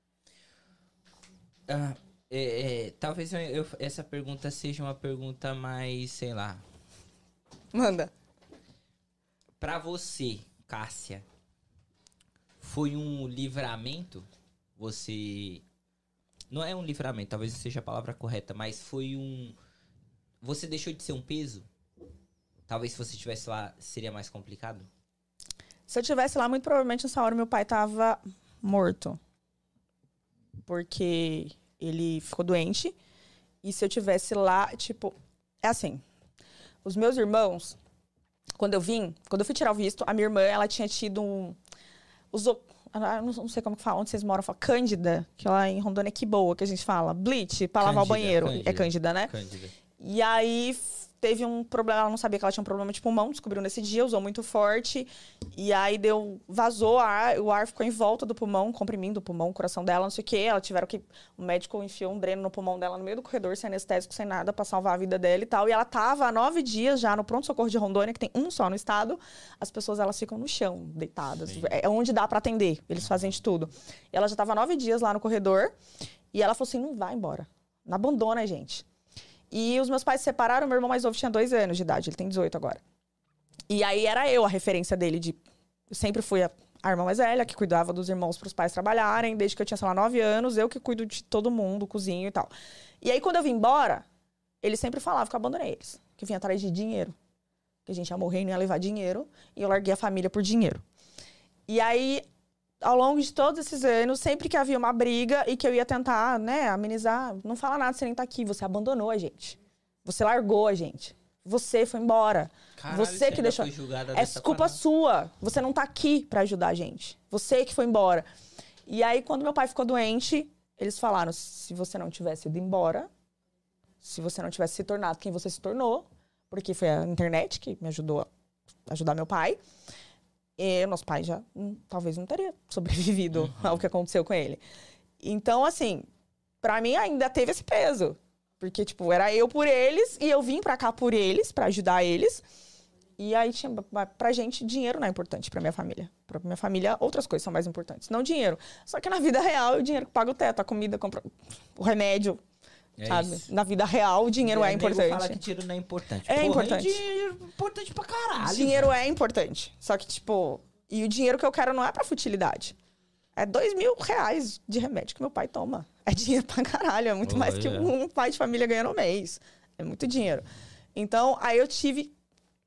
Ah, é, é, talvez eu, eu, essa pergunta seja uma pergunta mais, sei lá. Manda. Pra você, Cássia, foi um livramento? Você... Não é um livramento, talvez seja a palavra correta, mas foi um... Você deixou de ser um peso? Talvez se você estivesse lá, seria mais complicado? Se eu estivesse lá, muito provavelmente nessa hora meu pai tava morto. Porque ele ficou doente. E se eu estivesse lá, tipo... É assim, os meus irmãos, quando eu vim, quando eu fui tirar o visto, a minha irmã, ela tinha tido um... Usou... Não sei como que fala, onde vocês moram, fala Cândida, que lá em Rondônia é que boa, que a gente fala. Bleach, pra lavar o banheiro. Cândida. É Cândida, né? Cândida. E aí teve um problema, ela não sabia que ela tinha um problema de pulmão, descobriu nesse dia, usou muito forte. E aí deu, vazou ar, o ar ficou em volta do pulmão, comprimindo o pulmão, o coração dela, não sei o quê. Ela tiveram que, o médico enfiou um dreno no pulmão dela no meio do corredor, sem anestésico, sem nada, pra salvar a vida dela e tal. E ela tava há nove dias já no pronto-socorro de Rondônia, que tem um só no estado. As pessoas, elas ficam no chão, deitadas. Sim. É onde dá pra atender, eles fazem de tudo. E ela já tava há nove dias lá no corredor, e ela falou assim, não vai embora, não abandona a gente. E os meus pais se separaram, meu irmão mais novo tinha dois anos de idade, ele tem dezoito agora. E aí era eu a referência dele de... Eu sempre fui a, a irmã mais velha, que cuidava dos irmãos para os pais trabalharem, desde que eu tinha, sei lá, nove anos, eu que cuido de todo mundo, cozinho e tal. E aí quando eu vim embora, ele sempre falava que eu abandonei eles, que eu vinha atrás de dinheiro, que a gente ia morrer e não ia levar dinheiro, e eu larguei a família por dinheiro. E aí... Ao longo de todos esses anos, sempre que havia uma briga e que eu ia tentar, né, amenizar, não fala nada, você nem tá aqui, você abandonou a gente. Você largou a gente. Você foi embora. Caralho, você que deixou. É culpa sua. Você não tá aqui pra ajudar a gente. Você que foi embora. E aí, quando meu pai ficou doente, eles falaram, se você não tivesse ido embora, se você não tivesse se tornado quem você se tornou, porque foi a internet que me ajudou a ajudar meu pai, e nosso pai já hum, talvez não teria sobrevivido uhum. ao que aconteceu com ele. Então, assim, pra mim ainda teve esse peso. Porque, tipo, era eu por eles e eu vim pra cá por eles, pra ajudar eles. E aí, tinha, pra gente, dinheiro não é importante pra minha família. Pra minha família, outras coisas são mais importantes, não dinheiro. Só que na vida real, o dinheiro que paga o teto, a comida, compra o remédio. É sabe? Isso. Na vida real, o dinheiro é, é importante. Fala que dinheiro não é importante. É Porra, importante. Dinheiro é importante pra caralho. Dinheiro é importante. Só que, tipo... E o dinheiro que eu quero não é pra futilidade. É dois mil reais de remédio que meu pai toma. É dinheiro pra caralho. É muito oh, mais yeah. que um pai de família ganha no mês. É muito dinheiro. Então, aí eu tive...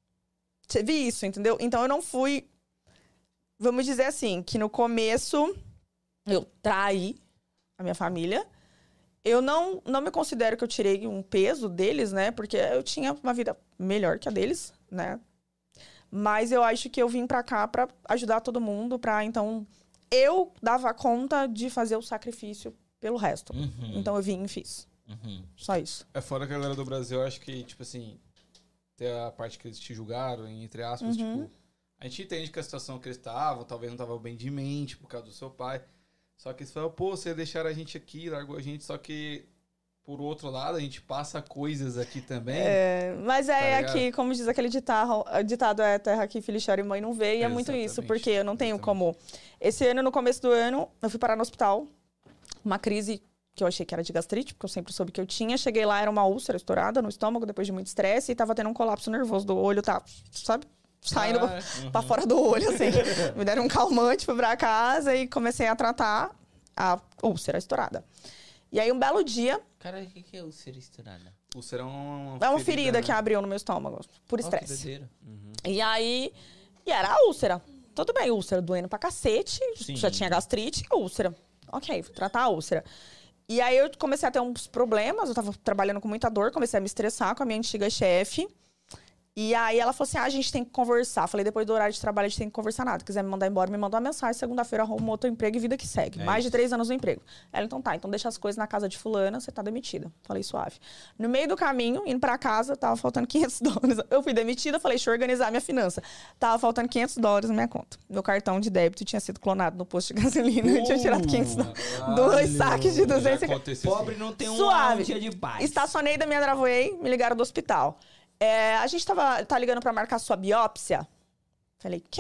Tive isso, entendeu? Então, eu não fui... Vamos dizer assim, que no começo eu traí a minha família. Eu não, não me considero que eu tirei um peso deles, né? Porque eu tinha uma vida melhor que a deles, né? Mas eu acho que eu vim pra cá pra ajudar todo mundo, pra, então... Eu dava conta de fazer o sacrifício pelo resto. Uhum. Então eu vim e fiz. Uhum. Só isso. É fora que a galera do Brasil, eu acho que, tipo assim... Tem a parte que eles te julgaram, entre aspas, uhum. tipo... A gente entende que a situação que eles estavam, talvez não estavam bem de mente por causa do seu pai... Só que eles falaram, pô, você deixaram a gente aqui, largou a gente, só que, por outro lado, a gente passa coisas aqui também. É, mas é tá aqui, como diz aquele ditado, ditado é terra aqui, filho chora e mãe não vê, e é, é muito isso, porque eu não tenho exatamente. Como... Esse ano, no começo do ano, eu fui parar no hospital, uma crise que eu achei que era de gastrite, porque eu sempre soube que eu tinha. Cheguei lá, era uma úlcera estourada no estômago, depois de muito estresse, e tava tendo um colapso nervoso do olho, tá, sabe? Saindo ah, uhum. pra fora do olho, assim. Me deram um calmante, fui pra casa e comecei a tratar a úlcera estourada. E aí, um belo dia... Cara, o que é úlcera estourada? Úlcera é uma, é uma ferida, ferida né? que abriu no meu estômago, por estresse. Oh, uhum. E aí... E era a úlcera. Tudo bem, úlcera doendo pra cacete. Sim. Já tinha gastrite e úlcera. Ok, fui tratar a úlcera. E aí, eu comecei a ter uns problemas. Eu tava trabalhando com muita dor, comecei a me estressar com a minha antiga chefe. E aí ela falou assim, ah, a gente tem que conversar. Falei, depois do horário de trabalho a gente tem que conversar nada. Se quiser me mandar embora, me manda uma mensagem. Segunda-feira arrumo outro emprego e vida que segue. É Mais isso. de três anos no emprego. Ela, então tá, então deixa as coisas na casa de fulana, você tá demitida. Falei, suave. No meio do caminho, indo pra casa, tava faltando quinhentos dólares. Eu fui demitida, falei, deixa eu organizar minha finança. Tava faltando quinhentos dólares na minha conta. Meu cartão de débito tinha sido clonado no posto de gasolina. Uh, eu tinha tirado quinhentos dólares. Dois saques de duzentos. Pobre não tem um suave. dia de paz. Estacionei da minha Dravoei, me ligaram do hospital. É, a gente tava, tá ligando pra marcar sua biópsia. Falei, quê?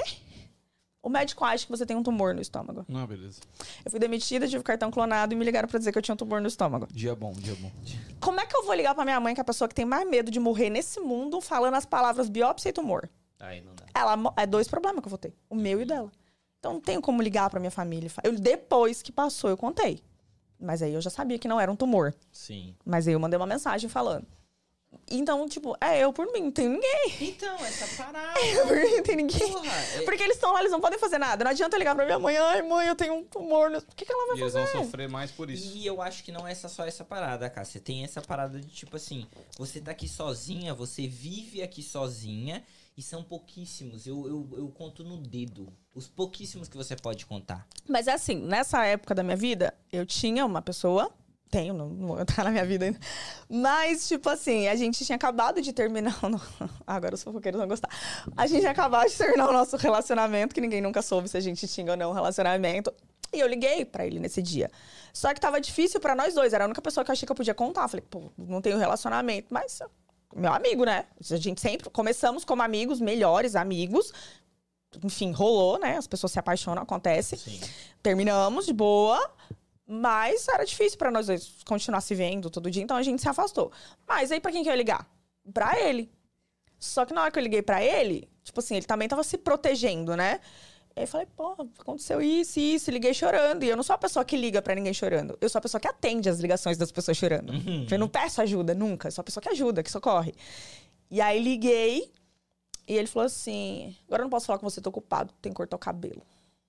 O médico acha que você tem um tumor no estômago. Não, beleza. Eu fui demitida, tive o cartão clonado e me ligaram pra dizer que eu tinha um tumor no estômago. Dia bom, dia bom. Como é que eu vou ligar pra minha mãe, que é a pessoa que tem mais medo de morrer nesse mundo, falando as palavras biópsia e tumor? Aí não dá. Ela, é dois problemas que eu vou ter. O meu e o dela. Então não tenho como ligar pra minha família. Eu, depois que passou, eu contei. Mas aí eu já sabia que não era um tumor. Sim. Mas aí eu mandei uma mensagem falando. Então, tipo, é eu por mim, não tem ninguém. Então, essa parada. É eu por mim, não tem ninguém. Porra, é... Porque eles estão lá, eles não podem fazer nada. Não adianta eu ligar pra minha mãe, ai, mãe, eu tenho um tumor. O que, que ela vai e fazer? Eles vão sofrer mais por isso. E eu acho que não é essa, só essa parada, cara. Você tem essa parada de, tipo assim, você tá aqui sozinha, você vive aqui sozinha, e são pouquíssimos. Eu, eu, eu conto no dedo. Os pouquíssimos que você pode contar. Mas é assim, nessa época da minha vida, eu tinha uma pessoa... Tenho, não, não tá na minha vida ainda. Mas, tipo assim, a gente tinha acabado de terminar... O no... Agora os fofoqueiros vão gostar. A gente tinha acabado de terminar o nosso relacionamento, que ninguém nunca soube se a gente tinha ou não um relacionamento. E eu liguei pra ele nesse dia. Só que tava difícil pra nós dois. Era a única pessoa que eu achei que eu podia contar. Falei, pô, não tenho relacionamento. Mas, meu amigo, né? A gente sempre... Começamos como amigos, melhores amigos. Enfim, rolou, né? As pessoas se apaixonam, acontece. Sim. Terminamos de boa... Mas era difícil pra nós dois continuar se vendo todo dia, então a gente se afastou. Mas aí pra quem que eu ia ligar? Pra ele. Só que na hora que eu liguei pra ele, tipo assim, ele também tava se protegendo, né? E aí eu falei, pô, aconteceu isso e isso, liguei chorando. E eu não sou a pessoa que liga pra ninguém chorando. Eu sou a pessoa que atende as ligações das pessoas chorando. Uhum. Eu não peço ajuda nunca, eu sou a pessoa que ajuda, que socorre. E aí liguei e ele falou assim, agora eu não posso falar com você, tô ocupado, tem que cortar o cabelo.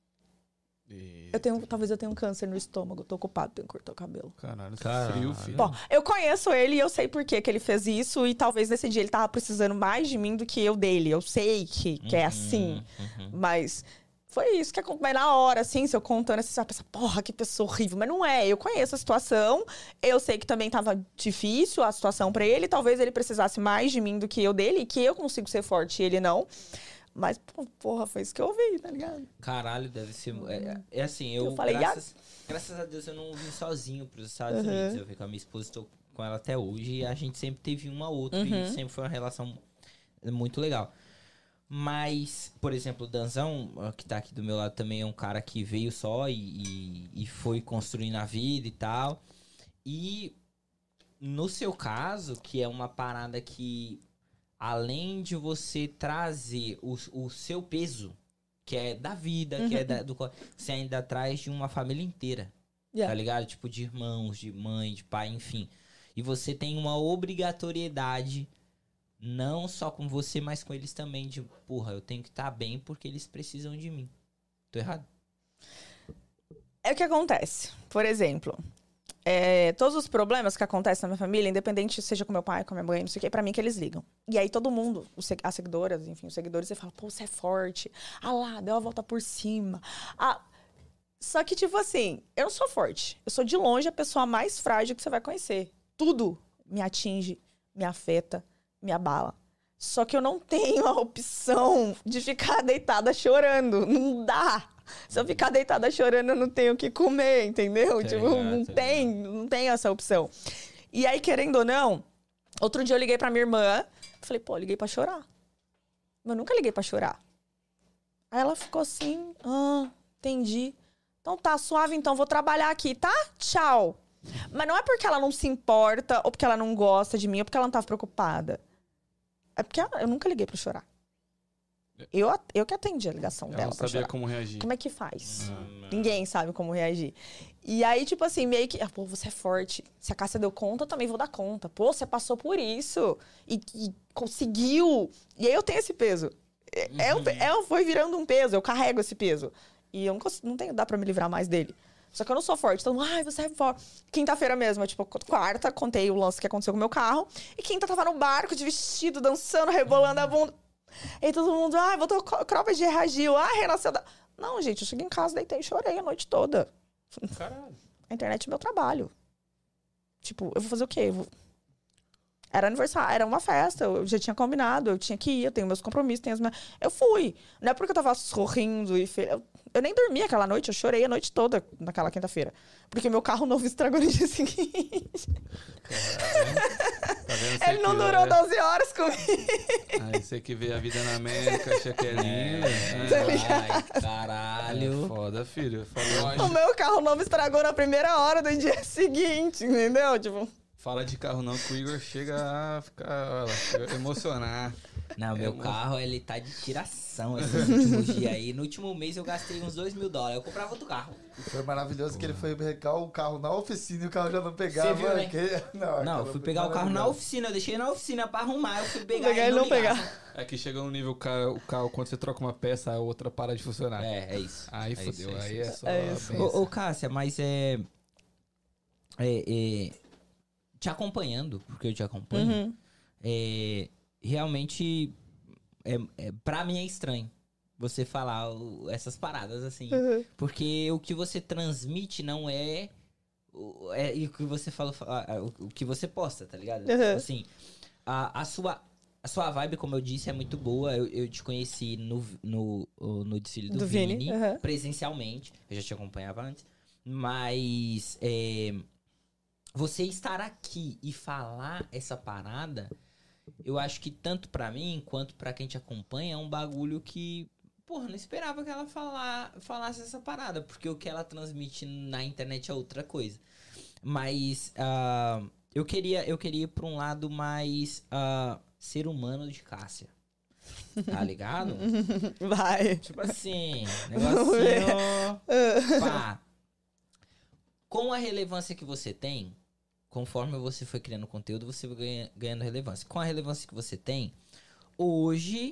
Eu tenho, talvez eu tenha um câncer no estômago, tô ocupado, tenho que cortar o cabelo. Caralho, Caralho. frio, filho. Bom, eu conheço ele e eu sei por que que ele fez isso. E talvez nesse dia ele tava precisando mais de mim do que eu dele. Eu sei que, que é assim. Uhum. Mas foi isso que aconteceu. Mas na hora, assim, se eu contando, assim, você vai pensar, porra, que pessoa horrível. Mas não é, eu conheço a situação. Eu sei que também tava difícil a situação pra ele. Talvez ele precisasse mais de mim do que eu dele. E que eu consigo ser forte e ele não. Mas, porra, foi isso que eu ouvi, tá ligado? Caralho, deve ser... É, é assim, eu... eu falei, graças, graças a Deus eu não vim sozinho pros Estados uhum. Unidos. Eu vim com a minha esposa, tô com ela até hoje. E a gente sempre teve uma outra. Uhum. E sempre foi uma relação muito legal. Mas, por exemplo, o Danzão, que tá aqui do meu lado também, é um cara que veio só e, e, e foi construindo a vida e tal. E no seu caso, que é uma parada que... Além de você trazer o, o seu peso, que é da vida, uhum. que é da, do... Você ainda traz de uma família inteira, yeah. tá ligado? Tipo, de irmãos, de mãe, de pai, enfim. E você tem uma obrigatoriedade, não só com você, mas com eles também, de, porra, eu tenho que estar bem porque eles precisam de mim. Tô errado? É o que acontece. Por exemplo... É, todos os problemas que acontecem na minha família, independente seja com meu pai, com minha mãe, não sei o que, é pra mim que eles ligam. E aí todo mundo, os, as seguidoras, enfim, os seguidores, você fala, pô, você é forte. Ah lá, deu a volta por cima. Ah, só que, tipo assim, eu não sou forte. Eu sou de longe a pessoa mais frágil que você vai conhecer. Tudo me atinge, me afeta, me abala. Só que eu não tenho a opção de ficar deitada chorando. Não dá. Se eu ficar deitada chorando, eu não tenho o que comer, entendeu? Tem, tipo, é, não tem, tem, não tem essa opção. E aí, querendo ou não, outro dia eu liguei pra minha irmã, falei, pô, liguei pra chorar. Mas eu nunca liguei pra chorar. Aí ela ficou assim, ah, entendi. Então tá, suave, então, vou trabalhar aqui, tá? Tchau. Mas não é porque ela não se importa, ou porque ela não gosta de mim, ou porque ela não tava preocupada. É porque ela, eu nunca liguei pra chorar. Eu, eu que atendi a ligação ela dela. Ela sabia chorar. Como reagir. Como é que faz? Hum, Ninguém sabe como reagir. E aí, tipo assim, meio que... Ah, pô, você é forte. Se a Cássia deu conta, eu também vou dar conta. Pô, você passou por isso. E, e conseguiu. E aí eu tenho esse peso. É, uhum. é, é, foi virando um peso. Eu carrego esse peso. E eu não, consigo, não tenho, dá pra me livrar mais dele. Só que eu não sou forte. Então, ai, você é forte. Quinta-feira mesmo, eu, tipo, quarta, contei o lance que aconteceu com o meu carro. E quinta tava no barco, de vestido, dançando, rebolando a bunda. E todo mundo, ai, botou cropped, reagiu. Ai, renasceu da... Não, gente, eu cheguei em casa, deitei e chorei a noite toda. Caralho. A internet é meu trabalho. Tipo, eu vou fazer o quê? Eu vou... Era aniversário, era uma festa, eu já tinha combinado, eu tinha que ir, eu tenho meus compromissos, tenho as minhas... Eu fui. Não é porque eu tava sorrindo e... Fe... Eu, eu nem dormi aquela noite, eu chorei a noite toda naquela quinta-feira. Porque meu carro novo estragou no dia seguinte. Tá vendo? Ele não durou é... doze horas comigo. Aí você que vê a vida na América, acha que é lindo. É, ai, caralho. É foda, filho. Falou, o meu carro novo estragou na primeira hora do dia seguinte, entendeu? Tipo... Fala de carro não, que o Igor chega a ficar, olha, chega a emocionar. Não, meu é carro, uma... ele tá de tiração esses últimos dias aí. No último mês eu gastei uns dois mil dólares. Eu comprava outro carro. Foi maravilhoso que ele foi pegar o carro na oficina e o carro já não pegava. Você viu, né? Que... Não, não, eu fui pegar o carro na oficina. Eu deixei na oficina pra arrumar. Eu fui pegar e não, não pegar. É que chega um nível, o carro, o carro, quando você troca uma peça, a outra para de funcionar. É, é isso. Aí é fodeu, isso, aí é, é só... É isso. Ô, ô, Cássia, mas é... É... é... Te acompanhando, porque eu te acompanho, uhum. é, realmente, é, é, pra mim é estranho você falar o, essas paradas, assim. Uhum. Porque o que você transmite não é, é o que você fala, o, o que você posta, tá ligado? Uhum. Assim, a, a, sua, a sua vibe, como eu disse, é muito boa. Eu, eu te conheci no, no, no desfile do, do Vini, Vini. Uhum. presencialmente. Eu já te acompanhava antes. Mas... É, você estar aqui e falar essa parada, eu acho que tanto pra mim quanto pra quem te acompanha é um bagulho que, porra, não esperava que ela falar, falasse essa parada, porque o que ela transmite na internet é outra coisa. Mas uh, eu, queria, eu queria ir pra um lado mais uh, ser humano de Cássia. Tá ligado? Vai. Tipo assim, negocinho. Pá. Com a relevância que você tem, conforme você foi criando conteúdo, você vai ganha, ganhando relevância. Com a relevância que você tem, hoje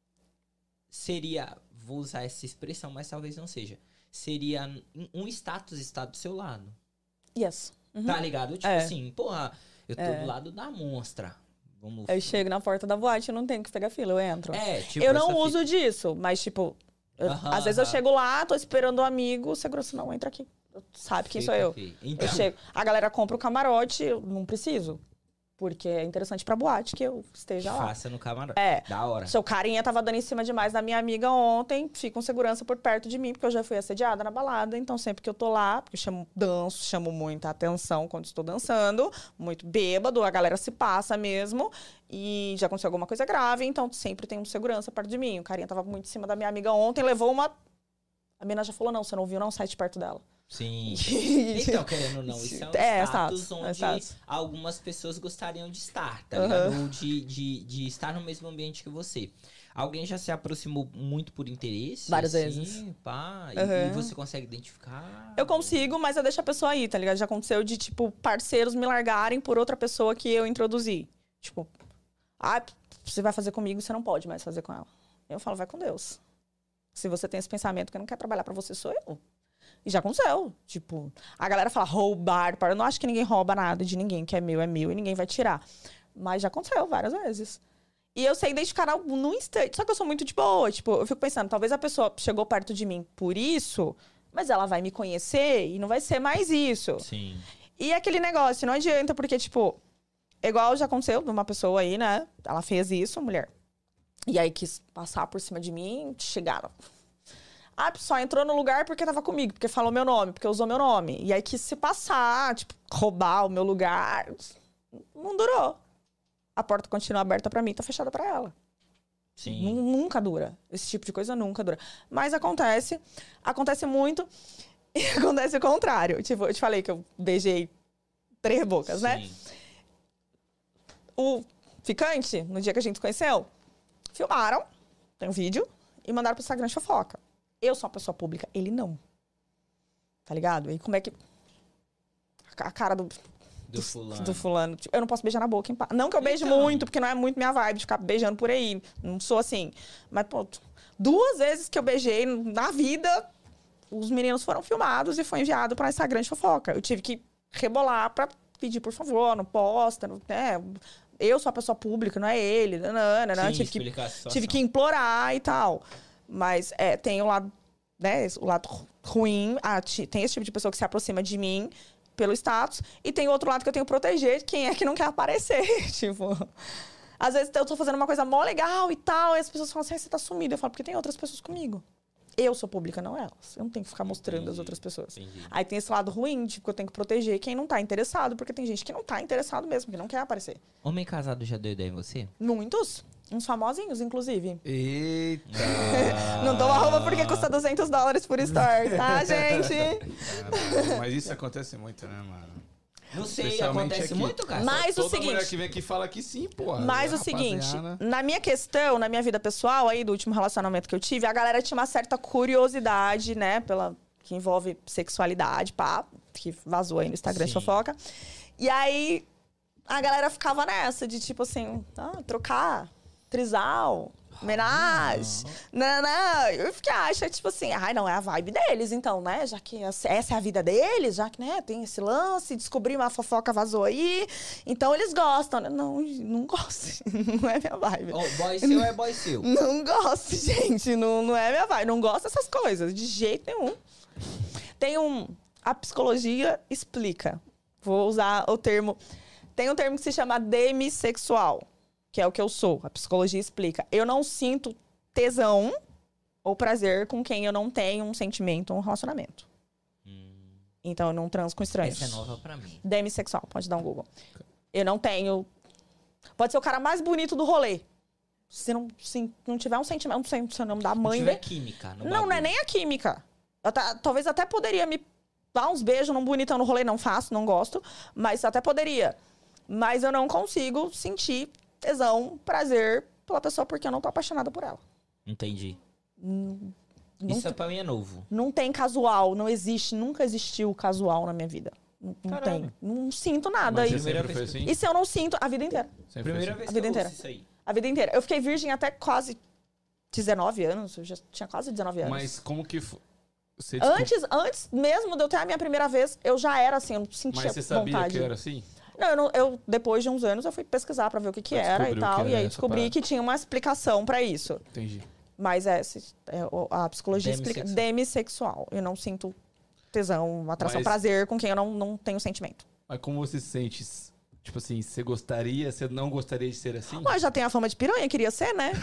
seria, vou usar essa expressão, mas talvez não seja, seria um status estar do seu lado. Yes. Uhum. Tá ligado? Tipo é. assim, porra, eu tô é. do lado da monstra. Vamos... Eu chego na porta da boate e não tenho que pegar fila, eu entro. É, tipo, eu não uso fita. disso, mas tipo, eu, uh-huh, às vezes uh-huh. eu chego lá, tô esperando um amigo, o segurança não entra aqui. Sabe quem Fica sou eu. Aqui. Então... eu chego, a galera compra o camarote, eu não preciso. Porque é interessante pra boate que eu esteja lá. Faça no camarote. É. Da hora. Seu carinha tava dando em cima demais da minha amiga ontem, fica um segurança por perto de mim, porque eu já fui assediada na balada, então sempre que eu tô lá, porque eu chamo, danço, chamo muita atenção quando estou dançando, muito bêbado, a galera se passa mesmo, e já aconteceu alguma coisa grave, então sempre tem um segurança perto de mim. O carinha tava muito em cima da minha amiga ontem, levou uma... A menina já falou, não, você não viu, não, sai de perto dela. Sim. Então, querendo ou não, isso é um é, status, status onde é status. algumas pessoas gostariam de estar, tá uhum. ligado? Ou de, de, de estar no mesmo ambiente que você. Alguém já se aproximou muito por interesse? Várias assim, vezes. Pá, uhum. e, e você consegue identificar? Eu consigo, mas eu deixo a pessoa aí, tá ligado? Já aconteceu de, tipo, parceiros me largarem por outra pessoa que eu introduzi. Tipo, ah, você vai fazer comigo, você não pode mais fazer com ela. Eu falo, vai com Deus. Se você tem esse pensamento que eu não quero trabalhar pra você, sou eu. E já aconteceu. Tipo, a galera fala roubar. Eu não acho que ninguém rouba nada de ninguém. Que é meu, é meu e ninguém vai tirar. Mas já aconteceu várias vezes. E eu sei identificar no instante. Só que eu sou muito de boa. Tipo, eu fico pensando, talvez a pessoa chegou perto de mim por isso, mas ela vai me conhecer e não vai ser mais isso. Sim. E aquele negócio, não adianta, porque, tipo, igual já aconteceu de uma pessoa aí, né? Ela fez isso, mulher. E aí quis passar por cima de mim, chegaram. Ah, só entrou no lugar porque tava comigo, porque falou meu nome, porque usou meu nome. E aí quis se passar, tipo, roubar o meu lugar. Não durou. A porta continua aberta pra mim, tá fechada pra ela. Sim. N- nunca dura. Esse tipo de coisa nunca dura. Mas acontece, acontece muito e acontece o contrário. Tipo, eu te falei que eu beijei três bocas, Sim. né? O ficante, no dia que a gente se conheceu, filmaram, tem um vídeo, e mandaram pro Instagram de fofoca. Eu sou uma pessoa pública, ele não. Tá ligado? E como é que... A cara do... Do fulano. Do fulano. Tipo, eu não posso beijar na boca. Em pá. Não que eu beijo Então. muito, porque não é muito minha vibe de ficar beijando por aí. Não sou assim. Mas, pô, duas vezes que eu beijei na vida, os meninos foram filmados e foi enviado pra Instagram de fofoca. Eu tive que rebolar pra pedir, por favor, não posta, não, né? Eu sou a pessoa pública, não é ele. Não, não, não, não. Tive, que, tive que implorar e tal. Mas é, tem o lado, né, o lado ruim. Ah, tem esse tipo de pessoa que se aproxima de mim pelo status. E tem o outro lado que eu tenho que proteger, quem é que não quer aparecer. Tipo, às vezes eu tô fazendo uma coisa mó legal e tal, e as pessoas falam assim, ah, você tá sumida. Eu falo, porque tem outras pessoas comigo. Eu sou pública, não elas. Eu não tenho que ficar mostrando Entendi. As outras pessoas. Entendi. Aí tem esse lado ruim, tipo, que eu tenho que proteger quem não tá interessado, porque tem gente que não tá interessado mesmo, que não quer aparecer. Homem casado já deu ideia em você? Muitos. Uns famosinhos, inclusive. Eita! Não dou arroba porque custa duzentos dólares por store, tá, gente? Caramba, mas isso acontece muito, né, mano? Não sei, acontece aqui. Muito, cara. Mas Toda o seguinte... mulher que vem aqui fala que sim, porra. Mas o seguinte, na minha questão, na minha vida pessoal, aí do último relacionamento que eu tive, a galera tinha uma certa curiosidade, né, pela... que envolve sexualidade, pá, que vazou aí no Instagram de fofoca. E aí, a galera ficava nessa, de tipo assim, ah, trocar, trisal... homenagem. Não, não. Eu fiquei acha, tipo assim, ai, não, é a vibe deles, então, né? Já que essa é a vida deles, já que, né, tem esse lance, descobri uma fofoca, vazou aí. Então eles gostam. Não, não gosto. Não é minha vibe. Oh, boy seu é boy seu. Não gosto, gente. Não, não é minha vibe. Não gosto dessas coisas, de jeito nenhum. Tem um. A psicologia explica. Vou usar o termo. Tem um termo que se chama demissexual. Que é o que eu sou. A psicologia explica. Eu não sinto tesão ou prazer com quem eu não tenho um sentimento ou um relacionamento. Hum. Então, eu não transo com estranhos. Essa é nova pra mim. Demissexual. Pode dar um Google. Eu não tenho... Pode ser o cara mais bonito do rolê. Se não, se não tiver um sentimento... Não sei se o nome da mãe... Não tiver química. No não, não é nem a química. Eu tá, talvez até poderia me dar uns beijos num bonitão no rolê. Não faço, não gosto. Mas até poderia. Mas eu não consigo sentir... tesão, prazer pela pessoa porque eu não tô apaixonada por ela. Entendi. Não, Isso não, pra mim é novo. Não tem casual, não existe, nunca existiu casual na minha vida. Não, não tem. Não sinto nada. Mas e, sempre foi assim? E se eu não sinto, a vida inteira. Sempre Primeira assim. vez a vida que eu inteira. ouço isso aí. A vida inteira. Eu fiquei virgem até quase dezenove anos. Eu já tinha quase dezenove anos. Mas como que... Você antes, antes mesmo de eu ter a minha primeira vez, eu já era assim, eu não sentia vontade. Mas você sabia vontade. que era assim? Não, eu, não, eu, depois de uns anos, eu fui pesquisar pra ver o que que era e tal. E aí descobri que tinha uma explicação pra isso. Entendi. Mas é, é a psicologia explica. Demissexual. Eu não sinto tesão, atração, Mas... prazer com quem eu não, não tenho sentimento. Mas como você se sente? Tipo assim, você gostaria, você não gostaria de ser assim? Ué, já tem a fama de piranha, queria ser, né?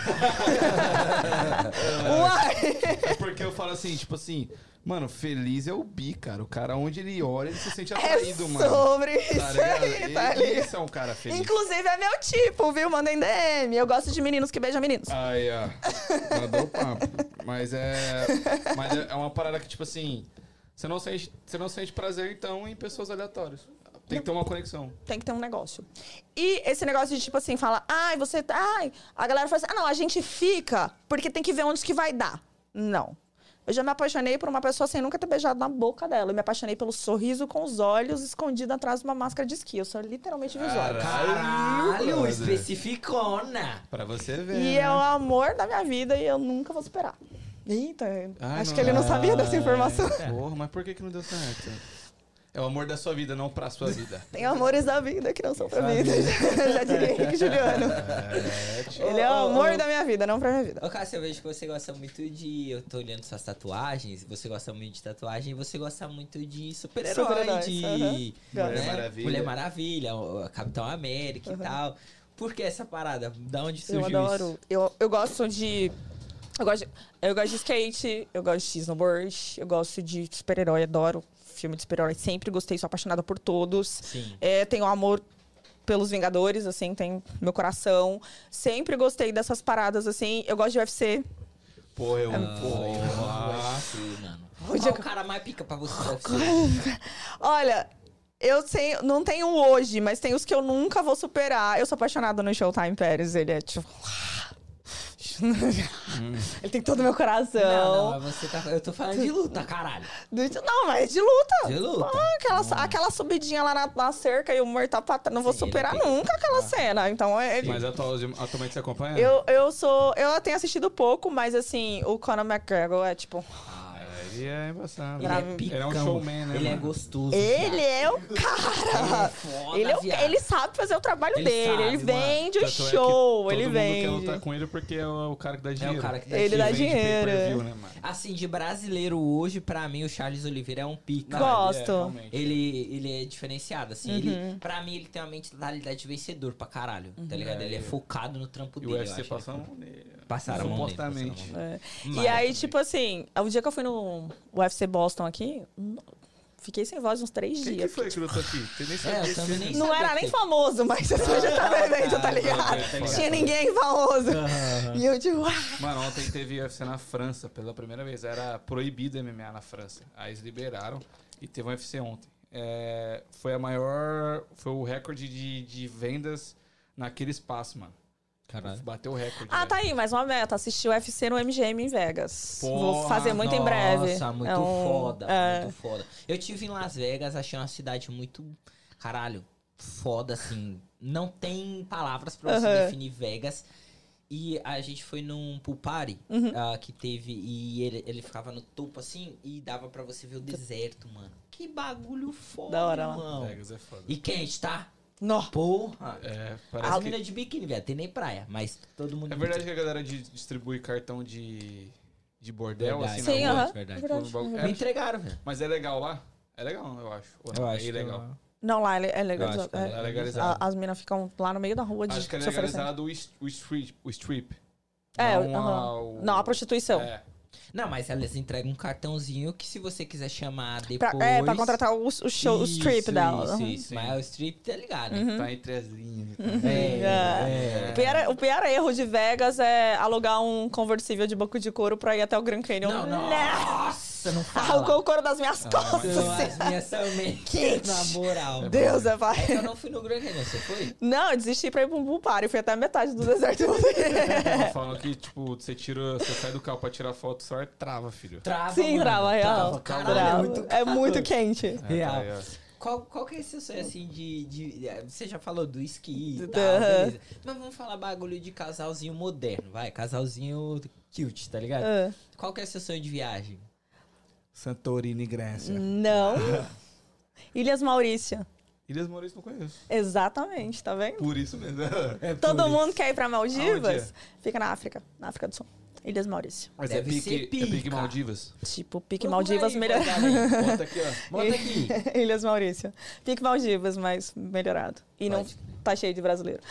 Uai! É porque eu falo assim, tipo assim... Mano, feliz é o bi, cara. O cara, onde ele olha, ele se sente atraído, é mano. Sobre isso tá aí, tá ali. Esse é um cara feliz. Inclusive, é meu tipo, viu? Mandem D M. Eu gosto de meninos que beijam meninos. Aí, ó. Mandou o papo. Mas é... Mas é uma parada que, tipo assim... Você não sente, você não sente prazer, então, em pessoas aleatórias. Tem que ter uma conexão. Tem que ter um negócio. E esse negócio de, tipo assim, fala... Ai, você... Ai... A galera fala assim... Ah, não, a gente fica porque tem que ver onde que vai dar. Não. Eu já me apaixonei por uma pessoa sem nunca ter beijado na boca dela. Eu me apaixonei pelo sorriso com os olhos escondido atrás de uma máscara de esqui. Eu sou literalmente visual. Caralho, especificona. Pra você ver. E né? é o amor da minha vida e eu nunca vou superar. Eita, Ai, acho não, que ele não sabia dessa informação. Porra, mas por que que não deu certo? É o amor da sua vida, não pra sua vida. Tem amores da vida que não são pra vida. Já diria Henrique Juliano. É, ele é o amor oh, oh. da minha vida, não pra minha vida. Ô, Cássio, eu vejo que você gosta muito de... Eu tô olhando suas tatuagens. Você gosta muito de tatuagem. E você gosta muito de super-herói. Super de... Uhum. Mulher né? Maravilha. Mulher Maravilha, Capitão América uhum. e tal. Por que essa parada? Da onde surgiu eu adoro. isso? Eu, eu gosto de... Eu gosto de, eu gosto de skate, eu gosto de snowboard, eu gosto de super-herói, adoro filme de super-herói. Sempre gostei, sou apaixonada por todos. Sim. É, tenho amor pelos Vingadores, assim, tem meu coração. Sempre gostei dessas paradas, assim. Eu gosto de U F C. Pô, eu... É, porra. Qual é o cara mais pica pra você? Olha... Eu sei, não tenho hoje, mas tem os que eu nunca vou superar. Eu sou apaixonada no Showtime Pérez. Ele é tipo... hum. Ele tem todo o meu coração. Não, não, mas você tá... Eu tô falando de luta, caralho. Não, mas é de luta. De luta. Ah, aquela, hum. aquela subidinha lá na, na cerca e o mortal pra trás. Não vou Sim, superar tem... nunca aquela ah. cena. Então, é, mas atualmente você acompanha? Eu, eu sou... Eu tenho assistido pouco, mas assim, o Conor McGregor é tipo... Ah, Ele é embaçado. Ele é picão. Ele é um showman, né? Ele mano? é gostoso. Ele viado. é o cara. Ele é foda, Ele, é o- viado. ele sabe fazer o trabalho Ele dele. sabe, ele mano. vende o Tanto é que show. todo ele mundo vende. quer lutar com ele porque é o, o cara que dá É dinheiro. o cara que dá Ele dá dinheiro. Vende dinheiro. pay-per-view, né, mano? Assim, de brasileiro hoje, pra mim, o Charles Oliveira é um pica. Não, Gosto. ele é, realmente. Ele, ele é diferenciado, assim. Uhum. Ele, pra mim, ele tem uma mentalidade de vencedor pra caralho, tá ligado? É, ele é é. focado no trampo E o dele, U eu F C acho. passou a ele é mão nele. Passaram a mão nele, Supostamente. passaram a mão É. Mas E aí, também. tipo assim, o dia que eu fui no U F C Boston aqui, fiquei sem voz uns três Quem que dias. foi que lutou aqui? Você nem É, sabia eu que também você- nem Não sabia era que nem teve. famoso, mas você já tá no evento, tá Ah, ligado? tá ligado. Tinha ninguém famoso. E eu, tipo, ah, Mano, ontem teve U F C na França pela primeira vez. Era proibido M M A na França. Aí eles liberaram e teve um U F C ontem. É, foi a maior. Foi o recorde de, de vendas naquele espaço, mano. Caralho. Bateu o recorde. ah, velho. tá aí, mais uma meta. Assistir o U F C no M G M em Vegas. Porra, Vou fazer muito em breve. Nossa, muito É um- foda, é. muito foda. Eu tive em Las Vegas, achei uma cidade muito, caralho, foda, assim. Não tem palavras pra você Aham. definir Vegas. E a gente foi num pool party Uhum. ah, que teve, e ele, ele ficava no topo assim, e dava pra você ver o deserto, mano. Que bagulho foda, Da hora lá. irmão. Vegas é foda. E quente, tá? Nó. Porra. É, As parece que... minas de biquíni, velho, tem nem praia, mas todo mundo... É verdade que a galera de- distribui cartão de, de bordel, Verdade. assim, Sim, na rua? aham. verdade. É verdade. Tipo, Me é, entregaram, velho. mas é legal lá? É legal, eu acho. Ou Eu não? acho é que ilegal. Não, lá é, é legal. Eu acho que é- É legalizado. a- as minas ficam lá no meio da rua de Acho que é se oferecendo. legalizado o, is- o, strip, o strip. É, não, aham. a, o- Não, a prostituição. É, Não, mas elas entregam um cartãozinho que se você quiser chamar Pra, depois... é, pra contratar o, o show, o strip Isso, dela. Isso, Uhum. isso. Sim. Mas o strip tá ligado, Uhum. né? tá entre as linhas. É, É. O, pior, o pior erro de Vegas é alugar um conversível de banco de couro pra ir até o Grand Canyon. Não, não. Nossa, não fala. Arrancou o couro das minhas costas. Não, assim. as minhas são meio Quente. na moral. Deus é É que pai. eu não fui no Grand Canyon, você foi? Não, eu desisti pra ir pra um pool party. Fui até a metade do deserto. Tava falando que, tipo, você tira, você sai do carro pra tirar foto, só é trava, filho. Trava, Sim, mano. trava, real. Trava, caralho, Trava. é muito É muito quente. É, Real. tá aí, ó. Qual, qual que é esse seu sonho, assim, de, de... Você já falou do esqui e Do- tal, Aham. beleza. Mas vamos falar bagulho de casalzinho moderno, vai. Casalzinho cute, tá ligado? Ah, Qual que é seu sonho de viagem? Santorini, Grécia. não. Ilhas Maurícia. Ilhas Maurícias não conheço. Exatamente, tá vendo? Por isso mesmo. Todo mundo quer ir pra Maldivas? Aonde Fica na África, na África do Sul. Ilhas Maurícia. Mas Deve é ser pique, é pique pica. Maldivas. Tipo, pique Procura Maldivas aí, melhorado. Gonzalo. Bota aqui, ó. Bota aqui. Ilhas Maurícia. Pique Maldivas, mas melhorado. E não Pode. tá cheio de brasileiro.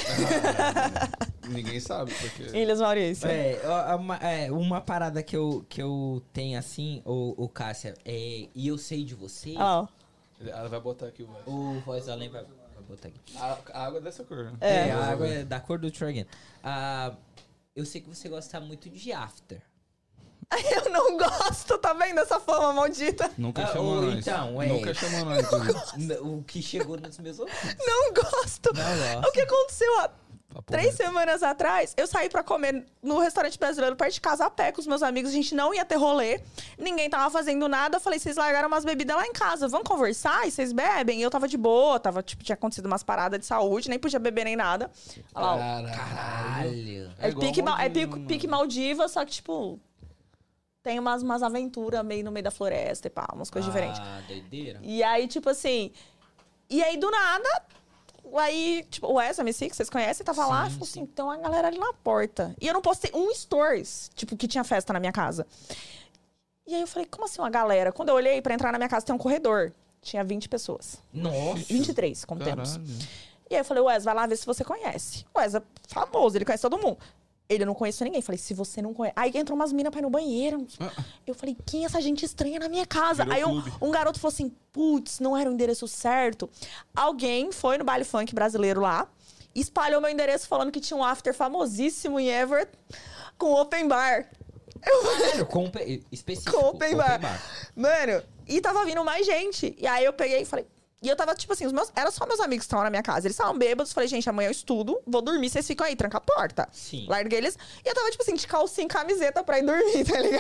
Ninguém sabe, porque... Ilhas Maurícia. É, ó, uma, é, uma parada que eu, que eu tenho assim, o, o Cássia, é, e eu sei de você, Olha lá, ó. Ela vai botar aqui o... o Voz Além vai, vai botar aqui. A, a água é dessa cor, né? É. É, a água é da cor do Trogan. Ah, eu sei que você gosta muito de After. Eu não gosto, tá vendo essa fama maldita? Nunca Ah, chamou ô, nós. então, é. Nunca chamou nós. inclusive. O que chegou nos meus ouvidos. Não gosto. Não O gosto. que aconteceu há Papo três reto. semanas atrás? Eu saí pra comer no restaurante brasileiro perto de casa a pé com os meus amigos. A gente não ia ter rolê. Ninguém tava fazendo nada. Eu falei, vocês largaram umas bebidas lá em casa. Vamos conversar? E vocês bebem? E eu tava de boa. Tava, tipo, tinha acontecido umas paradas de saúde. Nem podia beber nem nada. Olha lá, ó. Caralho. É, igual pique, Ma- é Maldivas, pique, mano. pique Maldiva, só que, tipo... Tem umas, umas aventuras meio no meio da floresta e pá, umas coisas diferentes. Ah, doideira. E aí, tipo assim... E aí, do nada... Aí, tipo, o Wes, M C, que vocês conhecem, tava lá e Sim, falou sim. assim, então a galera ali na porta. E eu não postei um stories, tipo, que tinha festa na minha casa. E aí eu falei, como assim uma galera? Quando eu olhei pra entrar na minha casa, tem um corredor. Tinha vinte pessoas. Nossa. vinte e três, contemos. Caralho. E aí eu falei, Wes, vai lá ver se você conhece. O Wes é famoso, ele conhece todo mundo. Ele não conhece ninguém. Falei, se você não conhece... Aí entrou umas minas pra ir no banheiro. Eu falei, quem é essa gente estranha na minha casa? Virou Aí um, clube. um garoto falou assim, putz, não era o endereço certo. Alguém foi no baile funk brasileiro lá, espalhou meu endereço falando que tinha um after famosíssimo em Everett com open bar. Eu falei, Caralho, com pe- específico. com open bar. Mano, e tava vindo mais gente. E aí eu peguei e falei... E eu tava, tipo assim, os meus, era só meus amigos que estavam na minha casa. Eles estavam bêbados. Falei, gente, amanhã eu estudo, vou dormir, vocês ficam aí, tranca a porta. Sim. Larguei eles. E eu tava, tipo assim, de calcinha e camiseta pra ir dormir, tá ligado?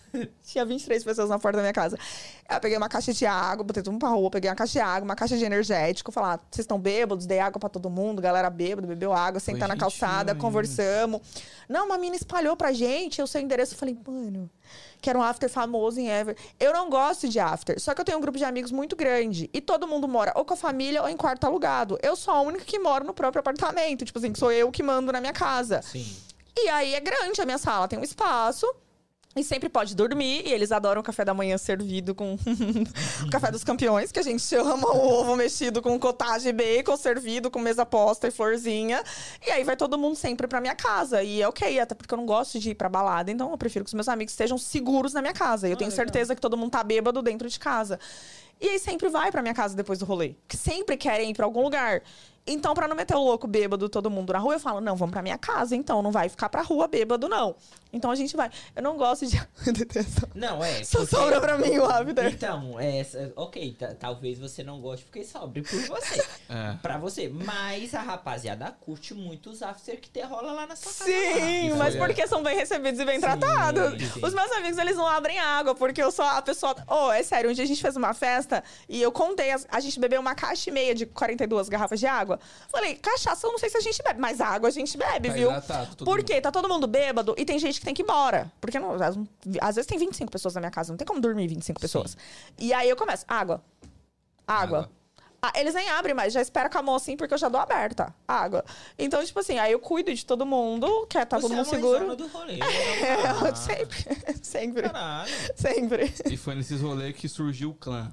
Tinha vinte e três pessoas na porta da minha casa. Eu peguei uma caixa de água, botei tudo pra rua, peguei uma caixa de água, uma caixa de energético, falar, ah, vocês estão bêbados? Dei água pra todo mundo, galera bêbada, bebeu água, sentar na calçada, conversamos. Não, uma mina espalhou pra gente, eu sei o endereço, eu falei, mano, que era um after famoso em Ever. Eu não gosto de after, só que eu tenho um grupo de amigos muito grande. E todo mundo mora ou com a família ou em quarto alugado. Eu sou a única que moro no próprio apartamento. Tipo assim, que sou eu que mando na minha casa. Sim. E aí é grande a minha sala, tem um espaço. E sempre pode dormir. E eles adoram o café da manhã servido com o café dos campeões, que a gente chama o ovo mexido com cottage e bacon, servido com mesa posta e florzinha. E aí vai todo mundo sempre pra minha casa. E é ok, até porque eu não gosto de ir pra balada. Então eu prefiro que os meus amigos estejam seguros na minha casa. E eu ah, tenho legal. certeza que todo mundo tá bêbado dentro de casa. E aí sempre vai pra minha casa depois do rolê. Que sempre querem ir pra algum lugar. Então, pra não meter o louco bêbado todo mundo na rua, eu falo, não, vamos pra minha casa, então. Não vai ficar pra rua bêbado, não. Então, a gente vai. Eu não gosto de... Não, é... Só porque... sobra pra mim o after. Então, é... Ok, talvez você não goste porque sobre por você. É. Pra você. Mas a rapaziada curte muito os after que te rola lá na sua casa. Sim, mas é. porque são bem recebidos e bem sim, tratados. Sim. Os meus amigos, eles não abrem água, porque eu sou a pessoa... Oh, é sério, um dia a gente fez uma festa e eu contei... A gente bebeu uma caixa e meia de quarenta e duas garrafas de água. Falei, cachaça eu não sei se a gente bebe, mas água a gente bebe, tá viu? Hidratado, Por quê? Tá todo mundo bêbado e tem gente que tem que ir embora. Porque não, às, às vezes tem vinte e cinco pessoas na minha casa, não tem como dormir vinte e cinco pessoas. Sim. E aí eu começo, água, água. água. Ah, eles nem abrem mais, já espera com a mão assim, porque eu já dou aberta. Água. Então, tipo assim, aí eu cuido de todo mundo, quer tá todo mundo seguro. Do rolê, é, eu sempre, sempre. Caralho. Sempre. E foi nesses rolês que surgiu o clã.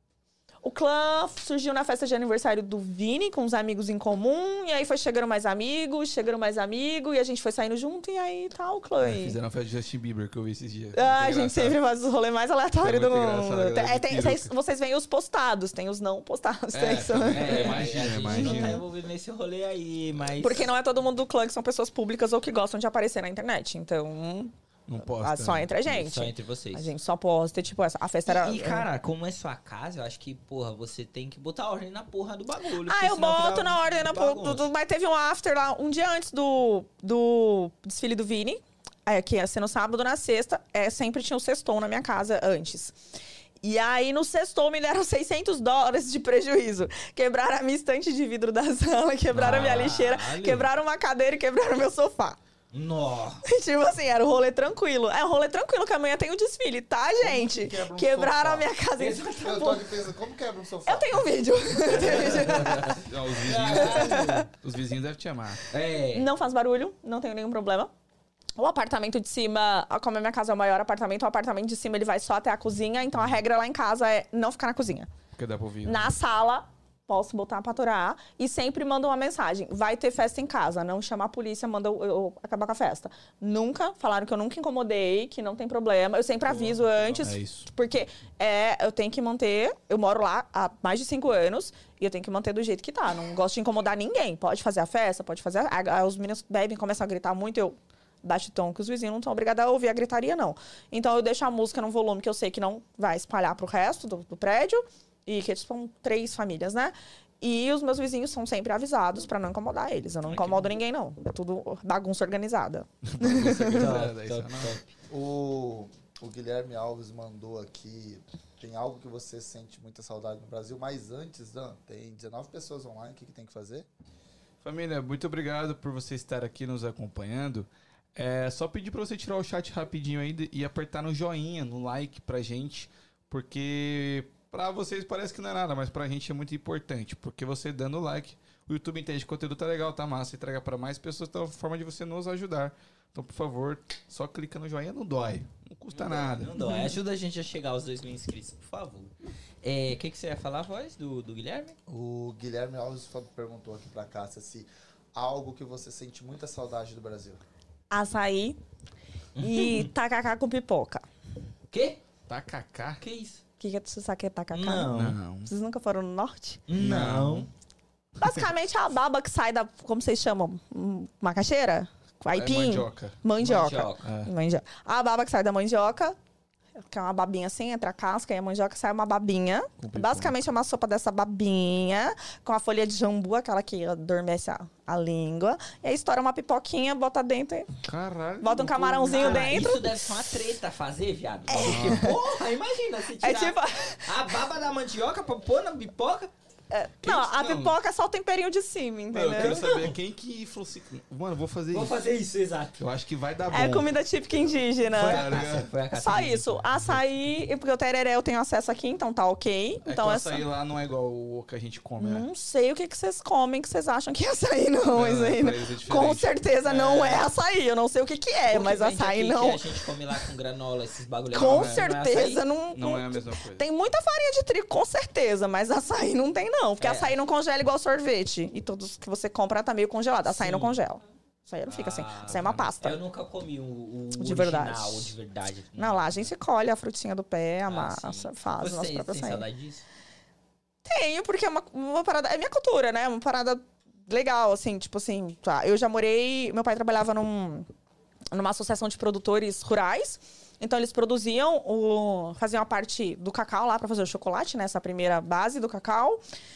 O clã surgiu na festa de aniversário do Vini, com os amigos em comum. E aí foi chegando mais amigos, chegando mais amigos. E a gente foi saindo junto e aí tá o clã. É, fizeram a festa de Justin Bieber, que eu vi esses dias. Ah, a gente sempre faz os rolês mais aleatórios do mundo. É, tem, tem, vocês veem os postados, tem os não postados. É, tem é, é, imagina, a imagina. gente não tá envolvido nesse rolê aí, mas... Porque não é todo mundo do clã que são pessoas públicas ou que gostam de aparecer na internet. Então... Não posta. Só entre a gente. Só entre vocês. A gente só posta, tipo, a festa era... E, cara, como é sua casa, eu acho que, porra, você tem que botar ordem na porra do bagulho. Ah, eu boto na ordem na porra. Mas teve um after lá, um dia antes do, do desfile do Vini, é, que ia ser no sábado, na sexta, é, sempre tinha um sextou na minha casa antes. E aí, no sextou, me deram seiscentos dólares de prejuízo. Quebraram a minha estante de vidro da sala, quebraram a minha lixeira, quebraram uma cadeira e quebraram meu sofá. Nossa. Tipo assim, era um rolê tranquilo. É um rolê tranquilo, que amanhã tem o desfile, tá, gente? Que um Quebraram sofá? a minha casa. Eu tô aqui pensando, como quebra um sofá? Eu tenho um vídeo. Não, os vizinhos, os vizinhos devem te amar. É. Não faz barulho, não tenho nenhum problema. O apartamento de cima, como a minha casa é o maior apartamento, o apartamento de cima ele vai só até a cozinha. Então a regra lá em casa é não ficar na cozinha. Porque dá pra ouvir. Na sala... Posso botar pra aturar. E sempre manda uma mensagem. Vai ter festa em casa. Não chamar a polícia, manda eu, eu acabar com a festa. Nunca. Falaram que eu nunca incomodei, que não tem problema. Eu sempre aviso antes. É isso. Porque é, eu tenho que manter... Eu moro lá há mais de cinco anos. E eu tenho que manter do jeito que tá. Não gosto de incomodar ninguém. Pode fazer a festa, pode fazer... A, os meninos bebem, começam a gritar muito. Eu baixo o tom, que os vizinhos não estão obrigados a ouvir a gritaria, não. Então eu deixo a música num volume que eu sei que não vai espalhar pro resto do, do prédio. E que são três famílias, né? E os meus vizinhos são sempre avisados pra não incomodar eles. Eu não incomodo ninguém, não. É tudo bagunça organizada. Bagunça organizada, isso não. O, o Guilherme Alves mandou aqui... Tem algo que você sente muita saudade no Brasil, mas antes, Dan, tem dezenove pessoas online. O que, que tem que fazer? Família, muito obrigado por você estar aqui nos acompanhando. É só pedir pra você tirar o chat rapidinho aí e apertar no joinha, no like pra gente, porque... Pra vocês parece que não é nada, mas pra gente é muito importante. Porque você dando like, o YouTube entende que o conteúdo tá legal, tá massa, entrega pra mais pessoas, então é uma forma de você nos ajudar. Então, por favor, só clica no joinha, não dói. Não custa não nada. Dói, não dói. Ajuda a gente a chegar aos dois mil inscritos, por favor. O é, que, que você ia falar, voz, do, do Guilherme? O Guilherme Alves perguntou aqui pra Cássia se algo que você sente muita saudade do Brasil. Açaí e tacacá com pipoca. Quê? Tacacá? Que isso? O que, que você sabe que é tacacá? Não. não. Vocês nunca foram no norte? Não. Basicamente é a baba que sai da... Como vocês chamam? Macaxeira? Aipim? É mandioca. Mandioca. Mandioca. É. Mandioca. A baba que sai da mandioca, que é uma babinha assim, entre a casca e a mandioca sai uma babinha. Basicamente é uma sopa dessa babinha, com a folha de jambu, aquela que adormece a, a língua. E aí estoura uma pipoquinha, bota dentro e... Caralho. Bota um camarãozinho Cara, dentro. Isso deve ser uma treta fazer, viado. É. Porque, porra, imagina, se tirar É tipo... a baba da mandioca pra pôr na pipoca... É, não, a não. pipoca é só o temperinho de cima, entendeu? Eu quero saber quem que falou assim, mano, vou fazer Vou isso. Vou fazer isso, exato. Eu acho que vai dar bom. É comida típica indígena. Foi a caça, foi a caça. Só isso. Açaí, porque o tereré eu tenho acesso aqui, então tá ok. É então que o é açaí só... lá não é igual o que a gente come, né? Não sei o que, que vocês comem, que vocês acham que é açaí, não. Não, Isso aí, pra não. eles é diferente. Com certeza não é açaí. Eu não sei o que, que é, O que mas vende açaí aqui, não. Que a gente come lá com granola, esses bagulho. Com não é- certeza não. não, Não é a mesma coisa. Tem muita farinha de trigo, com certeza, mas açaí não tem, não. Porque É. açaí não congela igual sorvete. E todos que você compra tá meio congelado. Açaí Sim. não congela. Açaí não fica assim. Ah, Açaí é uma tá. pasta. Eu nunca comi o, o De original, verdade. o de verdade. Não, lá a gente colhe a frutinha do pé, Ah, amassa, sim. faz o nosso Você próprio tem açaí. saudade disso? Tenho, porque é uma, uma parada. É minha cultura, né? Uma parada legal, assim, tipo assim, tá. Eu já morei. Meu pai trabalhava num, numa associação de produtores rurais. Então eles produziam o. Faziam a parte do cacau lá pra fazer o chocolate, né? Essa primeira base do cacau.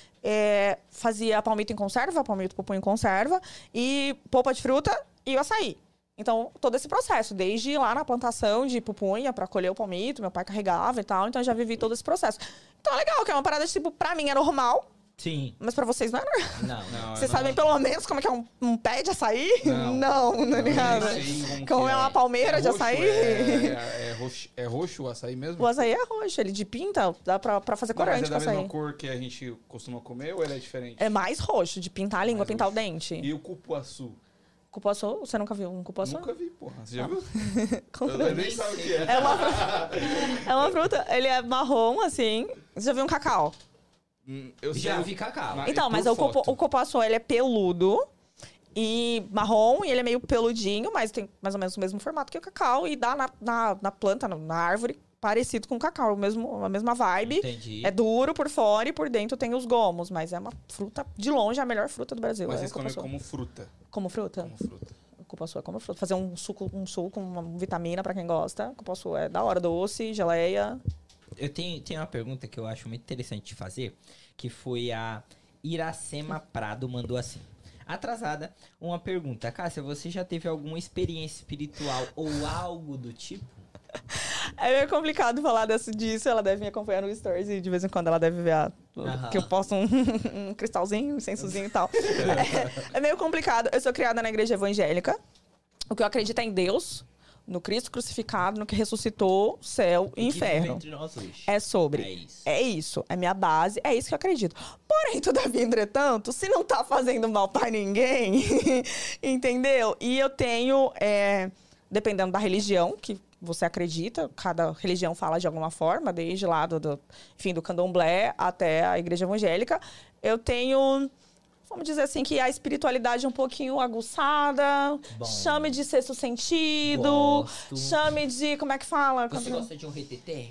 É, fazia palmito em conserva, palmito pupunha em conserva, e polpa de fruta e o açaí. Então, todo esse processo, desde lá na plantação de pupunha para colher o palmito, meu pai carregava e tal, então eu já vivi todo esse processo. Então é legal, que é uma parada, tipo, pra mim é normal, Sim. mas pra vocês não é normal. Não, Não, Vocês não. sabem pelo menos como é que é um, um pé de açaí? Não. Não, não é Eu nem ligado. sei como Como que é uma palmeira É de roxo? açaí? É, é, é roxo, é roxo o açaí mesmo? O açaí é roxo, ele de pinta, dá pra, pra fazer Não, mas corante é com da açaí. mesma cor que a gente costuma comer ou ele é diferente? É mais roxo, de pintar a língua, Mais pintar roxo. o dente. E o cupuaçu? Cupuaçu, você nunca viu um cupuaçu? Nunca vi, porra. Você já viu? Como Eu, não? eu nem sabe o que é. É uma, fruta, é uma fruta, ele é marrom, assim. Você já viu um cacau? Hum, Eu sei Já o- vi cacau. Mas- Então, e mas por o, cupu, foto? o cupuaçu, ele é peludo e marrom, e ele é meio peludinho, mas tem mais ou menos o mesmo formato que o cacau, e dá na, na, na planta, na, na árvore, parecido com o cacau, o mesmo, a mesma vibe. Entendi. É duro por fora e por dentro tem os gomos, mas é uma fruta, de longe, a melhor fruta do Brasil. Mas é vocês o comem cupuaçu. como fruta. Como fruta? Como fruta. O cupuaçu é como fruta. Fazer um suco, um suco com uma vitamina pra quem gosta. O cupuaçu é da hora, doce, geleia. Eu tenho, tenho uma pergunta que eu acho muito interessante de fazer, que foi a Iracema Prado mandou assim. Atrasada, uma pergunta. Cássia, você já teve alguma experiência espiritual ou algo do tipo? É meio complicado falar desse, disso. Ela deve me acompanhar no Stories e de vez em quando ela deve ver a, Aham. que eu posto um, um cristalzinho, um incensozinho e tal. É, é meio complicado. Eu sou criada na igreja evangélica. O que eu acredito é em Deus, no Cristo crucificado, no que ressuscitou, céu e E que vive inferno. entre nós hoje. É sobre. É isso. É isso. É minha base. É isso que eu acredito. Porém, todavia, entretanto, se não tá fazendo mal pra ninguém, entendeu? E eu tenho, é, dependendo da religião que você acredita, cada religião fala de alguma forma, desde lá do, do, enfim, do candomblé até a igreja evangélica, eu tenho... Vamos dizer assim, que a espiritualidade é um pouquinho aguçada. Bom. Chame de sexto sentido. Gosto. Chame de... Como é que fala? Você Quando- gosta de um reteté?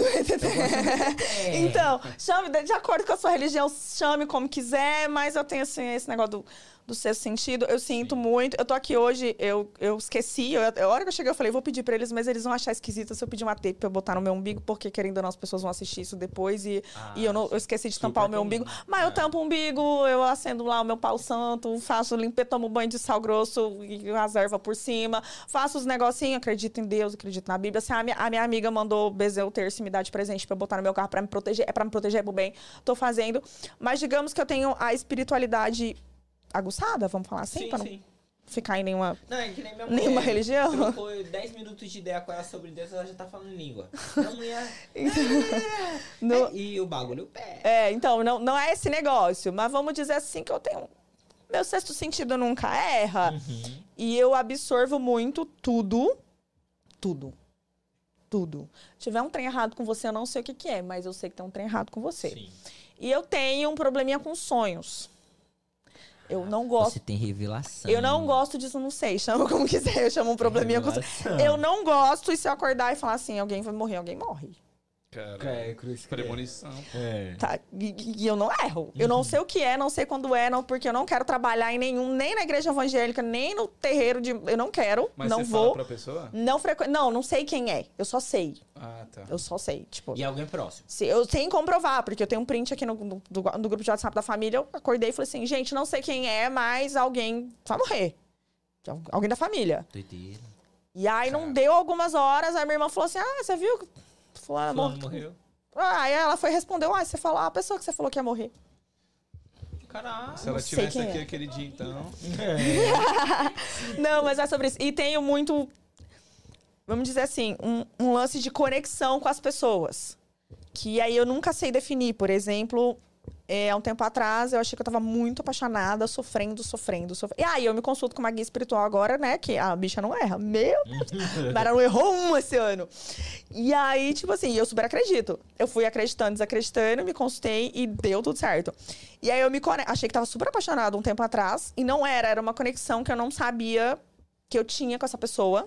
É. Então, chame, de de acordo com a sua religião, chame como quiser, mas eu tenho assim, esse negócio do, do sexto sentido. Eu sinto muito. Eu tô aqui hoje, eu, eu esqueci. Eu, a hora que eu cheguei, eu falei, vou pedir pra eles, mas eles vão achar esquisito se eu pedir uma tape pra eu botar no meu umbigo, porque querendo ou não, as pessoas vão assistir isso depois e, Ah, e eu, não, eu esqueci de super tampar o meu comum. umbigo. Mas eu É. tampo o umbigo, eu acendo lá o meu pau santo, faço limpe, tomo banho de sal grosso e as ervas por cima, faço os negocinhos, acredito em Deus, acredito na Bíblia. Assim, a, minha, a minha amiga mandou Bezeu terço me dar de presente pra eu botar no meu carro pra me proteger, é pra me proteger pro bem. Tô fazendo. Mas digamos que eu tenho a espiritualidade aguçada, vamos falar assim, Sim, pra não sim. ficar em nenhuma... Não, é que nem minha Nenhuma mulher. religião? Trocou dez minutos de ideia com ela sobre Deus, ela já tá falando em língua. Não, mulher. No- É, e o bagulho pé. É, então, não, não é esse negócio. Mas vamos dizer assim que eu tenho... Meu sexto sentido nunca erra. Uhum. E eu absorvo muito tudo. Tudo. Tudo. Se tiver um trem errado com você, eu não sei o que, que é, mas eu sei que tem um trem errado com você. Sim. E eu tenho um probleminha com sonhos. Eu não gosto. Você tem revelação. Eu não gosto disso, não sei. Chama como quiser, eu chamo um probleminha com sonhos. Revelação. Eu não gosto, e se eu acordar e falar assim, alguém vai morrer, alguém morre. Cara, é, cruz premonição. É. Tá, e, e eu não erro. Eu não sei o que é, não sei quando é, não, porque eu não quero trabalhar em nenhum, nem na igreja evangélica, nem no terreiro de... Eu não quero, Mas não você vou. Fala pra pessoa? Não, frequ... não, não sei quem é. Eu só sei. Ah, tá. Eu só sei, tipo... E alguém próximo? Se, eu tenho que comprovar, porque eu tenho um print aqui no, no, no grupo de WhatsApp da família, eu acordei e falei assim, gente, não sei quem é, mas alguém vai morrer. Alguém da família. Doideira. E aí não deu algumas horas, aí minha irmã falou assim, ah, você viu? Fulano, Fulano morreu. Aí ela foi e respondeu, ah, você falou, ah, a pessoa que você falou que ia morrer. Caralho. Se ela tivesse aqui é. aquele dia, então... É. Não, mas é sobre isso. E tenho muito, vamos dizer assim, um, um lance de conexão com as pessoas. Que aí eu nunca sei definir. Por exemplo, é, há um tempo atrás, eu achei que eu tava muito apaixonada, sofrendo, sofrendo, sofrendo. E aí eu me consulto com uma guia espiritual agora, né? Que a bicha não erra. Meu Deus! Mas ela não errou um esse ano. E aí, tipo assim, eu super acredito. Eu fui acreditando, desacreditando, me consultei e deu tudo certo. E aí eu me conectei. Achei que tava super apaixonada um tempo atrás. E não era, era uma conexão que eu não sabia que eu tinha com essa pessoa.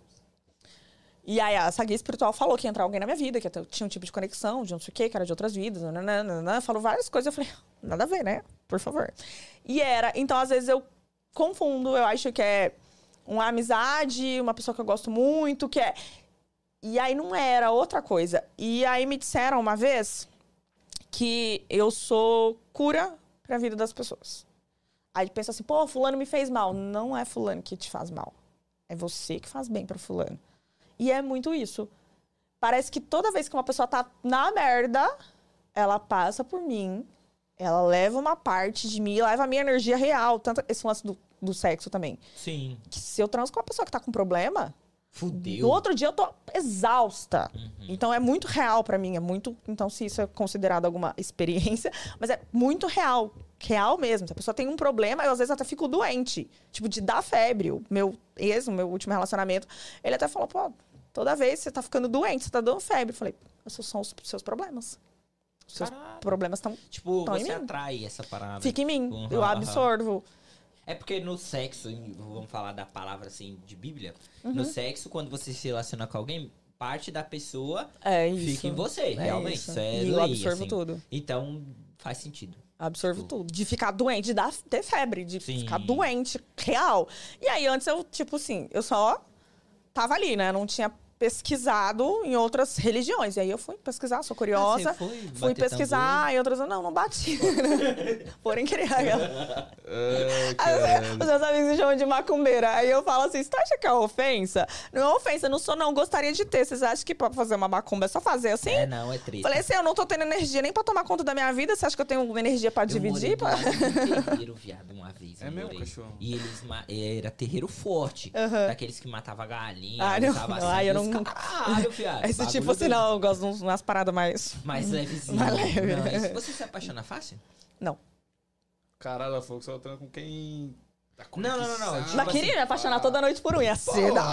E aí, essa guia espiritual falou que ia entrar alguém na minha vida, que eu tinha um tipo de conexão, de não sei o quê, que era de outras vidas, nananana, falou várias coisas. Eu falei, nada a ver, né? Por favor. E era, então, às vezes eu confundo, eu acho que é uma amizade, uma pessoa que eu gosto muito, que é... E aí não era outra coisa. E aí me disseram uma vez que eu sou cura pra vida das pessoas. Aí pensa assim, pô, fulano me fez mal. Não é fulano que te faz mal. É você que faz bem pra fulano. E é muito isso. Parece que toda vez que uma pessoa tá na merda, ela passa por mim, ela leva uma parte de mim, leva a minha energia real. Tanto esse lance do, do sexo também. Sim. Que se eu transo com uma pessoa que tá com problema, fudeu. No outro dia eu tô exausta. Uhum. Então é muito real pra mim. É muito. Então, se isso é considerado alguma experiência, mas é muito real. Real mesmo. Se a pessoa tem um problema, eu às vezes até fico doente. Tipo, de dar febre. O meu ex, o meu último relacionamento, ele até falou, pô, toda vez você tá ficando doente, você tá dando febre. Eu falei, esses são os seus problemas. Os seus Caralho. problemas estão Tipo, tão você em mim. atrai essa parada. Fica em mim. Uhum, eu absorvo. É porque no sexo, vamos falar da palavra assim, de Bíblia. Uhum. No sexo, quando você se relaciona com alguém, parte da pessoa é isso. fica em você, é realmente. Isso, isso é e lei, eu absorvo assim. tudo. Então, faz sentido. Absorvo Tipo... tudo. De ficar doente, de dar, ter febre, de Sim. ficar doente, real. E aí, antes eu, tipo assim, eu só tava ali, né? Não tinha pesquisado em outras religiões. E aí eu fui pesquisar, sou curiosa. Ah, foi fui pesquisar em outras... Não, não bati. Porém, queria ela. Os meus amigos me chamam de macumbeira. Aí eu falo assim, você acha que é ofensa? Não é ofensa, não sou não, gostaria de ter. Vocês acham que pra fazer uma macumba é só fazer assim? É, não, é triste. Falei assim, eu não tô tendo energia nem pra tomar conta da minha vida. Você acha que eu tenho energia pra eu dividir? Pra... terreiro, viado, uma vez. É meu cachorro. E eles... Ma... Era terreiro forte. Uhum. Daqueles que matavam galinha. Ah, não. Assim, Ai, eu não... Caralho, viado. Esse tipo assim, não. Eu gosto de umas paradas mais... Mais levezinho. Mais leve. Não, isso... Você se apaixona fácil? Não. Caralho, ela falou que só transa com quem... Não, não, não, não. Tipo Mas queria assim, me apaixonar toda noite por um. Ia ser da...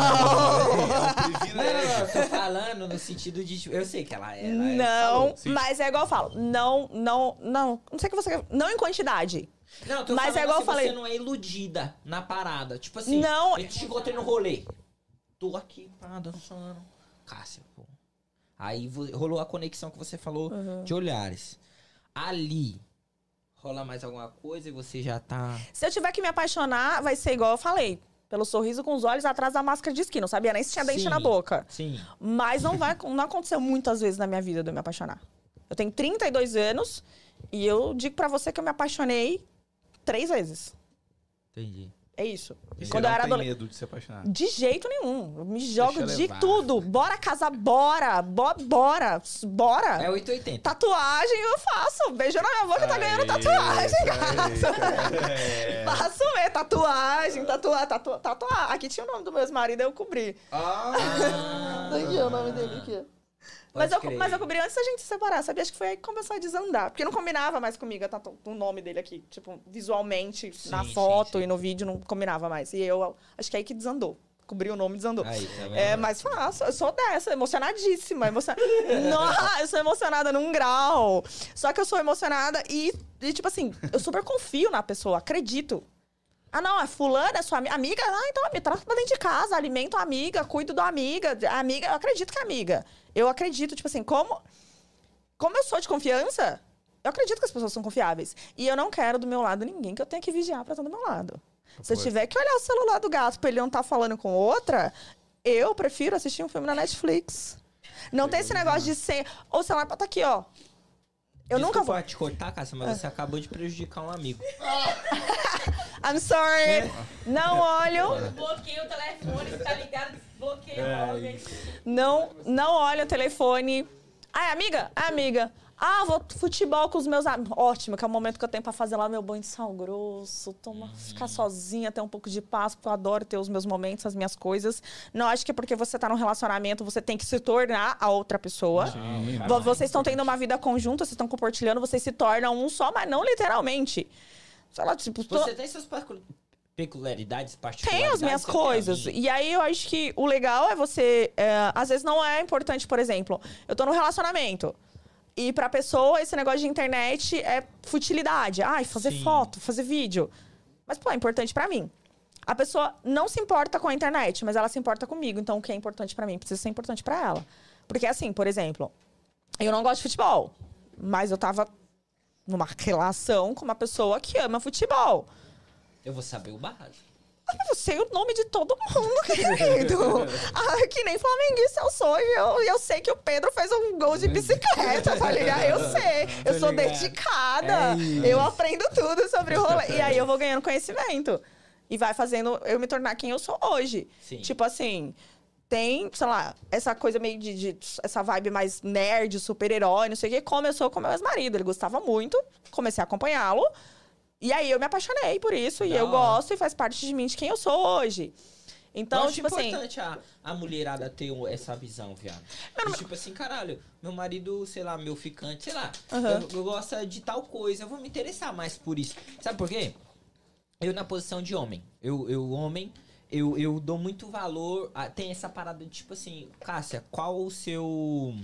Não, não, não. Tô falando no sentido de... Eu sei que ela é... Ela não, é, mas é igual eu falo. Não, não, não. Não sei o que você quer... Não em quantidade. Não, tô mas é igual assim, eu falei. Você não é iludida na parada. Tipo assim, não, a gente te encontrei no rolê. Tô aqui, pá, dançando. Cássia, pô. Aí rolou a conexão que você falou uhum. de olhares. Ali... Rola mais alguma coisa e você já tá... Se eu tiver que me apaixonar, vai ser igual eu falei. Pelo sorriso com os olhos atrás da máscara de esqui. Não sabia nem se tinha dente sim, na boca. Sim. Mas não, vai, não aconteceu muitas vezes na minha vida de eu me apaixonar. Eu tenho trinta e dois anos e eu digo pra você que eu me apaixonei três vezes. Entendi. É isso. E Quando você eu era não tem adole... medo de se apaixonar? De jeito nenhum. Eu me jogo Deixa de levar. tudo. Bora casar, bora. Bo bora. Bora. É oito e oitenta. Tatuagem eu faço. Beijo na minha boca, tá ganhando tatuagem, cara. É. Faço mesmo. Tatuagem, tatuar, tatuar, tatuar. Aqui tinha o nome do meu ex-marido, eu cobri. Ah! Aqui o nome dele aqui. Mas eu, mas eu cobri antes da gente se separar, sabia? Acho que foi aí que começou a desandar. Porque não combinava mais comigo tá, o nome dele aqui. Tipo, visualmente, sim, na foto sim, sim. e no vídeo, não combinava mais. E eu acho que é aí que desandou. Cobri o nome e desandou. Aí, tá é, mas faço. Eu sou dessa, emocionadíssima. Emocion... Nossa, eu sou emocionada num grau. Só que eu sou emocionada e, e, tipo assim, eu super confio na pessoa, acredito. Ah, não, é fulana, é sua amiga. Ah, então me trata pra dentro de casa, alimento a amiga, cuido da amiga. A amiga, eu acredito que é amiga. Eu acredito, tipo assim, como... Como eu sou de confiança, eu acredito que as pessoas são confiáveis. E eu não quero do meu lado ninguém que eu tenha que vigiar pra estar do meu lado. Se eu tiver que olhar o celular do gato pra ele não estar falando com outra, eu prefiro assistir um filme na Netflix. Não tem esse negócio de ser... Ou o celular tá aqui, ó. Eu Desculpa nunca vou... te cortar, Cássia, mas você acabou de prejudicar um amigo. I'm sorry. É. Não olho. Bloqueia o telefone, você tá ligado? Bloqueia o É. Não, não olho o telefone. Ah, é amiga? É amiga. Ah, vou futebol com os meus amigos. Ótimo, que é o momento que eu tenho pra fazer lá meu banho de sal grosso, tomar, hum. ficar sozinha, ter um pouco de paz, porque eu adoro ter os meus momentos, as minhas coisas. Não acho que é porque você tá num relacionamento, você tem que se tornar a outra pessoa. Sim, vocês estão tendo uma vida conjunta, vocês estão compartilhando, vocês se tornam um só, mas não literalmente. Sei lá, tipo... Você tô... tem suas peculiaridades, particularidades? Tem as minhas coisas. E aí eu acho que o legal é você... É, às vezes não é importante, por exemplo, eu tô num relacionamento... E pra pessoa, esse negócio de internet é futilidade. Ai, fazer Sim. foto, fazer vídeo. Mas, pô, é importante pra mim. A pessoa não se importa com a internet, mas ela se importa comigo. Então, o que é importante pra mim precisa ser importante pra ela. Porque, assim, por exemplo, eu não gosto de futebol. Mas eu tava numa relação com uma pessoa que ama futebol. Eu vou saber o básico. Eu sei o nome de todo mundo, querido. Ah, que nem flamenguista eu sou. E eu, eu sei que o Pedro fez um gol de bicicleta, tá ligado? Eu sei. Eu sou dedicada. É eu aprendo tudo sobre o rolê. E aí eu vou ganhando conhecimento. E vai fazendo eu me tornar quem eu sou hoje. Sim. Tipo assim, tem, sei lá, essa coisa meio de... de essa vibe mais nerd, super-herói, não sei o quê. Começou com meu ex-marido. Ele gostava muito. Comecei a acompanhá-lo. E aí eu me apaixonei por isso, e eu gosto, e faz parte de mim, de quem eu sou hoje. Então, tipo assim... Eu acho importante a, a mulherada ter essa visão, viado. Não, não... Tipo assim, caralho, meu marido, sei lá, meu ficante, sei lá, uhum. eu, eu gosto de tal coisa, eu vou me interessar mais por isso. Sabe por quê? Eu na posição de homem, eu, eu homem, eu, eu dou muito valor, a, tem essa parada de tipo assim, Cássia, qual o seu...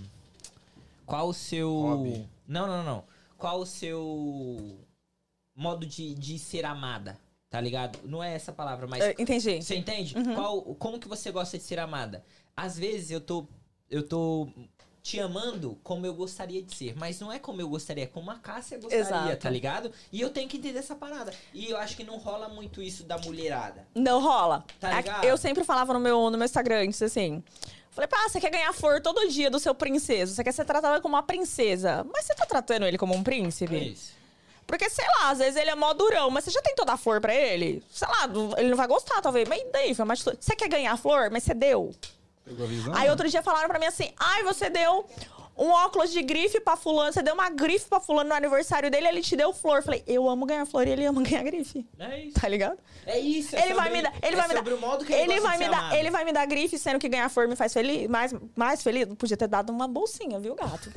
Qual o seu... Hobby. Não, não, não. Qual o seu... modo de, de ser amada, tá ligado? Não é essa palavra, mas... Uh, entendi. Você entende? Uhum. Qual, como que você gosta de ser amada? Às vezes eu tô, eu tô te amando como eu gostaria de ser, mas não é como eu gostaria, é como a Cássia gostaria, Exato. Tá ligado? E eu tenho que entender essa parada. E eu acho que não rola muito isso da mulherada. Não rola. Tá ligado? Eu sempre falava no meu, no meu Instagram, antes assim... Falei, pá, você quer ganhar flor todo dia do seu princeso, você quer ser tratada como uma princesa, mas você tá tratando ele como um príncipe? É isso. Porque, sei lá, às vezes ele é mó durão, mas você já tentou dar flor pra ele? Sei lá, ele não vai gostar, talvez. Mas daí, foi uma atitude. Você quer ganhar flor, mas você deu. Pegou a visão? Aí outro dia falaram pra mim assim, ai, você deu um óculos de grife pra fulano, você deu uma grife pra fulano no aniversário dele, ele te deu flor. Falei, eu amo ganhar flor e ele ama ganhar grife. É isso. Tá ligado? É isso. É ele sobre, vai me dar, ele é vai me dar, sobre o modo que ele, ele vai me dar, ele vai me dar grife, sendo que ganhar flor me faz feliz, mais, mais feliz. Podia ter dado uma bolsinha, viu, gato?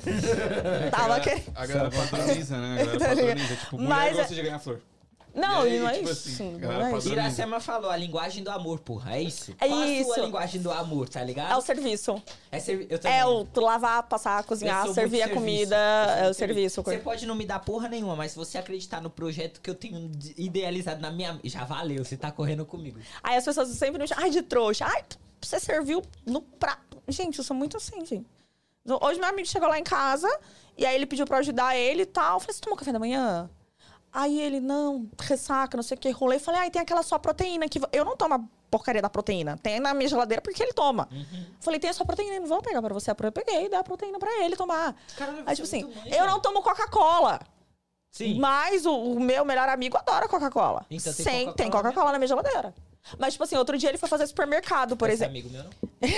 Tava que... A galera padroniza, né? A galera padroniza. Tipo, mulher Mas, gosta de ganhar flor. Não, aí, não é tipo isso. Assim, não é isso. Iracema falou, a linguagem do amor, porra. É isso? É Qual isso. a sua linguagem do amor, tá ligado? É o serviço. É, servi eu também. É o tu lavar, passar, cozinhar, servir a serviço. comida. É o serviço. Você pode não me dar porra nenhuma, mas se você acreditar no projeto que eu tenho idealizado na minha... Já valeu, você tá correndo comigo. Aí as pessoas sempre me chamam, ai, de trouxa. Ai, você serviu no prato. Gente, eu sou muito assim, gente. Hoje meu amigo chegou lá em casa, e aí ele pediu pra eu ajudar ele e tal. Eu falei, você tomou café da manhã? Aí ele, não, ressaca, não sei o que, rolei. Falei, ai, tem aquela sua proteína que... Eu não tomo a porcaria da proteína. Tem na minha geladeira porque ele toma. Uhum. Falei, tem a sua proteína, não vou pegar pra você. Eu peguei e dei a proteína pra ele tomar. Caramba, aí, tipo assim, mãe, eu não tomo Coca-Cola. Sim. Mas o, o meu melhor amigo adora Coca-Cola. Então, tem Sem, Coca-Cola, tem Coca-Cola na minha geladeira. Mas, tipo assim, outro dia ele foi fazer supermercado, por Esse exemplo. amigo meu, não?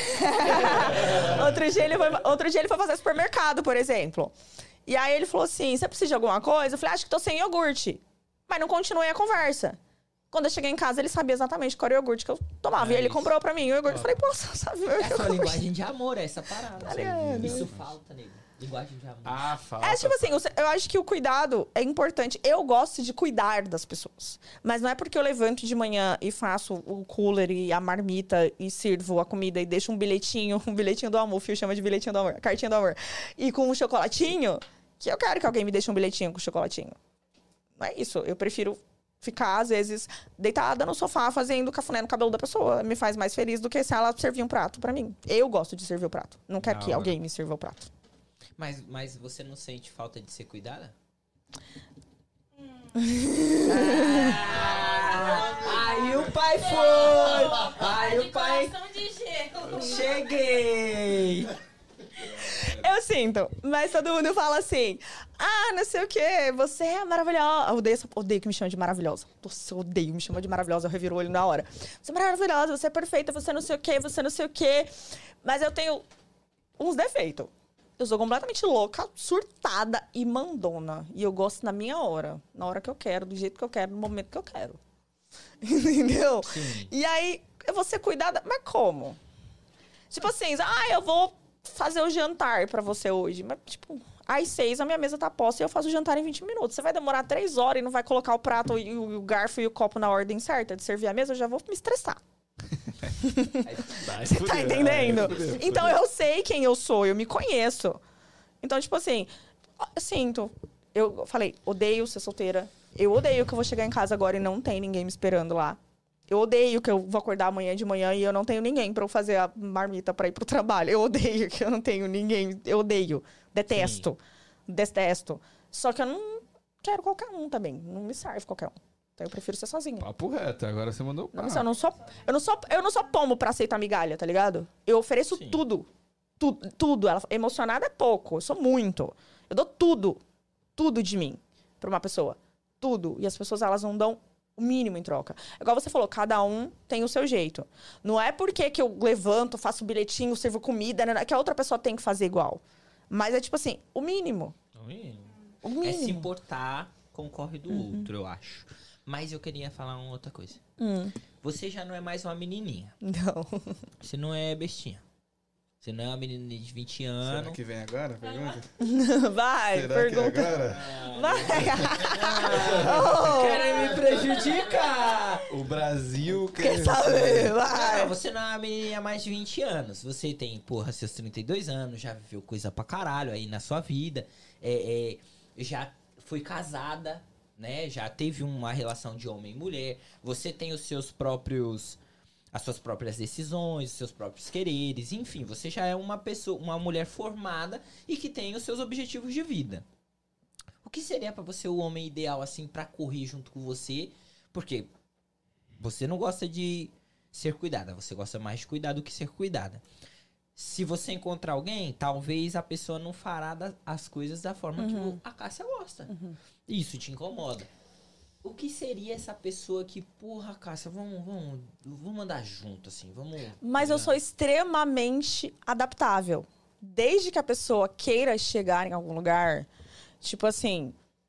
outro, dia ele foi, outro dia ele foi fazer supermercado, por exemplo. E aí ele falou assim, você precisa de alguma coisa? Eu falei, acho que tô sem iogurte. Mas não continuei a conversa. Quando eu cheguei em casa, ele sabia exatamente qual era o iogurte que eu tomava. É e ele isso. comprou pra mim o iogurte. Eu falei, pô, você sabe o iogurte. É só linguagem de amor, é essa parada. Tá isso falta, nego. Linguagem de amor. Ah, falta. É, tipo assim, eu acho que o cuidado é importante. Eu gosto de cuidar das pessoas. Mas não é porque eu levanto de manhã e faço o cooler e a marmita e sirvo a comida e deixo um bilhetinho, um bilhetinho do amor, o Fio chama de bilhetinho do amor, cartinha do amor, e com um chocolatinho, que eu quero que alguém me deixe um bilhetinho com chocolatinho. Não é isso. Eu prefiro ficar, às vezes, deitada no sofá, fazendo cafuné no cabelo da pessoa. Me faz mais feliz do que se ela servir um prato pra mim. Eu gosto de servir o prato. Não quero Da que hora. alguém me sirva o prato. Mas, mas você não sente falta de ser cuidada? Ah, aí o pai foi! Aí o pai... Coração de gelo. Cheguei! Eu sinto, mas todo mundo fala assim, ah, não sei o quê, você é maravilhosa. Eu odeio, essa- odeio que me chamam de maravilhosa. Nossa, eu odeio, me chama de maravilhosa, eu reviro o olho na hora. Você é maravilhosa, você é perfeita, você não sei o quê, você não sei o quê. Mas eu tenho uns defeitos. Eu sou completamente louca, surtada e mandona. E eu gosto na minha hora, na hora que eu quero, do jeito que eu quero, no momento que eu quero. Entendeu? Sim. E aí, eu vou ser cuidada, mas como? Tipo assim, ah, eu vou fazer o jantar pra você hoje. Mas, tipo, às seis a minha mesa tá posta e eu faço o jantar em vinte minutos. Você vai demorar três horas e não vai colocar o prato e o, o garfo e o copo na ordem certa de servir a mesa, eu já vou me estressar. Você tá entendendo? Então eu sei quem eu sou, eu me conheço. Então, tipo assim, eu sinto. Eu falei, odeio ser solteira. Eu odeio que eu vou chegar em casa agora e não tem ninguém me esperando lá. Eu odeio que eu vou acordar amanhã de manhã e eu não tenho ninguém pra eu fazer a marmita pra ir pro trabalho. Eu odeio que eu não tenho ninguém. Eu odeio. Detesto. Detesto. Só que eu não quero qualquer um também. Não me serve qualquer um. Então eu prefiro ser sozinha. Papo reto, agora você mandou Não, papo. eu, não sou, eu, não sou, eu não sou pombo pra aceitar migalha, tá ligado? Eu ofereço Sim. tudo. Tudo. Tudo. Ela, emocionada é pouco. Eu sou muito. Eu dou tudo. Tudo de mim pra uma pessoa. Tudo. E as pessoas, elas não dão o mínimo em troca. Igual você falou, cada um tem o seu jeito. Não é porque que eu levanto, faço bilhetinho, sirvo comida, né, que a outra pessoa tem que fazer igual. Mas é tipo assim, o mínimo. O É mínimo. se importar com o corre do outro, eu acho. Mas eu queria falar uma outra coisa. Hum, Você já não é mais uma menininha. não. Você não é bestinha. Você não é uma menina de vinte Será anos. que vem agora? Pergunta? Vai, Será pergunta. que é agora? Vai. Querem me prejudicar! O Brasil Quer saber? Vai. Não, você não é uma menininha mais de vinte anos. Você tem, porra, seus trinta e dois anos, já viveu coisa pra caralho aí na sua vida. É, é, já foi casada, né? Já teve uma relação de homem e mulher. Você tem os seus próprios... as suas próprias decisões, os seus próprios quereres, enfim, você já é uma pessoa, uma mulher formada e que tem os seus objetivos de vida. O que seria pra você o homem ideal, assim, pra correr junto com você? Porque você não gosta de ser cuidada, você gosta mais de cuidar do que ser cuidada. Se você encontrar alguém, talvez a pessoa não fará da- as coisas da forma que o- a Cássia gosta. Isso te incomoda. O que seria essa pessoa que, porra, Cássia, vamos, vamos, vamos andar junto, assim, vamos... Mas eu sou extremamente adaptável. Desde que a pessoa queira chegar em algum lugar, tipo assim...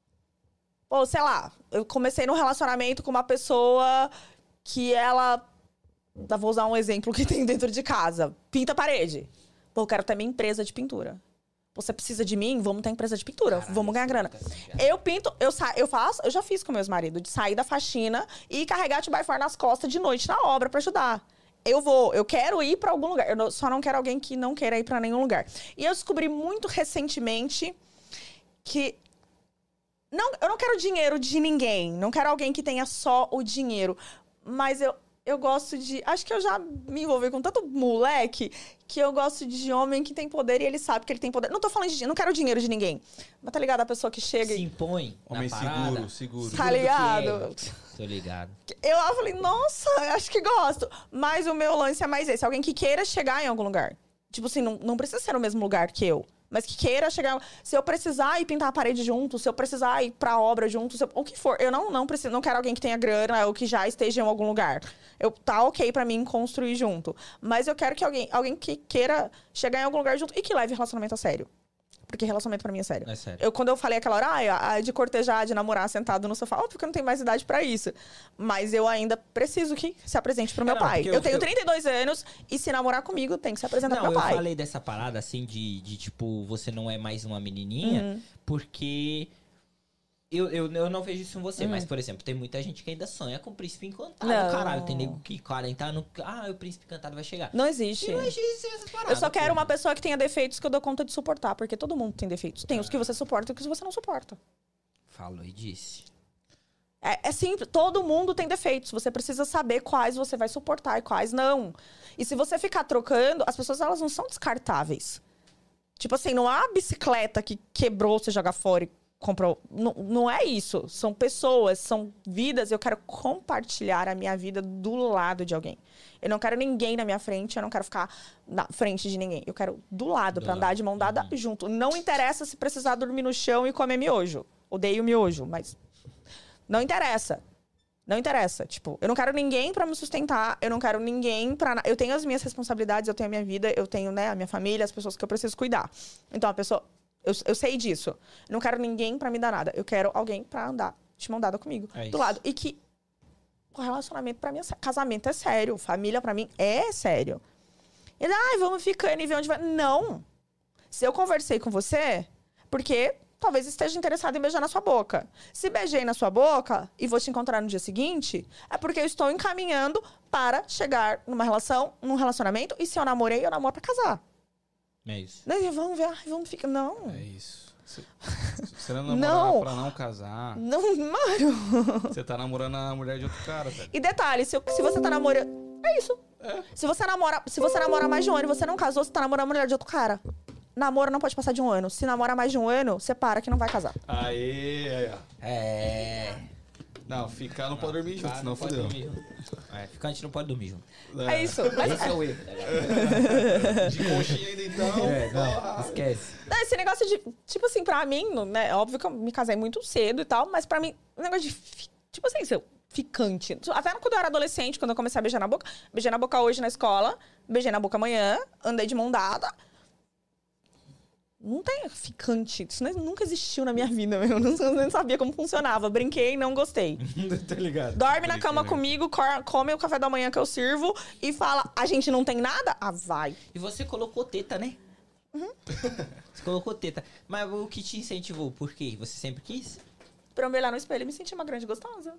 Pô, sei lá, eu comecei num relacionamento com uma pessoa que ela... Vou usar um exemplo que tem dentro de casa. Pinta a parede. Pô, eu quero ter minha empresa de pintura. Você precisa de mim? Vamos ter empresa de pintura. Caralho, vamos ganhar isso grana. é muito assim, já. Eu pinto, eu, sa eu faço, eu já fiz com meus maridos, de sair da faxina e carregar de by four nas costas de noite na obra pra ajudar. Eu vou, eu quero ir pra algum lugar. Eu não- só não quero alguém que não queira ir pra nenhum lugar. E eu descobri muito recentemente que não, eu não quero dinheiro de ninguém. Não quero alguém que tenha só o dinheiro. Mas eu, eu gosto de... Acho que eu já me envolvi com tanto moleque que eu gosto de homem que tem poder e ele sabe que ele tem poder. Não tô falando de dinheiro, não quero dinheiro de ninguém. Mas tá ligado? A pessoa que chega Se e... impõe Homem na parada. seguro, seguro. Tá do que ligado? é. Tô ligado. Eu lá falei, nossa, acho que gosto. Mas o meu lance é mais esse. Alguém que queira chegar em algum lugar. Tipo assim, não, não precisa ser no mesmo lugar que eu. Mas que queira chegar... Se eu precisar ir pintar a parede junto, se eu precisar ir pra obra junto, se eu- o que for. Eu não, não preciso, não quero alguém que tenha grana ou que já esteja em algum lugar. Eu, tá ok pra mim construir junto. Mas eu quero que alguém, alguém que queira chegar em algum lugar junto e que leve relacionamento a sério. Porque relacionamento pra mim é sério. É sério. Eu, quando eu falei aquela hora, ah, a de cortejar, de namorar sentado no sofá, óbvio porque eu não tenho mais idade pra isso. Mas eu ainda preciso que se apresente pro meu É, não, pai. porque Eu, eu- tenho eu- trinta e dois anos e se namorar comigo, tem que se apresentar Não, pro meu eu pai. falei dessa parada, assim, de, de, tipo, você não é mais uma menininha, Uhum. porque... Eu, eu, eu não vejo isso em você, Uhum. mas, por exemplo, tem muita gente que ainda sonha com o príncipe encantado. Não. Caralho, tem nego que quarenta anos... Ah, o príncipe encantado vai chegar. Não existe. E não existe essa parada. Eu só quero pô. uma pessoa que tenha defeitos que eu dou conta de suportar, porque todo mundo tem defeitos. Tem os que você suporta e os que você não suporta. Falou e disse. É, é simples, todo mundo tem defeitos. Você precisa saber quais você vai suportar e quais não. E se você ficar trocando, as pessoas elas não são descartáveis. Tipo assim, não há uma bicicleta que quebrou, você joga fora e comprou. Não, não é isso. São pessoas, são vidas. Eu quero compartilhar a minha vida do lado de alguém. Eu não quero ninguém na minha frente, eu não quero ficar na frente de ninguém. Eu quero do lado, do pra lado. Andar de mão dada uhum. junto. Não interessa se precisar dormir no chão e comer miojo. Odeio miojo, mas... Não interessa. Não interessa. Tipo, eu não quero ninguém pra me sustentar. Eu não quero ninguém pra... Eu tenho as minhas responsabilidades, eu tenho a minha vida, eu tenho, né, a minha família, as pessoas que eu preciso cuidar. Então, a pessoa... Eu, eu sei disso. Eu não quero ninguém pra me dar nada. Eu quero alguém pra andar de mão dada comigo. É do lado. E que... O relacionamento pra mim é sério. Casamento é sério. Família pra mim é sério. Ele, ai, vamos ficando e ver onde vai... Não. Se eu conversei com você, porque... Talvez esteja interessado em beijar na sua boca. Se beijei na sua boca e vou te encontrar no dia seguinte, é porque eu estou encaminhando para chegar numa relação, num relacionamento. E se eu namorei, eu namoro pra casar. É isso. Daí, vamos ver, ai, vamos ficar... Não. É isso. Você não namora não. pra não casar. Não, mano. Você tá namorando a mulher de outro cara, velho. E detalhe, se, se você tá namorando... É isso. É. Se você namora, se você namora mais de um ano e você não casou, você tá namorando a mulher de outro cara. Namoro não pode passar de um ano. Se namora mais de um ano, separa que não vai casar. Aê, aí, ó. É... Não, ficar não, não pode dormir junto, senão fodeu. É, ficar a gente não pode dormir junto. É, é isso. Mas... Esse é o erro. De conchinha ainda então. É, não, esquece. Não, esse negócio de... Tipo assim, pra mim, né? É óbvio que eu me casei muito cedo e tal, mas pra mim, o negócio de... Tipo assim, seu ficante. Até quando eu era adolescente, quando eu comecei a beijar na boca. Beijei na boca hoje na escola. Beijei na boca amanhã. Andei de mão dada. Não tem ficante. Isso nunca existiu na minha vida. Eu não, nem sabia como funcionava. Brinquei e não gostei. Tá ligado. Dorme na cama comigo, come o café da manhã que eu sirvo e fala, a gente não tem nada? Ah, vai. E você colocou teta, né? Uhum. Você colocou teta. Mas o que te incentivou? Por quê? Você sempre quis? Pra eu me olhar no espelho e me sentir uma grande gostosa.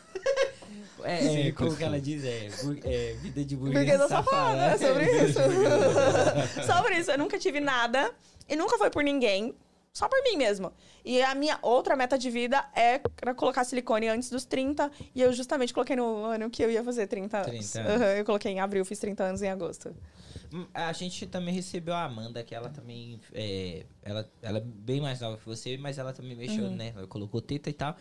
É, Sim, é como que ela diz? É, é vida de burguesa, burguesa safada. É sobre isso. Sobre isso. Eu nunca tive nada. E nunca foi por ninguém. Só por mim mesmo. E a minha outra meta de vida é colocar silicone antes dos trinta. E eu justamente coloquei no ano que eu ia fazer trinta anos. trinta anos. Uhum, eu coloquei em abril, fiz trinta anos em agosto. A gente também recebeu a Amanda, que ela também... É, ela, ela é bem mais nova que você, mas ela também mexeu, uhum. né? Ela colocou teta e tal.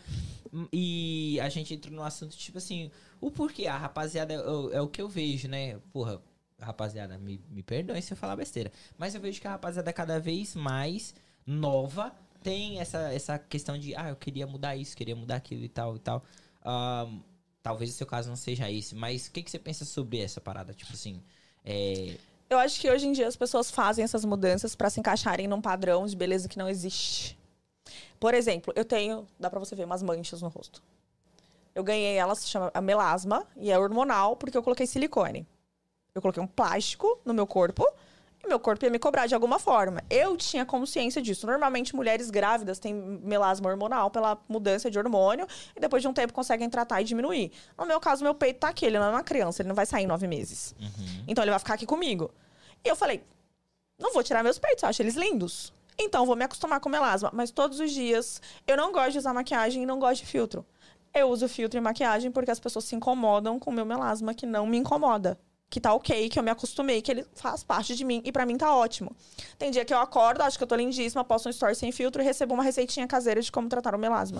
E a gente entrou no assunto, tipo assim... O porquê? A rapaziada é, é, é o que eu vejo, né? Porra... Rapaziada, me, me perdoem se eu falar besteira. Mas eu vejo que a rapaziada cada vez mais nova tem essa, essa questão de... Ah, eu queria mudar isso, queria mudar aquilo e tal e tal. Um, talvez o seu caso não seja esse. Mas o que, que você pensa sobre essa parada? Tipo assim... É... Eu acho que hoje em dia as pessoas fazem essas mudanças pra se encaixarem num padrão de beleza que não existe. Por exemplo, eu tenho... Dá pra você ver umas manchas no rosto. Eu ganhei ela, se chama a melasma. E é hormonal porque eu coloquei silicone. Eu coloquei um plástico no meu corpo e meu corpo ia me cobrar de alguma forma. Eu tinha consciência disso. Normalmente, mulheres grávidas têm melasma hormonal pela mudança de hormônio e depois de um tempo conseguem tratar e diminuir. No meu caso, meu peito tá aqui. Ele não é uma criança, ele não vai sair em nove meses. Uhum. Então, ele vai ficar aqui comigo. E eu falei, não vou tirar meus peitos, eu acho eles lindos. Então, vou me acostumar com melasma. Mas todos os dias, eu não gosto de usar maquiagem e não gosto de filtro. Eu uso filtro e maquiagem porque as pessoas se incomodam com o meu melasma, que não me incomoda. Que tá ok, que eu me acostumei, que ele faz parte de mim. E pra mim tá ótimo. Tem dia que eu acordo, acho que eu tô lindíssima, posto um story sem filtro e recebo uma receitinha caseira de como tratar o melasma.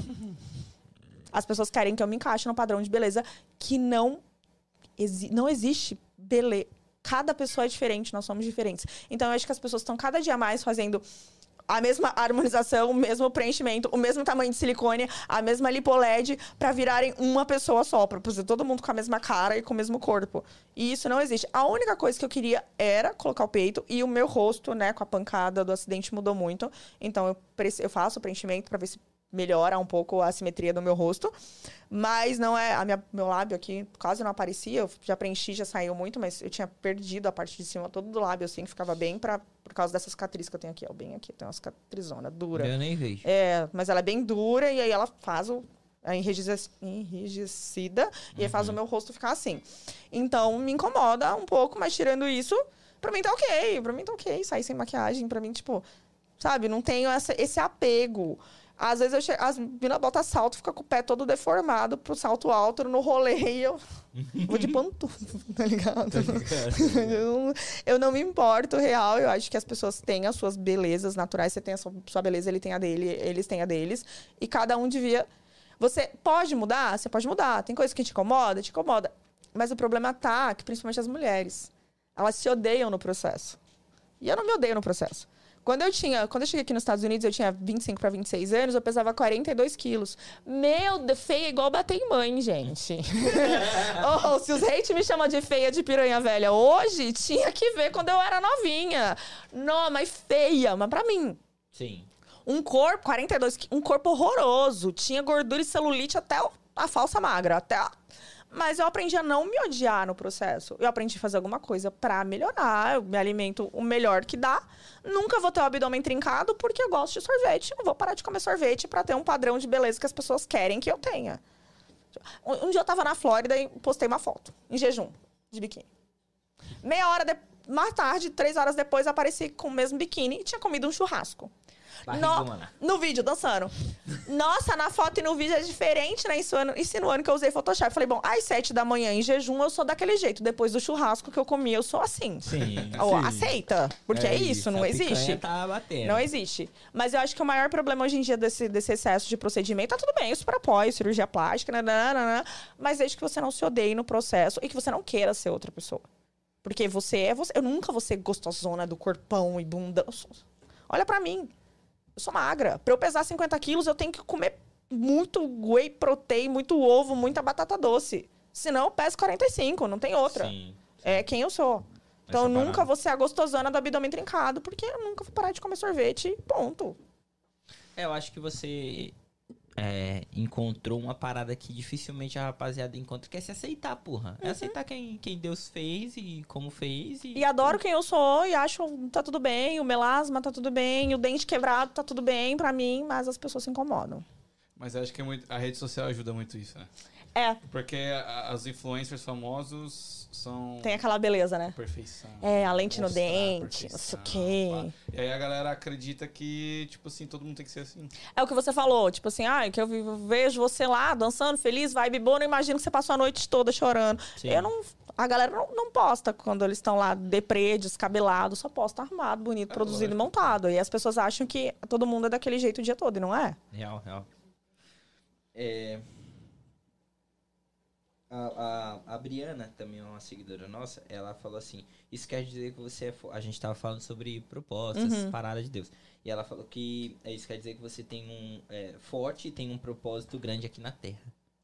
As pessoas querem que eu me encaixe no padrão de beleza que não, exi- não existe beleza. Cada pessoa é diferente, nós somos diferentes. Então eu acho que as pessoas estão cada dia mais fazendo... a mesma harmonização, o mesmo preenchimento, o mesmo tamanho de silicone, a mesma lipoled, pra virarem uma pessoa só, pra fazer todo mundo com a mesma cara e com o mesmo corpo. E isso não existe. A única coisa que eu queria era colocar o peito e o meu rosto, né, com a pancada do acidente mudou muito. Então eu, eu faço o preenchimento pra ver se melhora um pouco a simetria do meu rosto. Mas não é... A minha, meu lábio aqui quase não aparecia. Eu já preenchi, já saiu muito, mas eu tinha perdido a parte de cima todo do lábio, assim, que ficava bem pra, por causa dessa cicatriz que eu tenho aqui, ó. Bem aqui, tem uma cicatrizona dura. Eu nem vejo. É, mas ela é bem dura e aí ela faz o... A enrijece- enrijecida. Uhum. E aí faz o meu rosto ficar assim. Então, me incomoda um pouco, mas tirando isso, pra mim tá ok. Pra mim tá ok. Sair sem maquiagem, pra mim, tipo... Sabe, não tenho essa, esse apego... Às vezes eu chego, as meninas botam salto, fica com o pé todo deformado pro salto alto no rolê e eu vou de pantufa, tá ligado? Tá ligado. eu, não, eu não me importo, real. Eu acho que as pessoas têm as suas belezas naturais. Você tem a sua, sua beleza, ele tem a dele, eles têm a deles. E cada um devia... Você pode mudar? Você pode mudar. Tem coisa que te incomoda? Te incomoda. Mas o problema tá que, principalmente as mulheres, elas se odeiam no processo. E eu não me odeio no processo. Quando eu tinha, quando eu cheguei aqui nos Estados Unidos, eu tinha vinte e cinco para vinte e seis anos, eu pesava quarenta e dois quilos. Meu, feia é igual bater em mãe, gente. oh, se os haters me chamam de feia de piranha velha hoje, tinha que ver quando eu era novinha. Não, mas feia, mas pra mim. Sim. Um corpo, quarenta e dois, um corpo horroroso. Tinha gordura e celulite até a falsa magra, até a... Mas eu aprendi a não me odiar no processo. Eu aprendi a fazer alguma coisa pra melhorar. Eu me alimento o melhor que dá. Nunca vou ter o abdômen trincado porque eu gosto de sorvete. Não vou parar de comer sorvete pra ter um padrão de beleza que as pessoas querem que eu tenha. Um dia eu tava na Flórida e postei uma foto, em jejum, de biquíni. Meia hora, de... mais tarde, três horas depois, apareci com o mesmo biquíni e tinha comido um churrasco. No, no vídeo, dançando. Nossa, na foto e no vídeo é diferente, né? Insinuando, insinuando que eu usei Photoshop. Falei, bom, às sete da manhã em jejum eu sou daquele jeito. Depois do churrasco que eu comi, eu sou assim. Sim. Oh, sim. Aceita. Porque é, é isso, isso, não existe. Tá batendo. Não existe. Mas eu acho que o maior problema hoje em dia desse, desse excesso de procedimento, tá tudo bem, eu super apoio, cirurgia plástica, nananana, mas desde que você não se odeie no processo e que você não queira ser outra pessoa. Porque você é você. Eu nunca vou ser gostosona do corpão e bunda. Olha pra mim. Eu sou magra. Pra eu pesar cinquenta quilos, eu tenho que comer muito whey protein, muito ovo, muita batata doce. Senão eu peso quarenta e cinco, não tem outra. Sim, sim. É quem eu sou. Então eu nunca vou ser a gostosana do abdômen trincado, porque eu nunca vou parar de comer sorvete, ponto. É, eu acho que você é, encontrou uma parada que dificilmente a rapaziada encontra, que é se aceitar, porra. É uhum. aceitar quem, quem Deus fez e como fez. E... e adoro quem eu sou e acho tá tudo bem, o melasma tá tudo bem, o dente quebrado tá tudo bem pra mim, mas as pessoas se incomodam. Mas eu acho que é muito, a rede social ajuda muito isso, né? É. Porque a, as influencers famosos são... tem aquela beleza, né? Perfeição. É, a lente no dente, não sei o quê. E aí a galera acredita que, tipo assim, todo mundo tem que ser assim. É o que você falou, tipo assim, ah, que eu vejo você lá dançando, feliz, vibe boa, não imagino que você passou a noite toda chorando. Sim. Eu não... A galera não, não posta quando eles estão lá deprê, descabelado, só posta armado, bonito, é, produzido e montado. E as pessoas acham que todo mundo é daquele jeito o dia todo, e não é? Real, real. É... A, a, a Briana, também é uma seguidora nossa, ela falou assim, isso quer dizer que você é... Fo... A gente tava falando sobre propostas, uhum. paradas de Deus. E ela falou que isso quer dizer que você tem um... É, forte e tem um propósito grande aqui na Terra.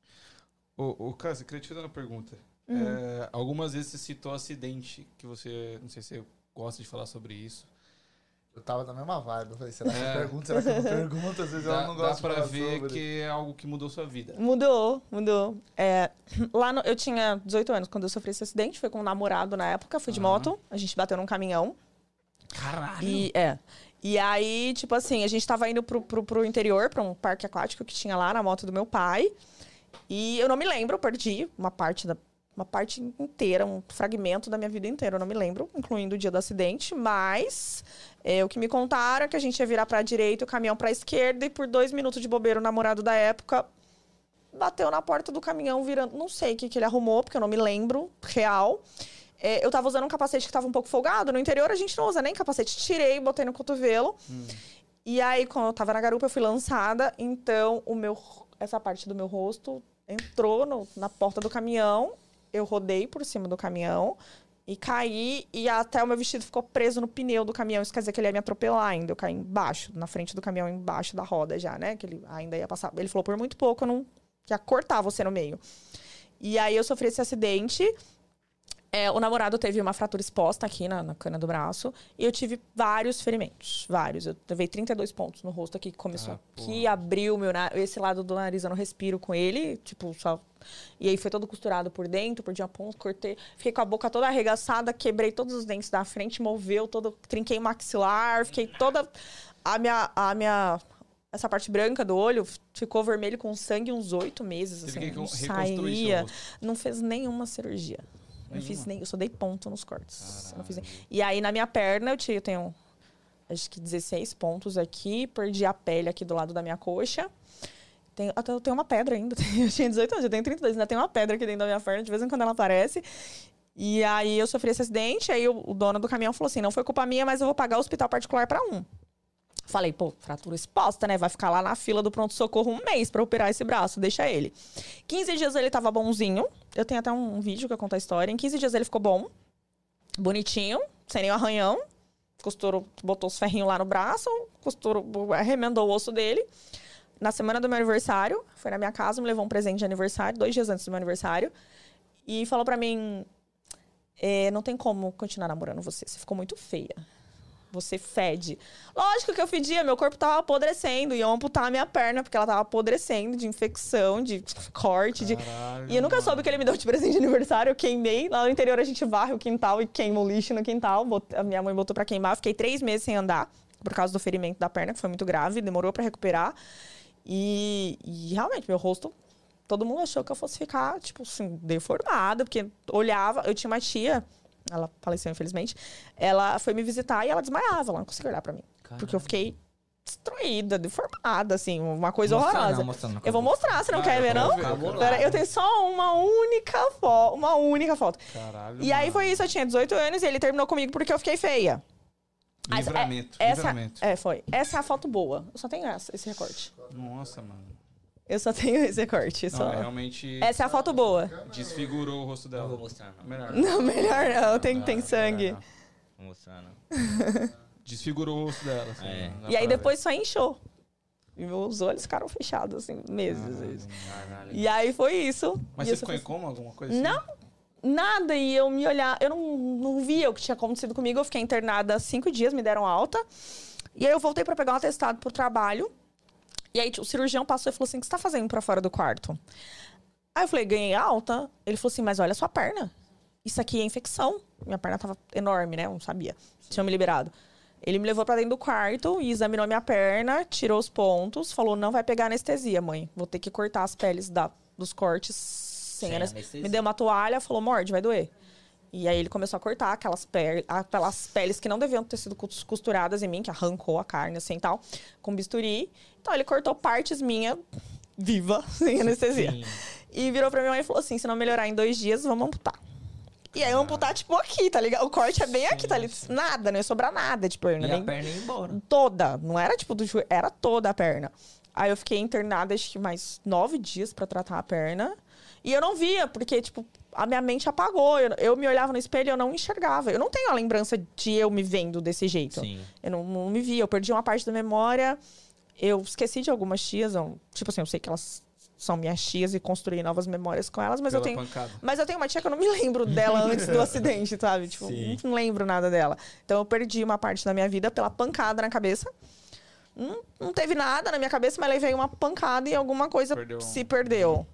Ô, ô Cássio, eu queria te fazer uma pergunta. Uhum. É, algumas vezes você citou acidente, que você... Não sei se você gosta de falar sobre isso. Eu tava na mesma vibe. Eu falei, será que é. eu pergunto? Será que eu não pergunto? Às vezes dá, ela não gosta de falar sobre. Dá pra ver que é algo que mudou sua vida. Mudou, mudou. É, lá no, eu tinha dezoito anos quando eu sofri esse acidente. Foi com um namorado na época. Fui de uhum. moto. A gente bateu num caminhão. Caralho! E, é. E aí, tipo assim, a gente tava indo pro, pro, pro interior, pra um parque aquático que tinha lá na moto do meu pai. E eu não me lembro, eu perdi uma parte da... Uma parte inteira, um fragmento da minha vida inteira. Eu não me lembro, incluindo o dia do acidente. Mas é, o que me contaram é que a gente ia virar pra direita e o caminhão pra esquerda. E por dois minutos de bobeira, o namorado da época bateu na porta do caminhão virando... Não sei o que, que ele arrumou, porque eu não me lembro, real. É, eu tava usando um capacete que tava um pouco folgado. No interior a gente não usa nem capacete. Tirei, botei no cotovelo. Hum. E aí, quando eu tava na garupa, eu fui lançada. Então, o meu, essa parte do meu rosto entrou no, na porta do caminhão. Eu rodei por cima do caminhão e caí, e até o meu vestido ficou preso no pneu do caminhão. Isso quer dizer que ele ia me atropelar ainda. Eu caí embaixo, na frente do caminhão, embaixo da roda já, né? Que ele ainda ia passar. Ele falou, por muito pouco, eu não... que ia cortar você no meio. E aí eu sofri esse acidente. É, o namorado teve uma fratura exposta aqui na, na cana do braço. E eu tive vários ferimentos. Vários. Eu levei trinta e dois pontos no rosto aqui, que começou ah, aqui, abriu meu nariz. Esse lado do nariz eu não respiro com ele. Tipo, só... E aí foi todo costurado por dentro, perdi a ponta, cortei. Fiquei com a boca toda arregaçada, quebrei todos os dentes da frente, moveu todo... Trinquei o maxilar, fiquei toda... A minha... A minha... Essa parte branca do olho ficou vermelho com sangue uns oito meses, assim. Não saía. Não fez nenhuma cirurgia. Não fiz nem, eu só dei ponto nos cortes. Não fiz nem. E aí, na minha perna, eu, tinha, eu tenho... acho que dezesseis pontos aqui. Perdi a pele aqui do lado da minha coxa. Tem, até eu tenho uma pedra ainda. Eu tinha dezoito anos, eu tenho trinta e dois. Ainda tem uma pedra aqui dentro da minha perna. De vez em quando ela aparece. E aí eu sofri esse acidente. Aí o, o dono do caminhão falou assim, não foi culpa minha, mas eu vou pagar o hospital particular para um. Falei, pô, fratura exposta, né? Vai ficar lá na fila do pronto-socorro um mês pra operar esse braço, deixa ele. quinze dias ele tava bonzinho. Eu tenho até um, um vídeo que eu conto a história. Em quinze dias ele ficou bom, bonitinho, sem nenhum arranhão. Costurou, botou os ferrinhos lá no braço, costurou, remendou o osso dele. Na semana do meu aniversário, foi na minha casa, me levou um presente de aniversário, dois dias antes do meu aniversário. E falou pra mim, é, não tem como continuar namorando você, você ficou muito feia. Você fede. Lógico que eu fedia, meu corpo tava apodrecendo. Iam amputar a minha perna, porque ela tava apodrecendo de infecção, de corte. Caralho, de... E eu nunca mano. soube o que ele me deu de presente de aniversário. Eu queimei. Lá no interior a gente varre o quintal e queima o lixo no quintal. A minha mãe botou pra queimar. Fiquei três meses sem andar, por causa do ferimento da perna, que foi muito grave. Demorou pra recuperar. E, e realmente, meu rosto... Todo mundo achou que eu fosse ficar, tipo assim, deformada. Porque olhava... Eu tinha uma tia... Ela faleceu, infelizmente. Ela foi me visitar e ela desmaiava. Ela não conseguia olhar pra mim. Caramba. Porque eu fiquei destruída, deformada, assim. Uma coisa mostrar, horrorosa. Não, mostrar, não, eu vou mostrar, você não ah, quer ver, não? Ver, Pera, eu tenho só uma única foto. Uma única foto. Caralho, e mano. Aí foi isso. Eu tinha dezoito anos e ele terminou comigo porque eu fiquei feia. Livramento. Essa, livramento. É, foi. Essa é a foto boa. Eu só tenho essa, esse recorte. Nossa, mano. Eu só tenho esse recorte. Não, só... realmente... Essa é a foto boa. Desfigurou o rosto dela. Não vou mostrar, não. Melhor não. Não, melhor não. Tem, não, tem sangue. Não vou mostrar, não. Desfigurou o rosto dela. Assim, é. E aí depois só inchou. E meus olhos ficaram fechados, assim, meses. vezes. E aí foi isso. Mas você ficou em coma, alguma coisa assim? Não, nada. E eu me olhar... Eu não, não via o que tinha acontecido comigo. Eu fiquei internada cinco dias, me deram alta. E aí eu voltei pra pegar um atestado pro trabalho. E aí o cirurgião passou e falou assim, o que você tá fazendo pra fora do quarto? Aí eu falei, ganhei alta. Ele falou assim, mas olha a sua perna. Isso aqui é infecção. Minha perna tava enorme, né? Eu não sabia. Sim. Tinha me liberado. Ele me levou pra dentro do quarto e examinou minha perna, tirou os pontos, falou, não vai pegar anestesia, mãe. Vou ter que cortar as peles da, dos cortes sem, sem anestesia. anestesia. Me deu uma toalha, falou, morde, vai doer. E aí ele começou a cortar aquelas, per... aquelas peles que não deviam ter sido costuradas em mim, que arrancou a carne assim e tal, com bisturi. Então ele cortou partes minhas viva, sem anestesia. Sim. E virou pra minha mãe e falou assim, se não melhorar em dois dias, vamos amputar. E aí eu amputar, tipo, aqui, tá ligado? O corte é bem sim, aqui, tá ligado? Nada, não ia sobrar nada de perna. E nem... a perna ia embora. Toda. Não era tipo do joelho, era toda a perna. Aí eu fiquei internada, acho que mais nove dias pra tratar a perna. E eu não via, porque, tipo, a minha mente apagou. Eu, eu me olhava no espelho e eu não enxergava. Eu não tenho a lembrança de eu me vendo desse jeito. Sim. Eu não, não me via. Eu perdi uma parte da memória. Eu esqueci de algumas tias. Eu, tipo assim, eu sei que elas são minhas tias e construí novas memórias com elas. Mas eu tenho pancada. Mas eu tenho uma tia que eu não me lembro dela antes do acidente, sabe? Tipo, Sim. não lembro nada dela. Então eu perdi uma parte da minha vida pela pancada na cabeça. Não, não teve nada na minha cabeça, mas levei uma pancada e alguma coisa perdeu. se perdeu.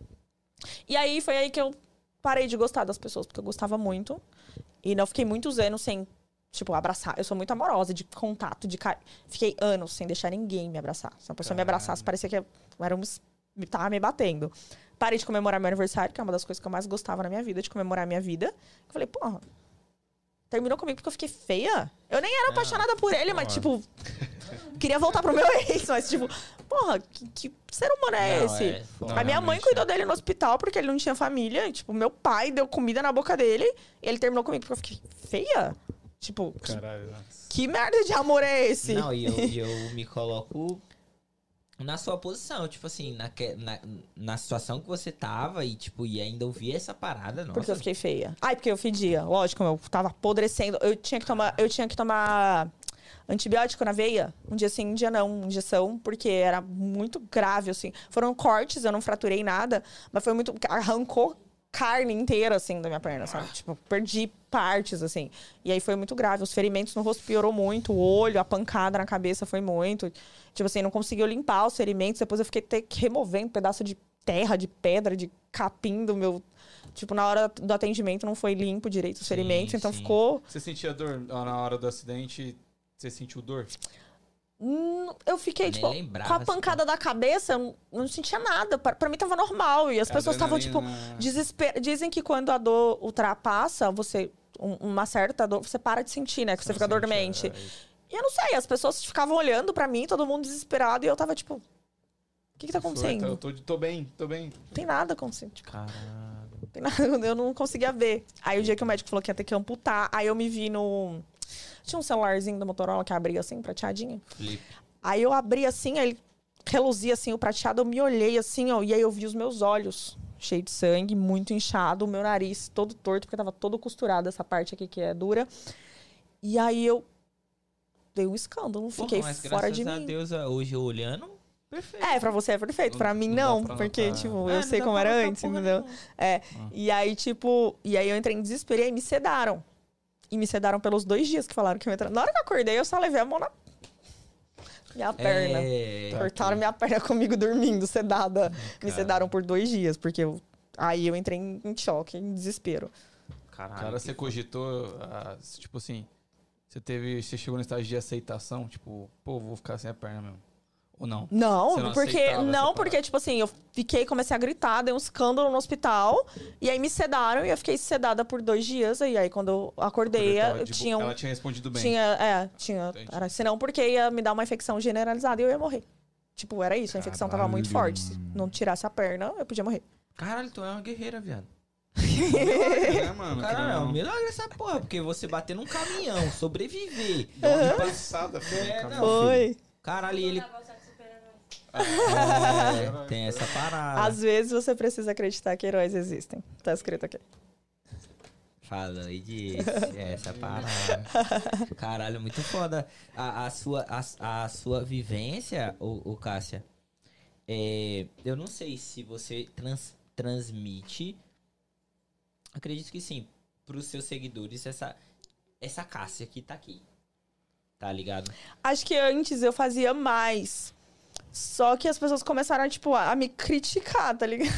E aí foi aí que eu parei de gostar das pessoas, porque eu gostava muito. E não fiquei muitos anos sem, tipo, abraçar. Eu sou muito amorosa, de contato, de carinho. Fiquei anos sem deixar ninguém me abraçar. Se uma pessoa Caramba. me abraçasse, parecia que era um, tava me batendo. Parei de comemorar meu aniversário, que é uma das coisas que eu mais gostava na minha vida, de comemorar a minha vida. Eu falei, porra, terminou comigo porque eu fiquei feia? Eu nem era apaixonada por ele, mas, tipo... Queria voltar pro meu ex, mas, tipo... Porra, que, que ser humano é não, esse? É, não, a minha mãe cuidou dele no hospital porque ele não tinha família. E, tipo, meu pai deu comida na boca dele. E ele terminou comigo porque eu fiquei feia. Tipo, Caralho, que, que merda de amor é esse? Não, e eu, eu me coloco na sua posição. Tipo assim, na, na, na situação que você tava e, tipo, e ainda ouvir essa parada, nossa. Porque eu fiquei feia. Ai, porque eu fedia. Lógico, eu tava apodrecendo. Eu tinha que tomar... Eu tinha que tomar... antibiótico na veia, um dia sim, um dia não, injeção, porque era muito grave, assim. Foram cortes, eu não fraturei nada, mas foi muito... Arrancou carne inteira, assim, da minha perna, sabe? Tipo, perdi partes, assim. E aí foi muito grave. Os ferimentos no rosto piorou muito, o olho, a pancada na cabeça foi muito. Tipo assim, não conseguiu limpar os ferimentos. Depois eu fiquei até removendo um pedaço de terra, de pedra, de capim do meu... Tipo, na hora do atendimento não foi limpo direito os sim, ferimentos, então sim. ficou... Você sentia dor na hora do acidente... Você sentiu dor? Hum, eu fiquei, tipo, com a pancada da cabeça, eu não sentia nada. Pra, pra mim tava normal. E as pessoas estavam, tipo, desesper... Dizem que quando a dor ultrapassa, você... Um, uma certa dor, você para de sentir, né? Que você não fica dormente. É... E eu não sei, as pessoas ficavam olhando pra mim, todo mundo desesperado, e eu tava tipo... O que que tá acontecendo? Eu tô, tô bem, tô bem. Não tem nada acontecendo. Tipo, Caralho. não tem nada, eu não conseguia ver. Aí o dia que o médico falou que ia ter que amputar, aí eu me vi no... Tinha um celularzinho da Motorola que abria assim, prateadinho. Flip. Aí eu abri assim, aí ele reluzia assim o prateado, eu me olhei assim, ó, e aí eu vi os meus olhos cheios de sangue, muito inchado, o meu nariz todo torto, porque tava todo costurado essa parte aqui que é dura. E aí eu dei um escândalo, Porra, fiquei mas fora de graças a mim. Deus, hoje olhando, perfeito. É, pra você é perfeito, pra mim Não não, dá pra porque, notar. tipo, É, eu não sei dá como pra era notar antes, porra entendeu? nenhuma. É, Ah. e aí, tipo, e aí eu entrei em desespero e aí me sedaram. E me sedaram pelos dois dias que falaram que eu ia entrar. Na hora que eu acordei, eu só levei a mão na minha perna. É, Cortaram minha perna comigo dormindo, sedada. Me cara. sedaram por dois dias, porque eu... aí eu entrei em em choque, em desespero. caralho. Cara, que você cogitou, ah, tipo assim, você teve, você chegou no estágio de aceitação, tipo, pô, vou ficar sem a perna mesmo. Ou não? Não, Você não porque aceitava essa não, parada? porque tipo assim, eu fiquei, comecei a gritar, dei um escândalo no hospital, e aí me sedaram e eu fiquei sedada por dois dias, e aí quando eu acordei, Quando eu tava eu de bo- tinha um, Ela tinha respondido bem. tinha, é, tinha, Entendi. era, senão porque ia me dar uma infecção generalizada e eu ia morrer. Tipo, era isso, a infecção tava muito Caralho. forte. Se não tirasse a perna, eu podia morrer. Caralho, tu é uma guerreira, viado. né, mano? Caralho, é um Não. milagre essa porra, porque você bater num caminhão, sobreviver. Dá uma passada, filho. É, Calma, não. Foi. Caralho, e ele... negócio de super-herói. É, tem essa parada. Às vezes você precisa acreditar que heróis existem. Tá escrito aqui. Falou e disse, essa parada. Caralho, muito foda. A, a, sua, a, a sua vivência, o, o Cássia, é, eu não sei se você trans, transmite, acredito que sim, pros seus seguidores, essa, essa Cássia que tá aqui. Tá ligado? Acho que antes eu fazia mais. Só que as pessoas começaram, tipo, a me criticar, tá ligado?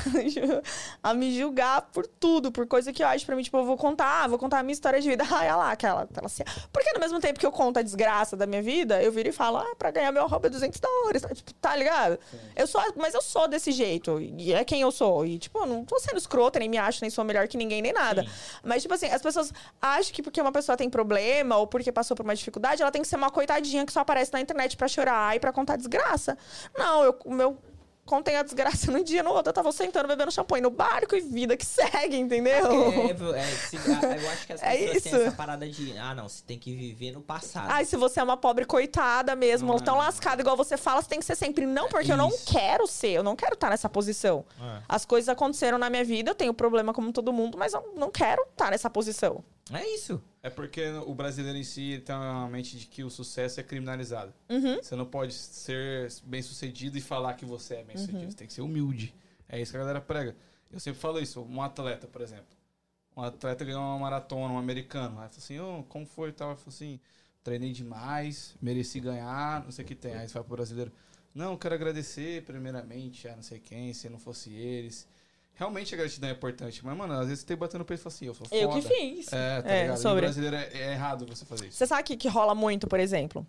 A me julgar por tudo, por coisa que eu acho pra mim, tipo, eu vou contar, vou contar a minha história de vida. Ah, olha lá, aquela, aquela assim. Porque no mesmo tempo que eu conto a desgraça da minha vida, eu viro e falo, ah, pra ganhar meu arroba é duzentos dólares, tá? Tipo, tá ligado? Eu sou, mas eu sou desse jeito, e é quem eu sou. E, tipo, eu não tô sendo escrota, nem me acho, nem sou melhor que ninguém, nem nada. Sim. Mas, tipo assim, as pessoas acham que porque uma pessoa tem problema ou porque passou por uma dificuldade, ela tem que ser uma coitadinha que só aparece na internet pra chorar e pra contar desgraça. Não, eu, o meu contém a desgraça num dia, no outro. Eu tava sentando, bebendo champanhe no barco e vida que segue, entendeu? É, é, se- a- eu acho que as É pessoas têm isso. essa parada de, ah, não, você tem que viver no passado. Ai, se você é uma pobre coitada mesmo, Não tão é. lascada igual você fala, você tem que ser sempre. Não, porque eu não Isso. quero ser, eu não quero estar nessa posição. É. As coisas aconteceram na minha vida, eu tenho problema como todo mundo, mas eu não quero estar nessa posição. É isso. É porque o brasileiro em si tem uma mente de que o sucesso é criminalizado. Uhum. Você não pode ser bem sucedido e falar que você é bem sucedido. Você tem que ser humilde. É isso que a galera prega. Eu sempre falo isso. Um atleta, por exemplo. Um atleta ganhou uma maratona, um americano. Aí falou assim, oh, como foi e tal? Ele falou assim, treinei demais, mereci ganhar, não sei o que tem. Aí você fala pro brasileiro, não, quero agradecer primeiramente a não sei quem, se não fosse eles. Realmente a gratidão é importante. Mas, mano, às vezes você tem que bater no peito e falar assim, eu sou foda. Eu que fiz. É, tá É, ligado? sobre. E o brasileiro é, é errado você fazer isso. Você sabe que, que rola muito, por exemplo?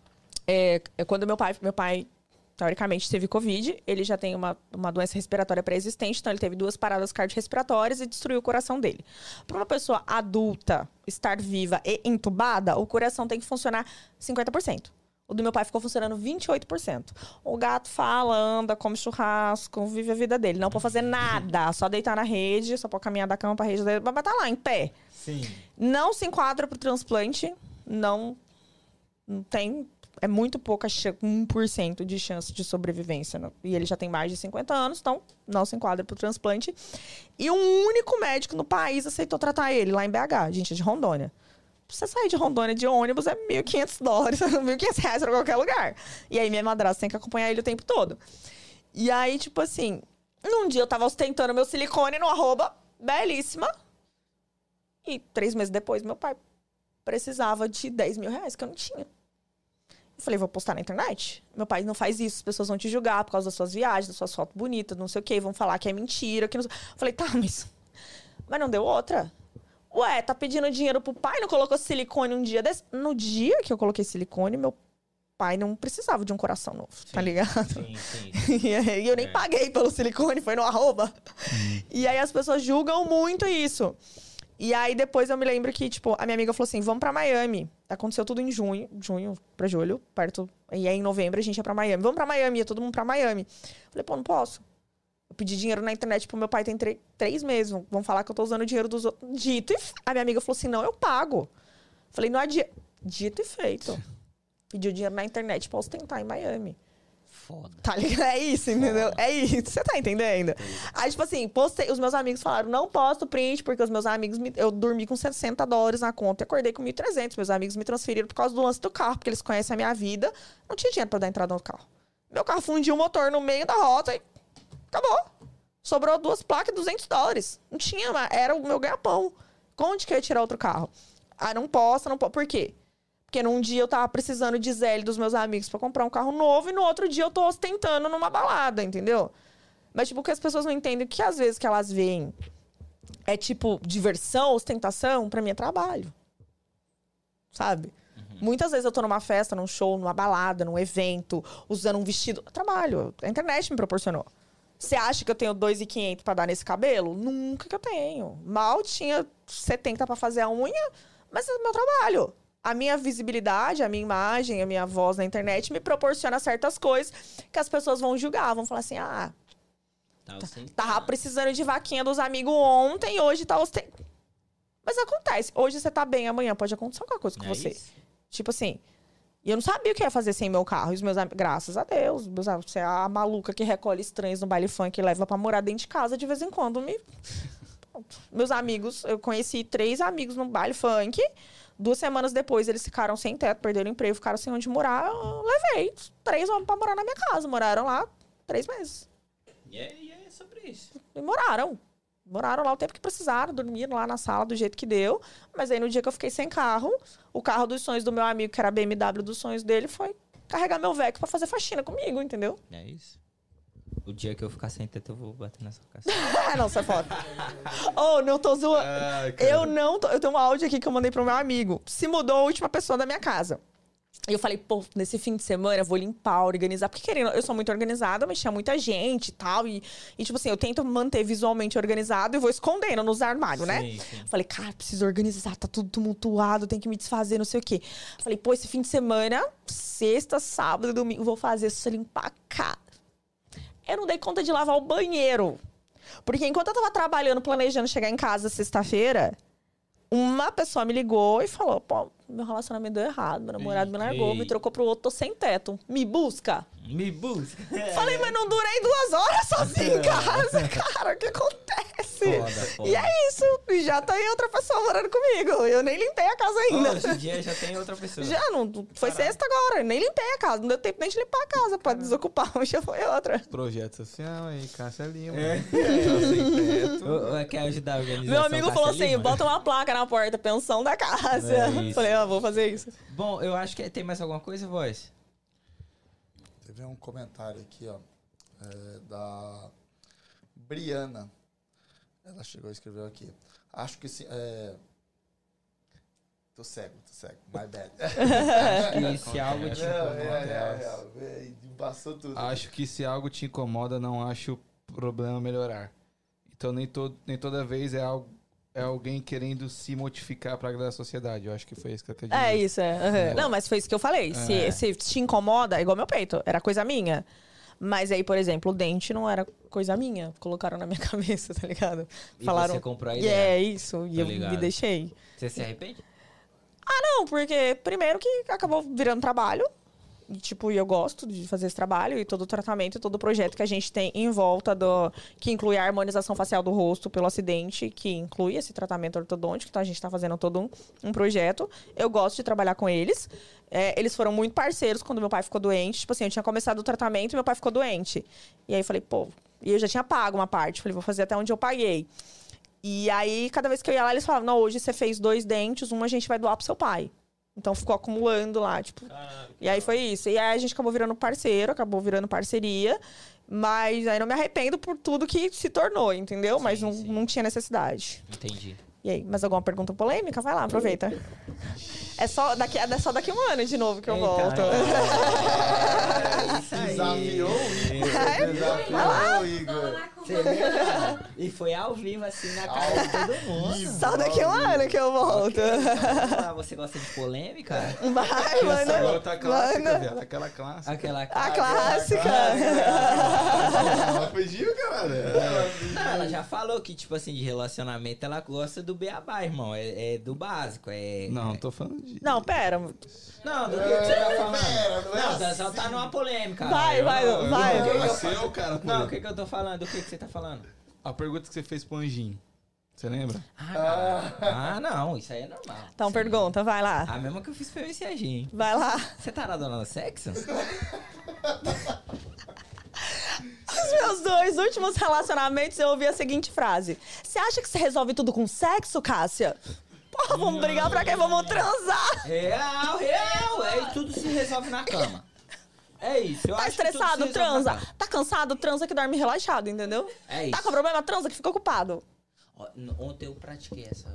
É, é quando meu pai, meu pai, teoricamente, teve Covid, ele já tem uma, uma doença respiratória pré-existente, então ele teve duas paradas cardiorrespiratórias e destruiu o coração dele. Para uma pessoa adulta estar viva e entubada, o coração tem que funcionar cinquenta por cento. O do meu pai ficou funcionando vinte e oito por cento. O gato fala, anda, come churrasco, vive a vida dele. Não pode fazer nada, só deitar na rede, só pode caminhar da cama pra rede dele, mas tá lá, em pé. Sim. Não se enquadra pro transplante, não, não tem, é muito pouca, chan- um por cento de chance de sobrevivência. Né? E ele já tem mais de cinquenta anos, então não se enquadra pro transplante. E um único médico no país aceitou tratar ele, lá em B H, gente, é de Rondônia. Pra você sair de Rondônia de ônibus é mil e quinhentos dólares, mil e quinhentos reais pra qualquer lugar. E aí minha madrasta tem que acompanhar ele o tempo todo. E aí, tipo assim, num dia eu tava ostentando meu silicone no arroba, belíssima. E três meses depois, meu pai precisava de dez mil reais, que eu não tinha. Eu falei, vou postar na internet? Meu pai, não faz isso, as pessoas vão te julgar por causa das suas viagens, das suas fotos bonitas, não sei o quê, vão falar que é mentira, que não sei... Eu falei, tá, mas... Mas não deu outra. Ué, tá pedindo dinheiro pro pai, não colocou silicone um dia desse? No dia que eu coloquei silicone, meu pai não precisava de um coração novo, tá ligado? Sim, sim. E aí eu nem É. paguei pelo silicone, foi no arroba. E aí as pessoas julgam muito isso. E aí, depois eu me lembro que, tipo, a minha amiga falou assim, vamos pra Miami. Aconteceu tudo em junho, junho pra julho, perto. E aí, em novembro, a gente ia pra Miami. Vamos pra Miami, ia todo mundo pra Miami. Falei, pô, não posso. Eu pedi dinheiro na internet pro meu pai tem três meses. Vão falar que eu tô usando o dinheiro dos outros. Dito e... A minha amiga falou assim, não, eu pago. Falei, não adianta. Dito e feito. Pediu dinheiro na internet pra ostentar em Miami. Foda. Tá ligado? É isso, entendeu? Foda. É isso. Você tá entendendo? É. Aí, tipo assim, postei, os meus amigos falaram, não posto print, porque os meus amigos... Me, eu dormi com sessenta dólares na conta e acordei com mil e trezentos. Meus amigos me transferiram por causa do lance do carro, porque eles conhecem a minha vida. Não tinha dinheiro pra dar entrada no carro. Meu carro fundiu o motor no meio da rota e acabou. Sobrou duas placas e duzentos dólares. Não tinha, era o meu ganha-pão. Onde que eu ia tirar outro carro? Ah, não posso, não posso. Por quê? Porque num dia eu tava precisando de Zé dos meus amigos pra comprar um carro novo e no outro dia eu tô ostentando numa balada, entendeu? Mas, tipo, o que as pessoas não entendem, que às vezes que elas veem é, tipo, diversão, ostentação, pra mim é trabalho. Sabe? Uhum. Muitas vezes eu tô numa festa, num show, numa balada, num evento, usando um vestido. Trabalho. A internet me proporcionou. Você acha que eu tenho dois mil e quinhentos pra dar nesse cabelo? Nunca que eu tenho. Mal tinha setenta pra fazer a unha, mas é o meu trabalho. A minha visibilidade, a minha imagem, a minha voz na internet me proporciona certas coisas que as pessoas vão julgar. Vão falar assim, ah, tá, tava precisando de vaquinha dos amigos ontem e hoje tá ostentando. Mas acontece. Hoje você tá bem, amanhã pode acontecer alguma coisa com é você. Isso? Tipo assim, e eu não sabia o que ia fazer sem meu carro. E os meus amigos, graças a Deus, meus, você é a maluca que recolhe estranhos no baile funk e leva pra morar dentro de casa de vez em quando. Me... Meus amigos, eu conheci três amigos no baile funk. Duas semanas depois, eles ficaram sem teto, perderam o emprego, ficaram sem onde morar. Eu levei três homens pra morar na minha casa. Moraram lá três meses. E é, e é sobre isso. E moraram. Moraram lá o tempo que precisaram, dormiram lá na sala do jeito que deu. Mas aí, no dia que eu fiquei sem carro, o carro dos sonhos do meu amigo, que era a B M W dos sonhos dele, foi carregar meu Vecchio pra fazer faxina comigo, entendeu? É isso. O dia que eu ficar sem teto, eu vou bater nessa casa. Não, sai fora. Oh, não tô zoando. Ah, eu não tô... Eu tenho um áudio aqui que eu mandei pro meu amigo. Se mudou a última pessoa da minha casa. E eu falei, pô, nesse fim de semana eu vou limpar, organizar. Porque, querendo, eu sou muito organizada, mas tinha muita gente e tal. E, e, tipo assim, eu tento manter visualmente organizado e vou escondendo nos armários, né? Sim, sim. Falei, cara, preciso organizar, tá tudo tumultuado, tem que me desfazer, não sei o quê. Falei, pô, esse fim de semana, sexta, sábado e domingo, vou fazer isso, limpar a casa. Eu não dei conta de lavar o banheiro. Porque enquanto eu tava trabalhando, planejando chegar em casa sexta-feira, uma pessoa me ligou e falou, pô, meu relacionamento deu errado, meu namorado me largou, me trocou pro outro, tô sem teto. Me busca. Me busca. Falei, mas não durei duas horas sozinha em casa, cara. O que acontece? Foda, foda. E é isso. Já tem outra pessoa morando comigo. Eu nem limpei a casa ainda. Oh, hoje em dia já tem outra pessoa. Já, não. Foi Caramba. Sexta agora. Nem limpei a casa. Não deu tempo nem de limpar a casa pra Caramba. Desocupar. Mas já foi outra. Projeto social aí, Cássia Lima. É. Sem teto. Quer ajudar a organização? Meu amigo Cássia falou Lima? assim, bota uma placa na porta, pensão da Cássia. É falei, ó, ah, vou fazer isso. Bom, eu acho que tem mais alguma coisa, voz? Teve um comentário aqui, ó, é, da Briana. Ela chegou e escreveu aqui. Acho que se... É... Tô cego, tô cego. My bad. Acho que se algo te incomoda... É, é, é, passou tudo. Acho que se algo te incomoda, não acho problema melhorar. Então nem, to, nem toda vez é algo... É alguém querendo se modificar pra agradar a sociedade. Eu acho que foi isso que eu acredito. É isso, é. Uhum. é. Não, mas foi isso que eu falei. Se, é. se te incomoda, é igual meu peito. Era coisa minha. Mas aí, por exemplo, o dente não era coisa minha. Colocaram na minha cabeça, tá ligado? E Falaram, você comprou a ideia. É, isso. E eu ligado. me deixei. Você se arrepende? Ah, não. Porque, primeiro que acabou virando trabalho. E, tipo, eu gosto de fazer esse trabalho e todo o tratamento e todo o projeto que a gente tem em volta do... Que inclui a harmonização facial do rosto pelo acidente, que inclui esse tratamento ortodôntico. Então, a gente tá fazendo todo um, um projeto. Eu gosto de trabalhar com eles. É, eles foram muito parceiros quando meu pai ficou doente. Tipo assim, eu tinha começado o tratamento e meu pai ficou doente. E aí, eu falei, pô... E eu já tinha pago uma parte. Falei, vou fazer até onde eu paguei. E aí, cada vez que eu ia lá, eles falavam, não, hoje você fez dois dentes, um a gente vai doar pro seu pai. Então, ficou acumulando lá, tipo... Caraca. E aí, foi isso. E aí, a gente acabou virando parceiro, acabou virando parceria. Mas aí, não me arrependo por tudo que se tornou, entendeu? Sim, mas não, não tinha necessidade. Entendi. E aí, mais alguma pergunta polêmica? Vai lá, aproveita. É só daqui, é só daqui um ano de novo que eu Eita, volto. É, desafiou o Igor. Desafiou o Igor. Você viu? E foi ao vivo, assim, na cara de todo mundo. Só daqui a um ano que eu volto. Ah, você gosta de polêmica? Vai, mano. Essa outra clássica, mano. velho. Aquela clássica. Aquela A clássica. Ela fugiu, cara. Não, ela já falou que, tipo assim, de relacionamento, ela gosta do beabá, irmão. É, é do básico, é... Não, tô falando de... Não, pera. Não, do que, que você tá falando? Não, Danzão tá numa polêmica. Vai, vai, Não, vai. não, vai. é seu, cara. Não, o que que eu tô falando? O que que você tá falando? A pergunta que você fez pro Anjinho. Você lembra? Ah, não. Ah, não, isso aí é normal. Então Sim. pergunta, vai lá. A mesma que eu fiz pra esse agente. Vai lá. Você tá na dona do sexo? Os meus dois últimos relacionamentos, eu ouvi a seguinte frase. Você acha que você resolve tudo com sexo, Cássia? Porra, vamos brigar pra quê? Vamos transar. Real, real. É, tudo se resolve na cama. É isso. Eu Tá acho que tudo se estressado? resolve na Transa. cama. Tá cansado? Transa que dorme relaxado, entendeu? É Tá isso. com problema? Transa que fica ocupado. Ó, n- Ontem eu pratiquei essa.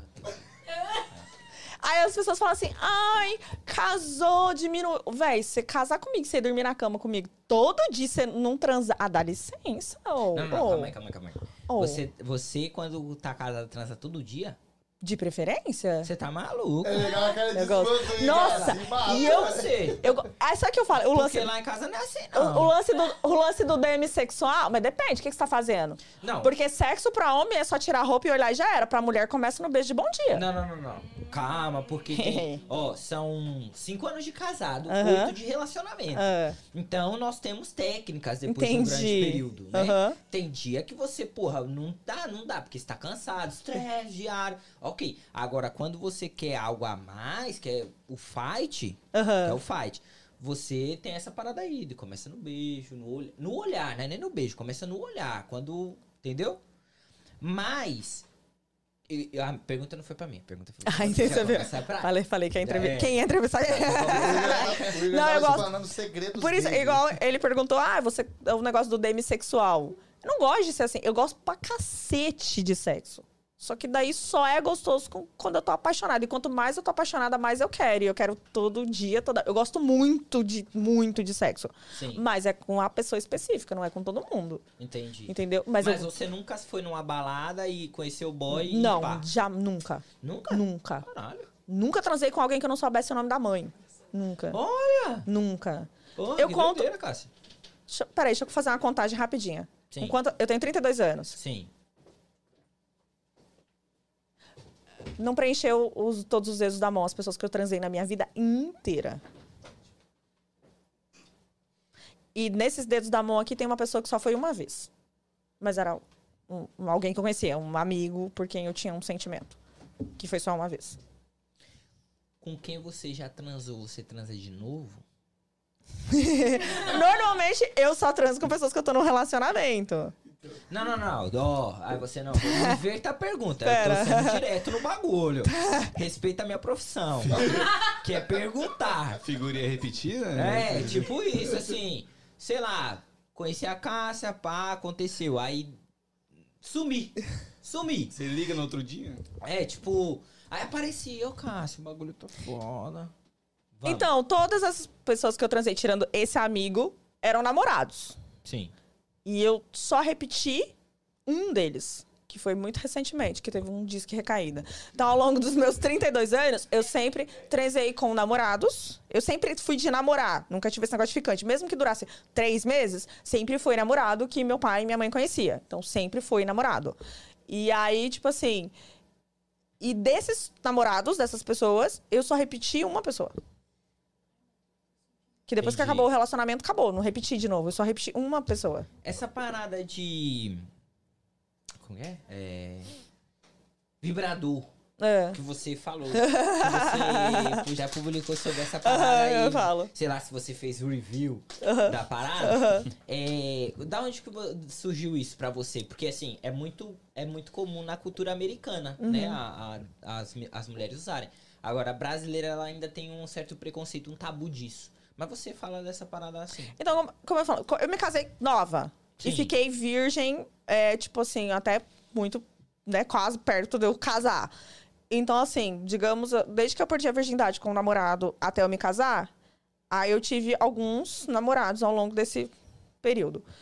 Aí as pessoas falam assim, ai, casou, diminuiu. Véi, você casar comigo, você dormir na cama comigo, todo dia você não transar. Ah, dá licença. Oh, Não, não, oh. calma aí, calma aí, calma aí. Oh. Você, você, quando tá casado, transa todo dia? De preferência? Você tá maluco. É legal a cara de Eu gosto. espanto, hein, Nossa, cara? Embala, e eu né? Você. Eu, go- ah, sabe o que eu falo? O lance, Porque lá em casa não é assim, o, não. o lance do, o lance do demissexual, mas depende, o que, que você tá fazendo? Não. Porque sexo pra homem é só tirar a roupa e olhar e já era. Pra mulher começa no beijo de bom dia. Não, não, não, não. Calma, porque tem... Ó, são cinco anos de casado, Aham. oito de relacionamento. Ah. Então, nós temos técnicas depois de um Entendi. grande período, né? Aham. Tem dia que você, porra, não dá, não dá, porque você tá cansado, estresse diário. Ok. Agora, quando você quer algo a mais, que é o fight, Aham. que é o fight, você tem essa parada aí, de começa no beijo, no, olh... no olhar, né? Nem no beijo, começa no olhar, quando... Entendeu? Mas... e- e A pergunta não foi pra mim, a pergunta foi pra Ai, você. você Quer viu? começar pra... Falei, falei que ia entrevistar. É. Quem ia entrevistar? O Igor Não, tava eu gosto- explanando segredos Por isso, dele. igual ele perguntou, ah, você, o negócio do demissexual. Eu não gosto de ser assim. Eu gosto pra cacete de sexo. Só que daí só é gostoso com- quando eu tô apaixonada. E quanto mais eu tô apaixonada, mais eu quero. E eu quero todo dia, toda... Eu gosto muito de, muito de sexo. Sim, Mas é com a pessoa específica, não é com todo mundo. entendi. Entendeu? Mas, Mas, eu... você nunca foi numa balada e conheceu o boy e Não, pá? já nunca. Nunca? Nunca. Caralho. Nunca transei com alguém que eu não soubesse o nome da mãe. Nunca. Olha! Nunca. Porra, Eu que conto- doideira, Cássia. Deixa... Peraí, deixa eu fazer uma contagem rapidinha. Sim. Enquanto... Eu tenho trinta e dois anos. Sim. Não preencheu os, todos os dedos da mão as pessoas que eu transei na minha vida inteira. E nesses dedos da mão aqui tem uma pessoa que só foi uma vez. Mas era um- um- alguém que eu conhecia, um amigo por quem eu tinha um sentimento. Que foi só uma vez. Com quem você já transou, você transa de novo? Normalmente eu só transo com pessoas que eu tô num relacionamento. Não, não, não. Ó, aí você não. Inverta a pergunta. Pera. Eu tô sendo direto no bagulho. Respeita a minha profissão. Que é perguntar. Figurinha repetida, né? É, tipo isso, assim. Sei lá, conheci a Cássia, pá, aconteceu. Aí. Sumi. Sumi. Você liga no outro dia? É, tipo. Aí apareci, ô Cássio, o bagulho tá foda. Vamos. Então, todas as pessoas que eu transei, tirando esse amigo, eram namorados. Sim. E eu só repeti um deles, que foi muito recentemente, que teve um disque recaída. Então, ao longo dos meus trinta e dois anos, eu sempre transei com namorados. Eu sempre fui de namorar, nunca tive esse negócio de ficante. Mesmo que durasse três meses, sempre foi namorado que meu pai e minha mãe conhecia. Então, sempre foi namorado. E aí, tipo assim... E desses namorados, dessas pessoas, eu só repeti uma pessoa. Que depois que Entendi. acabou o relacionamento, acabou. Não repeti de novo. Eu só repeti uma pessoa. Essa parada de. Como é? É. Vibrador. É. Que você falou. Que você já publicou sobre essa parada aí. Eu falo. Sei lá se você fez review Aham. da parada. É, da onde que vo- surgiu isso pra você? Porque assim, é muito, é muito comum na cultura americana, Uhum. né? A, a- as, mi- as mulheres usarem. Agora, a brasileira, ela ainda tem um certo preconceito, um tabu disso. Mas você fala dessa parada assim. Então, como- como eu falo, co- eu me casei nova. Sim. E fiquei virgem, é, tipo assim, até muito, né, quase perto de eu casar. Então, assim, digamos, desde que eu perdi a virgindade com o namorado até eu me casar, aí eu tive alguns namorados ao longo desse período.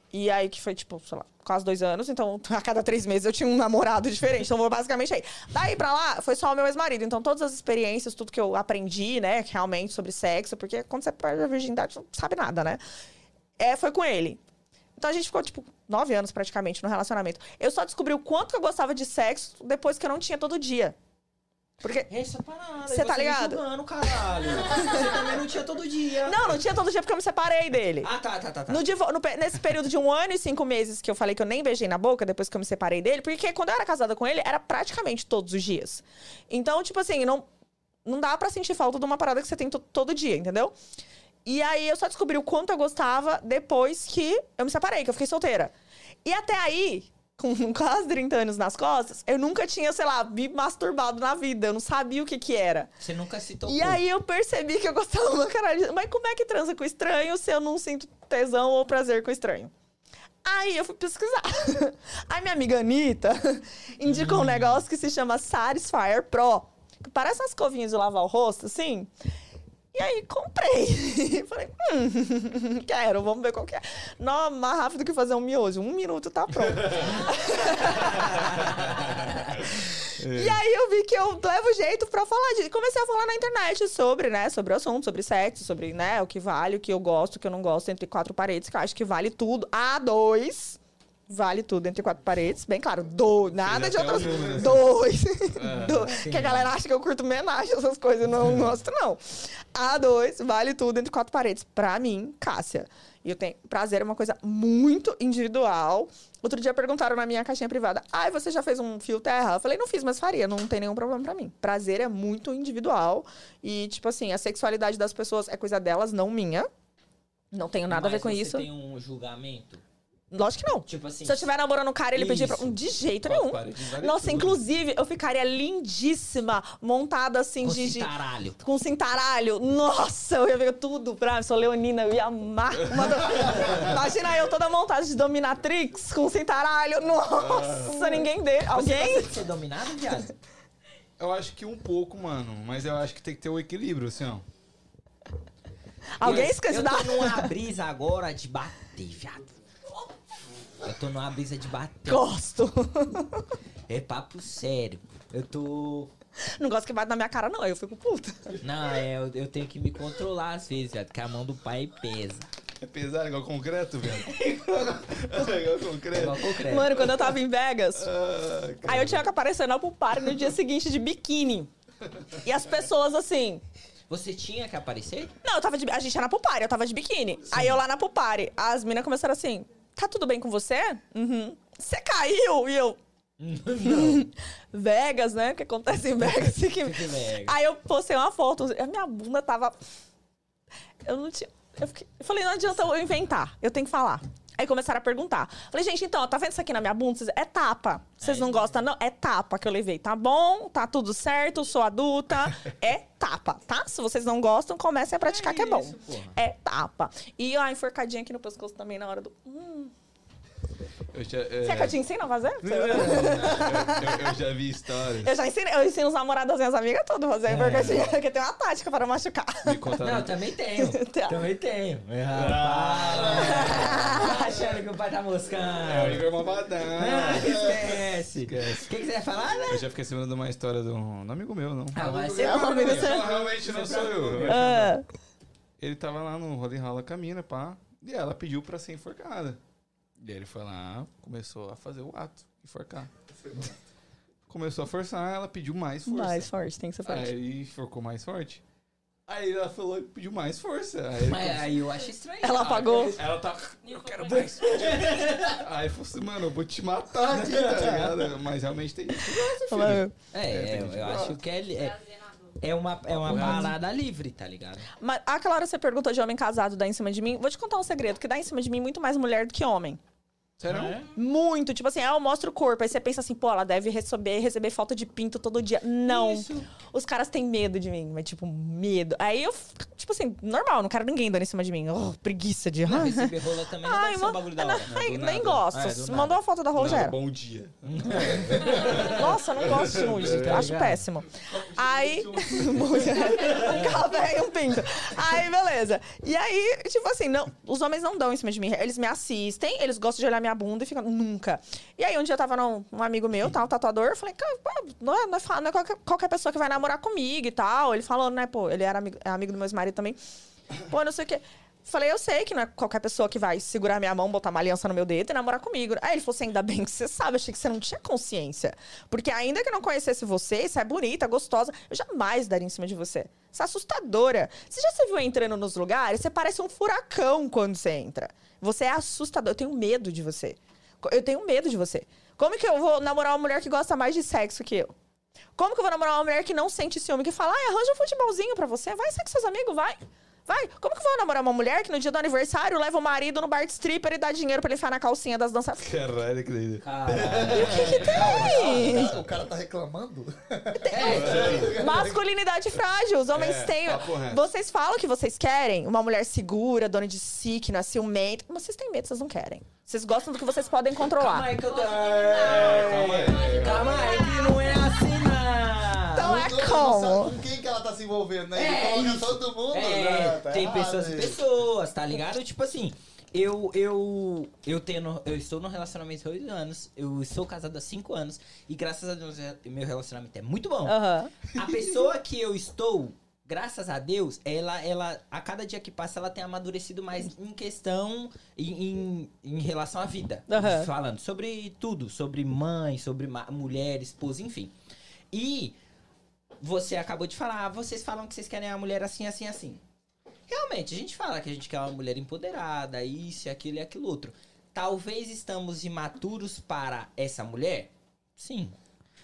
E aí, que foi, tipo, sei lá, quase dois anos. Então, a cada três meses eu tinha um namorado diferente. Então, basicamente aí. Daí pra lá, foi só o meu ex-marido. Então, todas as experiências, tudo que eu aprendi, né, realmente, sobre sexo. Porque quando você perde a virgindade, você não sabe nada, né? É, foi com ele. Então, a gente ficou, tipo, nove anos praticamente no relacionamento. Eu só descobri o quanto que eu gostava de sexo depois que eu não tinha todo dia. Porque... Essa parada. Você tá ligado? Julgando, caralho. Você também não tinha todo dia. Não, não tinha todo dia porque eu me separei dele. Ah, tá, tá, tá. tá. No, divo- no pe- nesse período de um ano e cinco meses que eu falei que eu nem beijei na boca depois que eu me separei dele, porque quando eu era casada com ele, era praticamente todos os dias. Então, tipo assim, não, não dá pra sentir falta de uma parada que você tem to- todo dia, entendeu? E aí eu só descobri o quanto eu gostava depois que eu me separei, que eu fiquei solteira. E até aí, com quase trinta anos nas costas, eu nunca tinha, sei lá, me masturbado na vida. Eu não sabia o que que era. Você nunca se tocou. E aí eu percebi que eu gostava uma caralho. Mas como é que transa com estranho se eu não sinto tesão ou prazer com estranho? Aí eu fui pesquisar. Aí minha amiga Anitta indicou hum. um negócio que se chama Satisfyer Pro. Que parece umas escovinhas de lavar o rosto, assim. E aí, comprei. Falei, hum, quero, vamos ver qual que é. Não, mais rápido que fazer um miojo. Um minuto tá pronto. E aí, eu vi que eu levo jeito pra falar disso. Comecei a falar na internet sobre, né, sobre o assunto, sobre sexo, sobre, né, o que vale, o que eu gosto, o que eu não gosto, entre quatro paredes, que eu acho que vale tudo. A dois... Vale tudo entre quatro paredes. Bem claro, dois. Nada de outras... Número, dois. É, dois. Que a galera acha que eu curto homenagem, essas coisas. Não gosto, não. A dois, vale tudo entre quatro paredes. Pra mim, Cássia. E eu tenho... Prazer é uma coisa muito individual. Outro dia perguntaram na minha caixinha privada. Ai, ah, você já fez um fio terra? Eu falei, não fiz, mas faria. Não tem nenhum problema pra mim. Prazer é muito individual. E, tipo assim, a sexualidade das pessoas é coisa delas, não minha. Não tenho nada mas a ver com você isso. Tem um julgamento? Lógico que não. Tipo assim, se eu estiver namorando um cara, ele pedir pra... De jeito nenhum. Nossa, tudo. Inclusive, eu ficaria lindíssima, montada assim com de... cintaralho. Com cintaralho. Nossa, eu ia ver tudo pra mim. Sou leonina, eu ia amar. Uma do... Imagina eu toda montada de dominatrix com cintaralho. Nossa, uh... ninguém dê. Alguém? Você gosta de ser dominado, viado? Eu acho que um pouco, mano. Mas eu acho que tem que ter o equilíbrio, assim, ó. Alguém esquece Eu da... tô numa brisa agora de bater, viado. Eu tô numa brisa de bater. Gosto. É papo sério. Eu tô... Não gosto que bate na minha cara, não. Aí eu fico puta. Não, é, eu, eu tenho que me controlar às vezes, viado. Porque a mão do pai pesa. É pesado, igual concreto, velho? É igual concreto. É igual concreto. Mano, quando eu tava em Vegas, ah, aí eu tinha que aparecer na pool party no dia seguinte de biquíni. E as pessoas, assim... Você tinha que aparecer? Não, eu tava de... A gente era na pool party, eu tava de biquíni. Sim. Aí eu lá na pool party, as meninas começaram assim... Tá tudo bem com você? Uhum. Você caiu? E eu... Não. Vegas, né? O que acontece em Vegas? Que... Vegas. Aí eu postei uma foto. A minha bunda tava... Eu não tinha... Eu, fiquei... eu falei, não adianta eu inventar. Eu tenho que falar. Aí começaram a perguntar. Falei, gente, então, tá vendo isso aqui na minha bunda? É tapa. Vocês não gostam, não? É tapa que eu levei. Tá bom? Tá tudo certo? Sou adulta. É tapa, tá? Se vocês não gostam, comecem a praticar, é que é bom. Isso, é tapa. E a enforcadinha aqui no pescoço também na hora do... Hum. Eu já, é... Você quer que eu te ensine a fazer? Não, eu, eu, eu já vi histórias. Eu já ensinei, eu ensino os namorados das minhas amigas todas a fazer a enforcadinha, porque tem uma tática para machucar. Me conta não, também tenho. Também tenho. Ah, achando que o pai tá moscando. É, o Igor Malvadão. Ah, esquece. Esquece. O que, que você ia falar, né? Eu já fiquei sabendo de uma história de um, um amigo meu, não. Ah, mas você é um amigo seu. Realmente não sou eu. Ah. Ele tava lá no Rolling Rola Camina, pá, e ela pediu pra ser enforcada. E aí ele foi lá, começou a fazer o ato, enforcar. Começou a forçar, ela pediu mais força. Mais forte, tem que ser forte. Aí ele enforcou mais forte. Aí ela falou que pediu mais força. Aí, mas começou... aí eu acho estranho. Ela apagou. Ela tá... Eu quero mais forte. Aí falou assim, mano, eu vou te matar aqui, tá ligado? Mas realmente tem gente que gosta, filho. É, é, eu, eu acho que é... é... É uma, é uma parada livre, tá ligado? Mas aquela hora você perguntou de homem casado dar em cima de mim. Vou te contar um segredo, que dá em cima de mim muito mais mulher do que homem. Sério? É? Muito. Tipo assim, ela mostra o corpo. Aí você pensa assim, pô, ela deve receber, receber falta de pinto todo dia. Não. Isso. Os caras têm medo de mim, mas tipo, medo. Aí eu, tipo assim, normal, não quero ninguém dando em cima de mim. Oh, preguiça de... Não, receber rola também não Ai, deve ser um ma- bagulho da não, hora. ai, do nem nada. gosto. Ah, é, do Se nada. mandou uma foto da rola, já Não, era. bom dia. Nossa, não gosto de nude. Tá Acho ligado? péssimo. Aí... Café e um pinto. Aí, beleza. E aí, tipo assim, não, os homens não dão em cima de mim. Eles me assistem, eles gostam de olhar minha bunda e ficam... Nunca. E aí, um dia eu tava num, um amigo meu, tá, um tatuador, eu falei, cara, pô, não é, não é, fa- não é qualquer, qualquer pessoa que vai namorar comigo e tal. Ele falou, né, pô, ele era amigo, é amigo do meu ex-marido também. Pô, não sei o quê. Falei, eu sei que não é qualquer pessoa que vai segurar minha mão, botar uma aliança no meu dedo e namorar comigo. Aí ele falou assim, ainda bem que você sabe, achei que você não tinha consciência. Porque ainda que eu não conhecesse você, você é bonita, gostosa, eu jamais daria em cima de você. Você é assustadora. Você já se viu entrando nos lugares? Você parece um furacão quando você entra. Você é assustador. Eu tenho medo de você. Eu tenho medo de você. Como que eu vou namorar uma mulher que gosta mais de sexo que eu? Como que eu vou namorar uma mulher que não sente ciúme, que fala, ai, arranja um futebolzinho pra você, vai ser com seus amigos, vai. Vai. Como que eu vou namorar uma mulher que no dia do aniversário leva o marido no bar de stripper e dá dinheiro pra ele enfiar na calcinha das danças? Caralho, que doido. Caralho. O que que tem? O cara tá reclamando? Masculinidade frágil. Os homens É, têm... papo reto. Vocês falam que vocês querem uma mulher segura, dona de si, que não é ciumenta. Mas vocês têm medo, vocês não querem. Vocês gostam do que vocês podem Calma controlar. aí que eu tô... Calma aí. Calma aí que não é assim, não. Então é Não sabe como? com quem que ela tá se envolvendo, né? É, Ele coloca isso. todo mundo. É, né? Tá tem errado pessoas e isso. pessoas, tá ligado? Tipo assim, eu, eu, eu tenho, eu estou num relacionamento há oito anos, eu sou casado há cinco anos, e graças a Deus meu relacionamento é muito bom. Aham. A pessoa que eu estou, graças a Deus, ela, ela, a cada dia que passa, ela tem amadurecido mais em questão, em, em, em relação à vida. Aham. Falando sobre tudo, sobre mãe, sobre ma- mulher, esposa, enfim. E você acabou de falar, ah, vocês falam que vocês querem uma mulher assim, assim, assim. Realmente, a gente fala que a gente quer uma mulher empoderada, isso, aquilo e aquilo outro. Talvez estamos imaturos para essa mulher? Sim.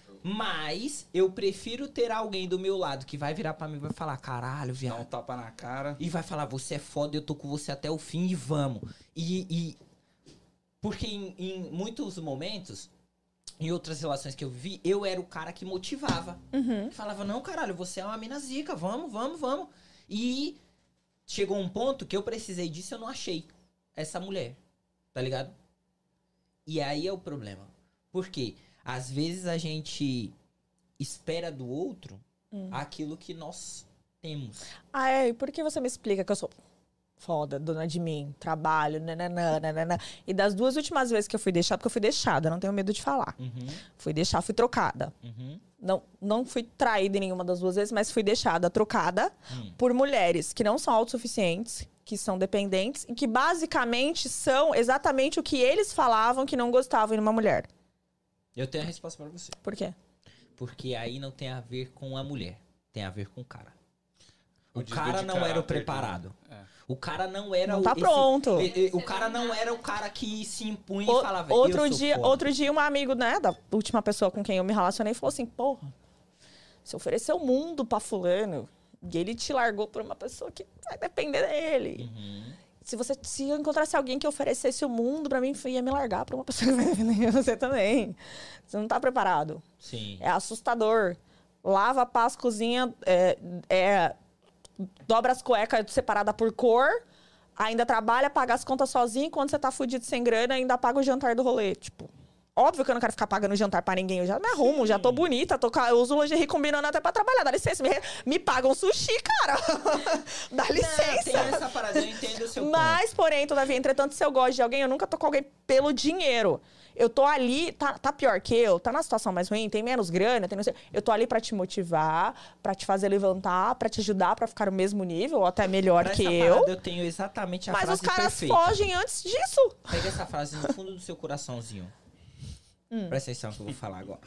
Mas eu prefiro ter alguém do meu lado que vai virar pra mim e vai falar, caralho, Dá um viado. tapa na cara. E vai falar, você é foda, eu tô com você até o fim e vamos. E. e- porque em, em muitos momentos, em outras relações que eu vivi, eu era o cara que motivava. Uhum. Que falava, não, caralho, você é uma mina zica, vamos, vamos, vamos. E chegou um ponto que eu precisei disso e eu não achei essa mulher, tá ligado? E aí é o problema. Por quê? Às vezes a gente espera do outro aquilo que nós temos. Ah, é? E por que você me explica que eu sou foda, dona de mim, trabalho, nananã, nananã. E das duas últimas vezes que eu fui deixar, porque eu fui deixada, não tenho medo de falar. Uhum, Fui deixar, fui trocada. uhum. Não, não fui traída em nenhuma das duas vezes, mas fui deixada, trocada Hum. por mulheres que não são autossuficientes, que são dependentes e que basicamente são exatamente o que eles falavam que não gostavam em uma mulher. Eu tenho a resposta pra você. Por quê? Porque aí não tem a ver com a mulher, tem a ver com o cara. O O desvio cara de não era o caráter preparado. que- é. O cara não era Não o. tá esse- pronto. e- e- o cara não era o cara que se impunha O- e falava. outro eu sou dia, foda. outro dia um amigo, né, da última pessoa com quem eu me relacionei, falou assim: "Porra, você ofereceu o mundo pra fulano e ele te largou por uma pessoa que vai depender dele. Uhum. Se você se eu encontrasse alguém que oferecesse o mundo pra mim, ia me largar pra uma pessoa que vai depender de você também. Você não tá preparado. Sim. É assustador. Lava, passa, cozinha, é, é, dobra as cuecas separada por cor, ainda trabalha, paga as contas sozinho, quando você tá fudido sem grana, ainda paga o jantar do rolê. Tipo, óbvio que eu não quero ficar pagando jantar pra ninguém. Eu já me arrumo, já tô bonita, tô, ca- eu uso lingerie combinando até pra trabalhar. Dá licença, me, me pagam sushi, cara. Dá Não, tem licença. essa parada, eu entendo o seu Mas, porém, todavia, entretanto, se eu gosto de alguém, eu nunca tô com alguém pelo dinheiro. Eu tô ali, tá, tá pior que eu, tá na situação mais ruim, tem menos grana, tem não sei, eu tô ali pra te motivar, pra te fazer levantar, pra te ajudar pra ficar no mesmo nível, ou até melhor ponto. que Pra essa eu. parada, eu tenho exatamente a Mas frase os caras perfeita. fogem antes disso. Pega essa frase no fundo do seu coraçãozinho. Hum. Presta atenção que eu vou falar agora.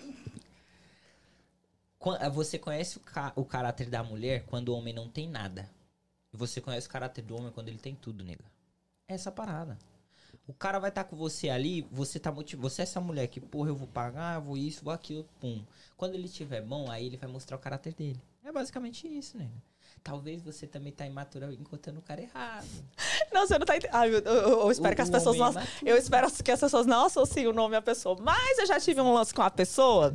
Quan- Você conhece o, ca- o caráter da mulher quando o homem não tem nada. E você conhece o caráter do homem quando ele tem tudo, nega. É essa parada. O cara vai estar com você ali, você tá motivado. Você é essa mulher que, porra, eu vou pagar, vou isso, vou aquilo, pum. Quando ele tiver bom, aí ele vai mostrar o caráter dele. É É basicamente isso, né? Talvez você também tá imatura encontrando o cara errado. Não, você não tá entendendo. Ai, eu, eu, eu espero O- que as o pessoas homem não... é Eu espero que as pessoas não associem o nome à pessoa. Mas eu já tive um lance com a pessoa...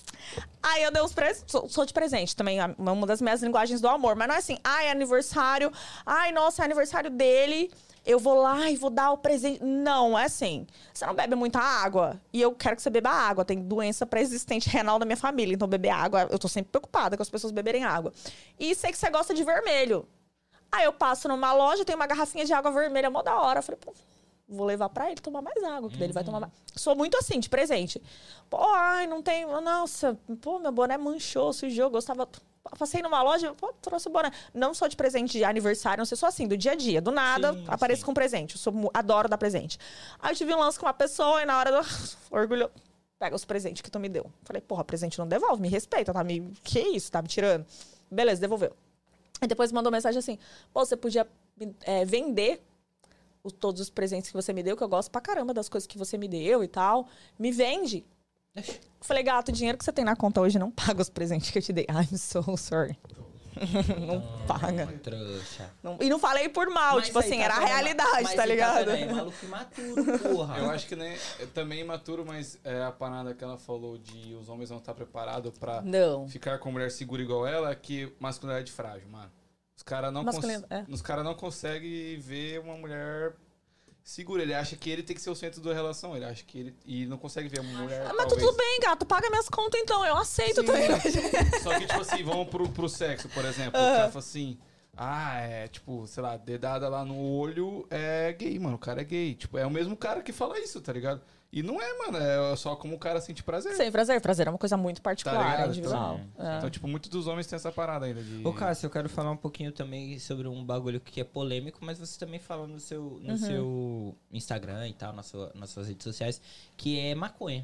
Aí eu dei uns presentes, sou, sou de presente também, uma das minhas linguagens do amor. Mas não é assim, ai, é aniversário, ai, nossa, é aniversário dele, eu vou lá e vou dar o presente. Não, é assim, você não bebe muita água e eu quero que você beba água. Tem doença pré-existente renal da minha família, então beber água, eu tô sempre preocupada com as pessoas beberem água. E sei que você gosta de vermelho. Aí eu passo numa loja, tem uma garrafinha de água vermelha, mó da hora. Eu falei, pô, vou levar pra ele tomar mais água, que daí ele vai tomar mais. Sou muito assim, de presente. Pô, ai, não tem. Nossa, pô, meu boné manchou, sujou, gostava. Passei numa loja, pô, trouxe o boné. Não sou de presente de aniversário, não sei, sou assim, do dia a dia. Do nada, Sim, apareço sim. com presente. Eu sou, adoro dar presente. Aí eu tive um lance com uma pessoa e na hora do. Orgulho. Pega os presentes que tu me deu. Falei, porra, presente não devolve, me respeita, tá me. Que isso? Tá me tirando? Beleza, devolveu. Aí depois mandou mensagem assim: pô, você podia é, vender os, todos os presentes que você me deu, que eu gosto pra caramba das coisas que você me deu e tal. Me vende. Falei, gato, o dinheiro que você tem na conta hoje não paga os presentes que eu te dei. I'm so sorry. Não paga. Trouxa. Não- e não falei por mal, Mas tipo aí assim, tá era a vendo, realidade, mas tá aí ligado? vendo, é maluco imaturo, porra. Eu acho que nem, é também imaturo, mas é a parada que ela falou de os homens não estar preparados pra Não. ficar com mulher segura igual ela, que masculinidade frágil, mano. Os caras não, Masculino- cons é. os cara não conseguem ver uma mulher segura. Ele acha que ele tem que ser o centro da relação. Ele acha que ele... E não consegue ver uma mulher, Ah, mas talvez... tudo bem, gato, paga minhas contas então, eu aceito Sim, também. Só que, tipo assim, vamos pro, pro sexo, por exemplo. O cara fala assim... Ah, é, tipo, sei lá, dedada lá no olho é gay, mano. O cara é gay. Tipo, é o mesmo cara que fala isso, tá ligado? E não é, mano. É só como o cara sente prazer. Sem prazer, prazer é uma coisa muito Tá particular, ligado? é individual. É. Então, tipo, muitos dos homens têm essa parada ainda de... Ô, Cássio, eu quero falar um pouquinho também sobre um bagulho que é polêmico, mas você também fala no seu, no seu Instagram e tal, na sua, nas suas redes sociais, que é maconha.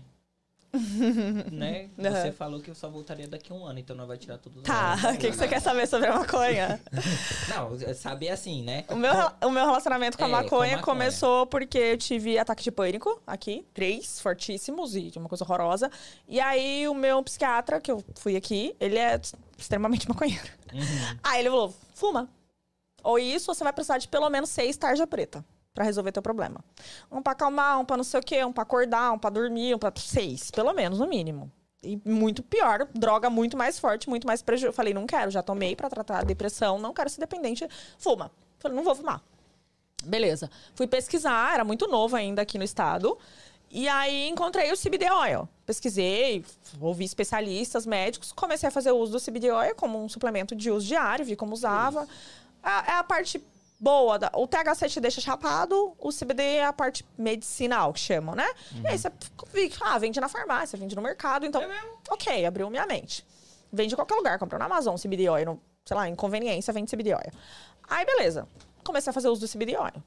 Né? Você Uhum. falou que eu só voltaria daqui a um ano, então não vai tirar tudo do Tá, o que, que você quer saber sobre a maconha? Não, saber assim, né? O meu, o meu relacionamento com a É, com a maconha maconha. começou porque eu tive ataque de pânico aqui, três fortíssimos e uma coisa horrorosa. E aí o meu psiquiatra, que eu fui aqui, ele é extremamente maconheiro. Uhum. Aí ele falou, fuma. Ou isso, ou você vai precisar de pelo menos seis tarja preta pra resolver teu problema. Um pra acalmar, um pra não sei o quê, um pra acordar, um pra dormir, um pra... Seis, pelo menos, no mínimo. E muito pior, droga muito mais forte, muito mais prejuízo. Eu falei, não quero, já tomei pra tratar a depressão, não quero ser dependente. Fuma. Falei, não vou fumar. Beleza. Fui pesquisar, era muito novo ainda aqui no estado. E aí encontrei o C B D Oil. Pesquisei, ouvi especialistas, médicos, comecei a fazer uso do C B D Oil como um suplemento de uso diário, vi como usava. É a parte boa. Da, o T H C te deixa chapado, o C B D é a parte medicinal, que chamam, né? E aí você vi, ah, vende na farmácia, vende no mercado, então, ok, abriu minha mente. Vende em qualquer lugar, comprou na Amazon C B D Oil, no, sei lá, em conveniência, vende C B D Oil. Aí, beleza. Comecei a fazer uso do C B D Oil.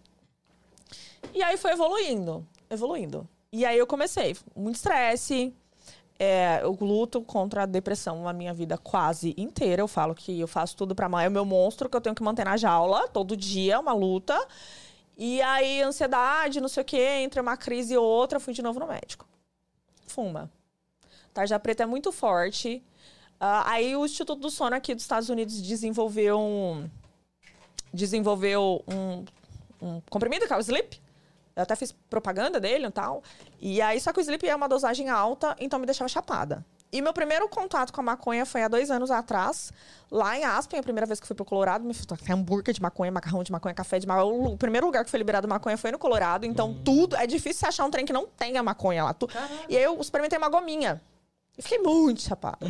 E aí foi evoluindo, evoluindo. E aí eu comecei, muito estresse, é, eu luto contra a depressão a minha vida quase inteira. Eu falo que eu faço tudo pra mãe, é o meu monstro que eu tenho que manter na jaula, todo dia, uma luta. E aí, ansiedade, não sei o quê, entre uma crise e outra, fui de novo no médico. Fuma. Tarja preta é muito forte. Ah, aí o Instituto do Sono aqui dos Estados Unidos desenvolveu um... Desenvolveu um, um comprimido, que é o Sleep. Eu até fiz propaganda dele e tal. E aí, só que o Sleep é uma dosagem alta, então me deixava chapada. E meu primeiro contato com a maconha foi há dois anos atrás, lá em Aspen, a primeira vez que fui pro Colorado. Me fiz hambúrguer de maconha, macarrão de maconha, café de maconha. O primeiro lugar que foi liberado maconha foi no Colorado. Então, hum. tudo... É difícil você achar um trem que não tenha maconha lá. Tu, e aí, eu experimentei uma gominha. E fiquei muito chapada.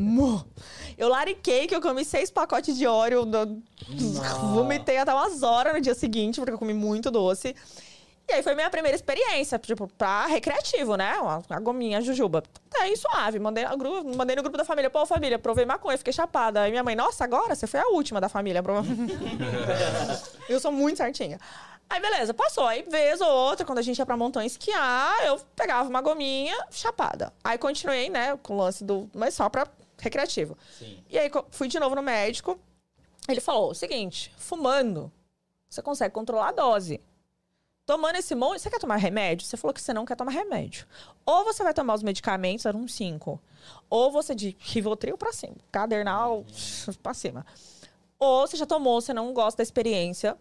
Eu lariquei que eu comi seis pacotes de Oreo. No... Vomitei até umas horas no dia seguinte, porque eu comi muito doce. E aí foi minha primeira experiência, tipo, pra recreativo, né? Uma, uma gominha, jujuba. Aí, suave. Mandei, grupo, mandei no grupo da família. Pô, família, provei maconha, fiquei chapada. Aí minha mãe, nossa, agora você foi a última da família. Eu sou muito certinha. Aí, beleza, passou. Aí, vez ou outra, quando a gente ia pra montanha esquiar, eu pegava uma gominha, chapada. Aí, continuei, né, com o lance do... Mas só pra recreativo. Sim. E aí, fui de novo no médico. Ele falou o seguinte, fumando, você consegue controlar a dose. tomando esse monte... Você quer tomar remédio? Você falou que você não quer tomar remédio. Ou você vai tomar os medicamentos, eram cinco. Ou você de Rivotril pra cima. Cadernal pra cima. Ou você já tomou, você não gosta da experiência.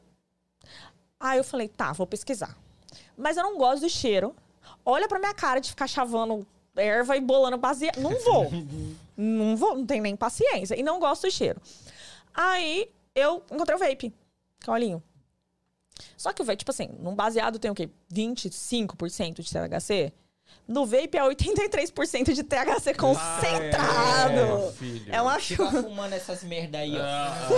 Aí eu falei, tá, vou pesquisar. Mas eu não gosto do cheiro. Olha pra minha cara de ficar chavando erva e bolando baseado. Não vou. Não vou, não tenho nem paciência. E não gosto do cheiro. Aí eu encontrei o vape, que é o olhinho. Só que o vape, tipo assim, num baseado tem o quê? vinte e cinco por cento de T H C? No vape é oitenta e três por cento de T H C concentrado. Ah, é, é uma Fica chuva. fumando essas merda aí, ó.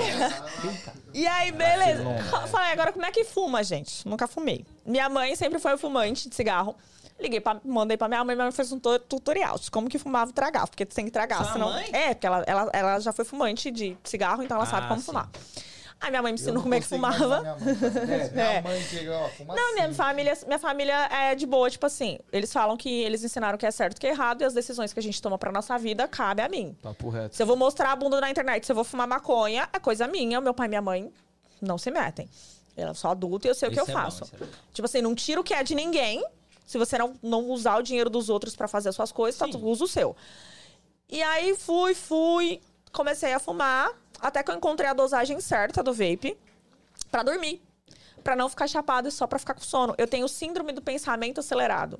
Ah, E aí, beleza. Eu falei, agora como é que fuma, gente? Nunca fumei. Minha mãe sempre foi fumante de cigarro. Liguei, pra, mandei pra minha mãe, minha mãe fez um tutorial de como que fumava e tragava, porque tem que tragar, Sua senão... mãe? É, porque ela, ela, ela já foi fumante de cigarro, então ela Ah, sabe como sim. fumar. Aí minha mãe me Eu ensinou não como é que consigo imaginar fumava. Minha mãe, fazendo isso. Minha É. mãe chega, ó, fuma Não, minha assim. família, minha família é de boa, tipo assim, eles falam que eles ensinaram o que é certo e o que é errado, e as decisões que a gente toma pra nossa vida cabe a mim. papo reto. Se eu vou mostrar a bunda na internet, se eu vou fumar maconha, é coisa minha, meu pai e minha mãe não se metem. Eu sou adulta e eu sei o que eu Isso é bom, faço. isso é bom. Tipo assim, não tira o que é de ninguém. Se você não, não usar o dinheiro dos outros pra fazer as suas coisas, tá, Sim. tu usa o seu. E aí fui, fui, comecei a fumar, até que eu encontrei a dosagem certa do vape pra dormir. Pra não ficar chapado e só pra ficar com sono. Eu tenho síndrome do pensamento acelerado.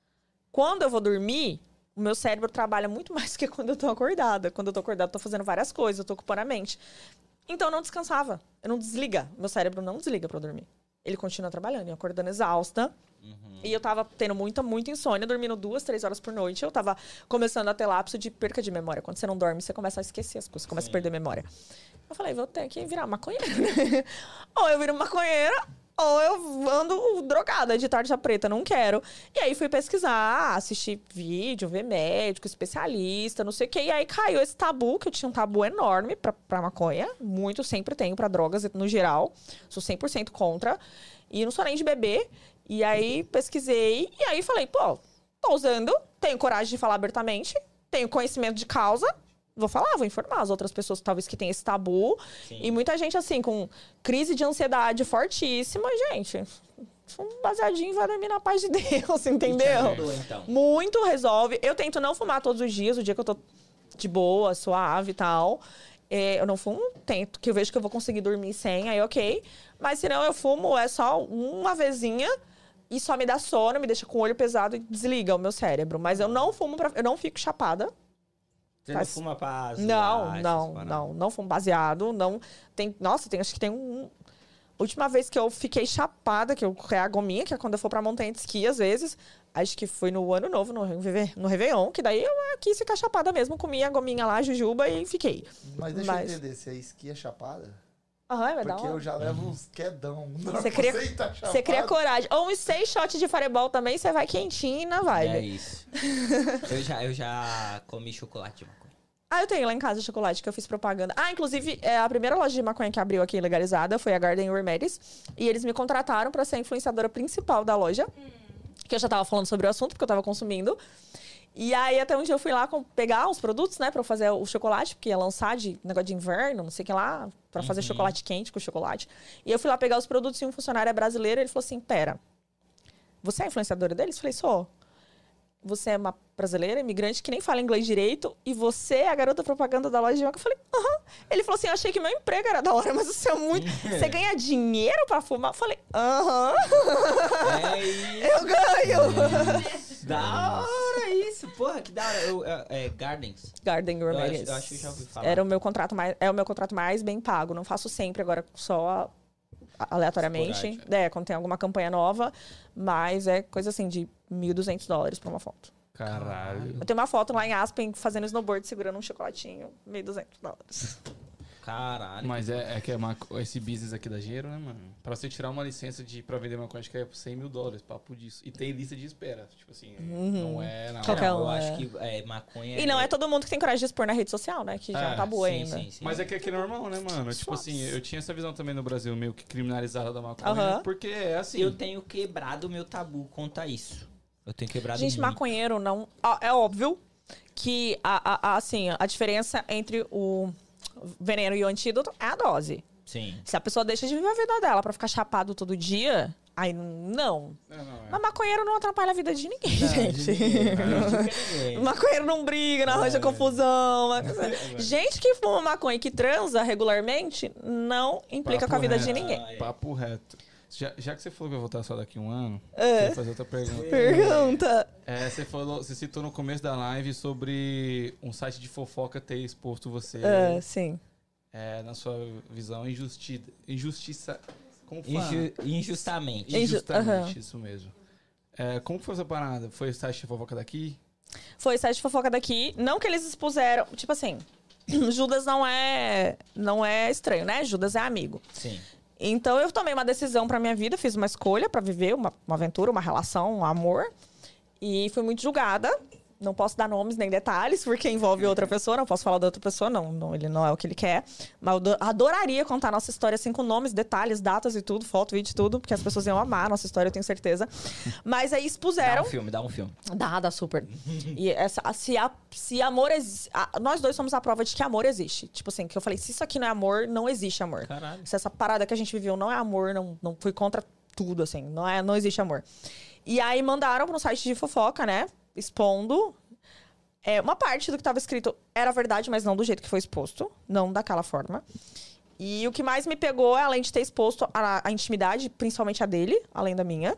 Quando eu vou dormir, o meu cérebro trabalha muito mais que quando eu tô acordada. Quando eu tô acordada, eu tô fazendo várias coisas, eu tô ocupando a mente. Então eu não descansava. Eu não desliga. Meu cérebro não desliga pra eu dormir. Ele continua trabalhando, eu acordando exausta. Uhum. E eu tava tendo muita, muita insônia, dormindo duas, três horas por noite. Eu tava começando a ter lapso de perca de memória. Quando você não dorme, você começa a esquecer as coisas, você começa Sim. a perder memória. Eu falei, vou ter que virar maconheira, né? Ou eu viro maconheira, ou eu ando drogada de tarja preta, não quero. E aí fui pesquisar, assistir vídeo, ver médico, especialista, não sei o quê. E aí caiu esse tabu, que eu tinha um tabu enorme pra, pra maconha. Muito, sempre tenho pra drogas no geral. Sou cem por cento contra. E não sou nem de beber. E aí pesquisei, e aí falei, pô, tô usando, tenho coragem de falar abertamente, tenho conhecimento de causa, vou falar, vou informar as outras pessoas talvez que tem esse tabu. Sim. E muita gente, assim, com crise de ansiedade fortíssima, gente, um baseadinho vai dormir na paz de Deus, entendeu? ajudou, então? Muito resolve. Eu tento não fumar todos os dias, o dia que eu tô de boa, suave e tal. É, eu não fumo, tento, que eu vejo que eu vou conseguir dormir sem, aí ok. Mas se não, eu fumo, é só uma vezinha. E só me dá sono, me deixa com o olho pesado e desliga o meu cérebro. Mas eu não fumo, pra, eu não fico chapada. Você Faz- não fuma pra zoar, Não, essas não, paradas? não. Não fumo baseado, não... Tem, nossa, tem, acho que tem um... Última vez que eu fiquei chapada, que eu, é a gominha, que é quando eu for pra montanha de esqui, às vezes. Acho que foi no Ano Novo, no, Reve- no Réveillon, que daí eu ah, quis ficar chapada mesmo. Comi a gominha lá, jujuba, e fiquei. Mas deixa Mas- eu entender, se a esqui é chapada? Aham, vai dar Porque uma... eu já levo uns quedão. Você cria, tá você cria coragem. Ou uns seis shots de fireball também, você vai quentinho na vibe. É isso. eu, já, eu já comi chocolate de maconha. Ah, eu tenho lá em casa chocolate que eu fiz propaganda. Ah, inclusive, é, a primeira loja de maconha que abriu aqui legalizada foi a Garden Remedies. E eles me contrataram pra ser a influenciadora principal da loja. Que eu já tava falando sobre o assunto, porque eu tava consumindo. E aí, até um dia eu fui lá com- pegar os produtos, né, pra eu fazer o chocolate, porque ia lançar de negócio de inverno, não sei o que lá, pra fazer chocolate quente com chocolate. E eu fui lá pegar os produtos e um funcionário é brasileiro, ele falou assim: pera, você é influenciadora deles? Eu falei, sou. Você é uma brasileira, imigrante, que nem fala inglês direito, e você é a garota propaganda da loja de maconha? Eu falei, aham. Ele falou assim, eu achei que meu emprego era da hora, mas o seu é muito... Você ganha dinheiro pra fumar? Eu falei, aham. É isso. Eu ganho. Da hora isso. Porra, que da hora. Eu, é, é, Gardens. Garden Eu acho, Remedies. eu acho que já ouvi falar. Era o meu contrato mais, é o meu contrato mais bem pago. Não faço sempre, agora só aleatoriamente. Esporádico. É, quando tem alguma campanha nova. Mas é coisa assim de mil e duzentos dólares pra uma foto. Caralho. Eu tenho uma foto lá em Aspen fazendo snowboard, segurando um chocolatinho. mil e duzentos dólares. Caralho. Mas é, é que é maco- esse business aqui dá dinheiro, né, mano? Pra você tirar uma licença de, pra vender maconha, acho que é cem mil dólares, papo disso. E tem lista de espera. Tipo assim, não é... Não, Qualquer Não, eu um, acho é. que é, maconha... E não é todo mundo que tem coragem de expor na rede social, né? Que já é É, um tabu sim, ainda. sim, sim. Mas é que aqui é normal, né, mano? Tipo assim, eu tinha essa visão também no Brasil, meio que criminalizada da maconha. Aham. Porque é assim... Eu tenho quebrado o meu tabu quanto a isso. Eu tenho quebrado Gente, muito. maconheiro não... Ó, é óbvio que, a, a, a, assim, a diferença entre o veneno e o antídoto é a dose. Sim. Se a pessoa deixa de viver a vida dela pra ficar chapado todo dia, Aí, não. Não, não, é. Mas maconheiro não atrapalha a vida de ninguém, Não, gente. de ninguém, não, de ninguém. Maconheiro não briga, não arranja É. confusão. Mas... É. Gente que fuma maconha e que transa regularmente, não implica Papo com a vida reto. de ninguém. Ah, é. Papo reto. Já, já que você falou que vai voltar só daqui a um ano, É. eu vou fazer outra pergunta. Pergunta. É, você falou, você citou no começo da live sobre um site de fofoca ter exposto você, É, sim. é, na sua visão, injusti injustiça. Como fala? Inju injustamente. Inju- Injustamente, aham. isso mesmo. É, como que foi essa parada? Foi o site de fofoca daqui? Foi site de fofoca daqui. Não que eles expuseram. Tipo assim, Judas não é, não é estranho, né? Judas é amigo. Sim. Então eu tomei uma decisão pra minha vida, fiz uma escolha pra viver uma, uma aventura, uma relação, um amor. E fui muito julgada. Não posso dar nomes nem detalhes, porque envolve outra pessoa. Não posso falar da outra pessoa, não. não ele não é o que ele quer. Mas eu do- adoraria contar a nossa história assim, com nomes, detalhes, datas e tudo, foto, vídeo e tudo, porque as pessoas iam amar a nossa história, eu tenho certeza. Mas aí Dá expuseram. um filme, dá um filme. Dá, dá super. E essa, se, a, se amor existe. Nós dois somos a prova de que amor existe. Tipo assim, que eu falei, se isso aqui não é amor, não existe amor. Caralho. Se essa parada que a gente viveu não é amor, não, não fui contra tudo, assim. Não, é, não existe amor. E aí mandaram pro site de fofoca, né? Expondo. É, uma parte do que tava escrito era verdade, mas não do jeito que foi exposto. Não daquela forma. E o que mais me pegou, além de ter exposto a, a intimidade, principalmente a dele, além da minha,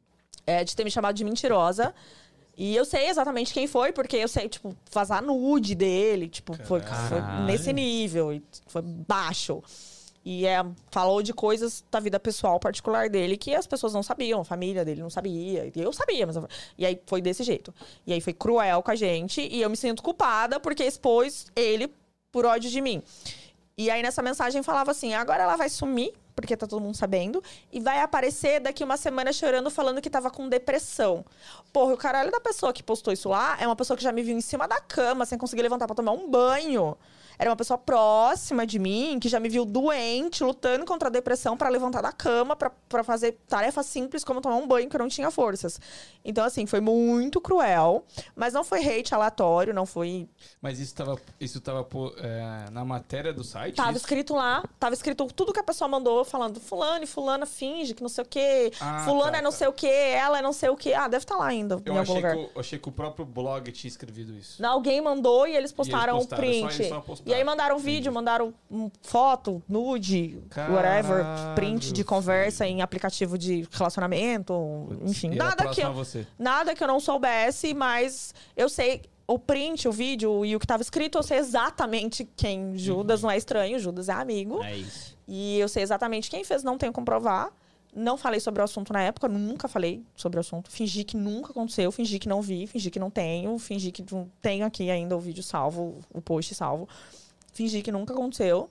é de ter me chamado de mentirosa. E eu sei exatamente quem foi, porque eu sei, tipo, vazar nude dele, tipo, foi, foi Caralho. nesse nível, e foi baixo. E é, falou de coisas da vida pessoal particular dele que as pessoas não sabiam, a família dele não sabia. E eu sabia, mas... Eu, e aí foi desse jeito. E aí foi cruel com a gente, e eu me sinto culpada porque expôs ele por ódio de mim. E aí nessa mensagem falava assim, agora ela vai sumir, porque tá todo mundo sabendo, e vai aparecer daqui uma semana chorando, falando que tava com depressão. Porra, o caralho da pessoa que postou isso lá é uma pessoa que já me viu em cima da cama, sem conseguir levantar pra tomar um banho. Era uma pessoa próxima de mim, que já me viu doente, lutando contra a depressão pra levantar da cama, pra, pra fazer tarefas simples como tomar um banho, que eu não tinha forças. Então, assim, foi muito cruel. Mas não foi hate aleatório, não foi... Mas isso tava, isso tava pô, é, na matéria do site? Tava isso? escrito lá, tava escrito tudo que a pessoa mandou, falando fulano e fulana finge que não sei o quê, Ah, fulano tá, é não tá. sei o quê, ela é não sei o quê. Ah, deve estar lá ainda, Eu em algum achei, lugar. que o, eu achei que o próprio blog tinha escrevido isso. Não, alguém mandou e eles postaram o postaram, só print. eles só postaram. E aí mandaram vídeo, mandaram um foto, nude, Caralho, whatever, print de conversa filho. em aplicativo de relacionamento, enfim. E era Nada que, próximo eu, a você. nada que eu não soubesse, mas eu sei o print, o vídeo e o que estava escrito, eu sei exatamente quem. Judas não é estranho, Judas é amigo. É isso. E eu sei exatamente quem fez, não tenho como provar. Não falei sobre o assunto na época, nunca falei sobre o assunto. Fingi que nunca aconteceu, fingi que não vi, fingi que não tenho, fingi que não tenho aqui ainda o vídeo salvo, o post salvo. Fingi que nunca aconteceu.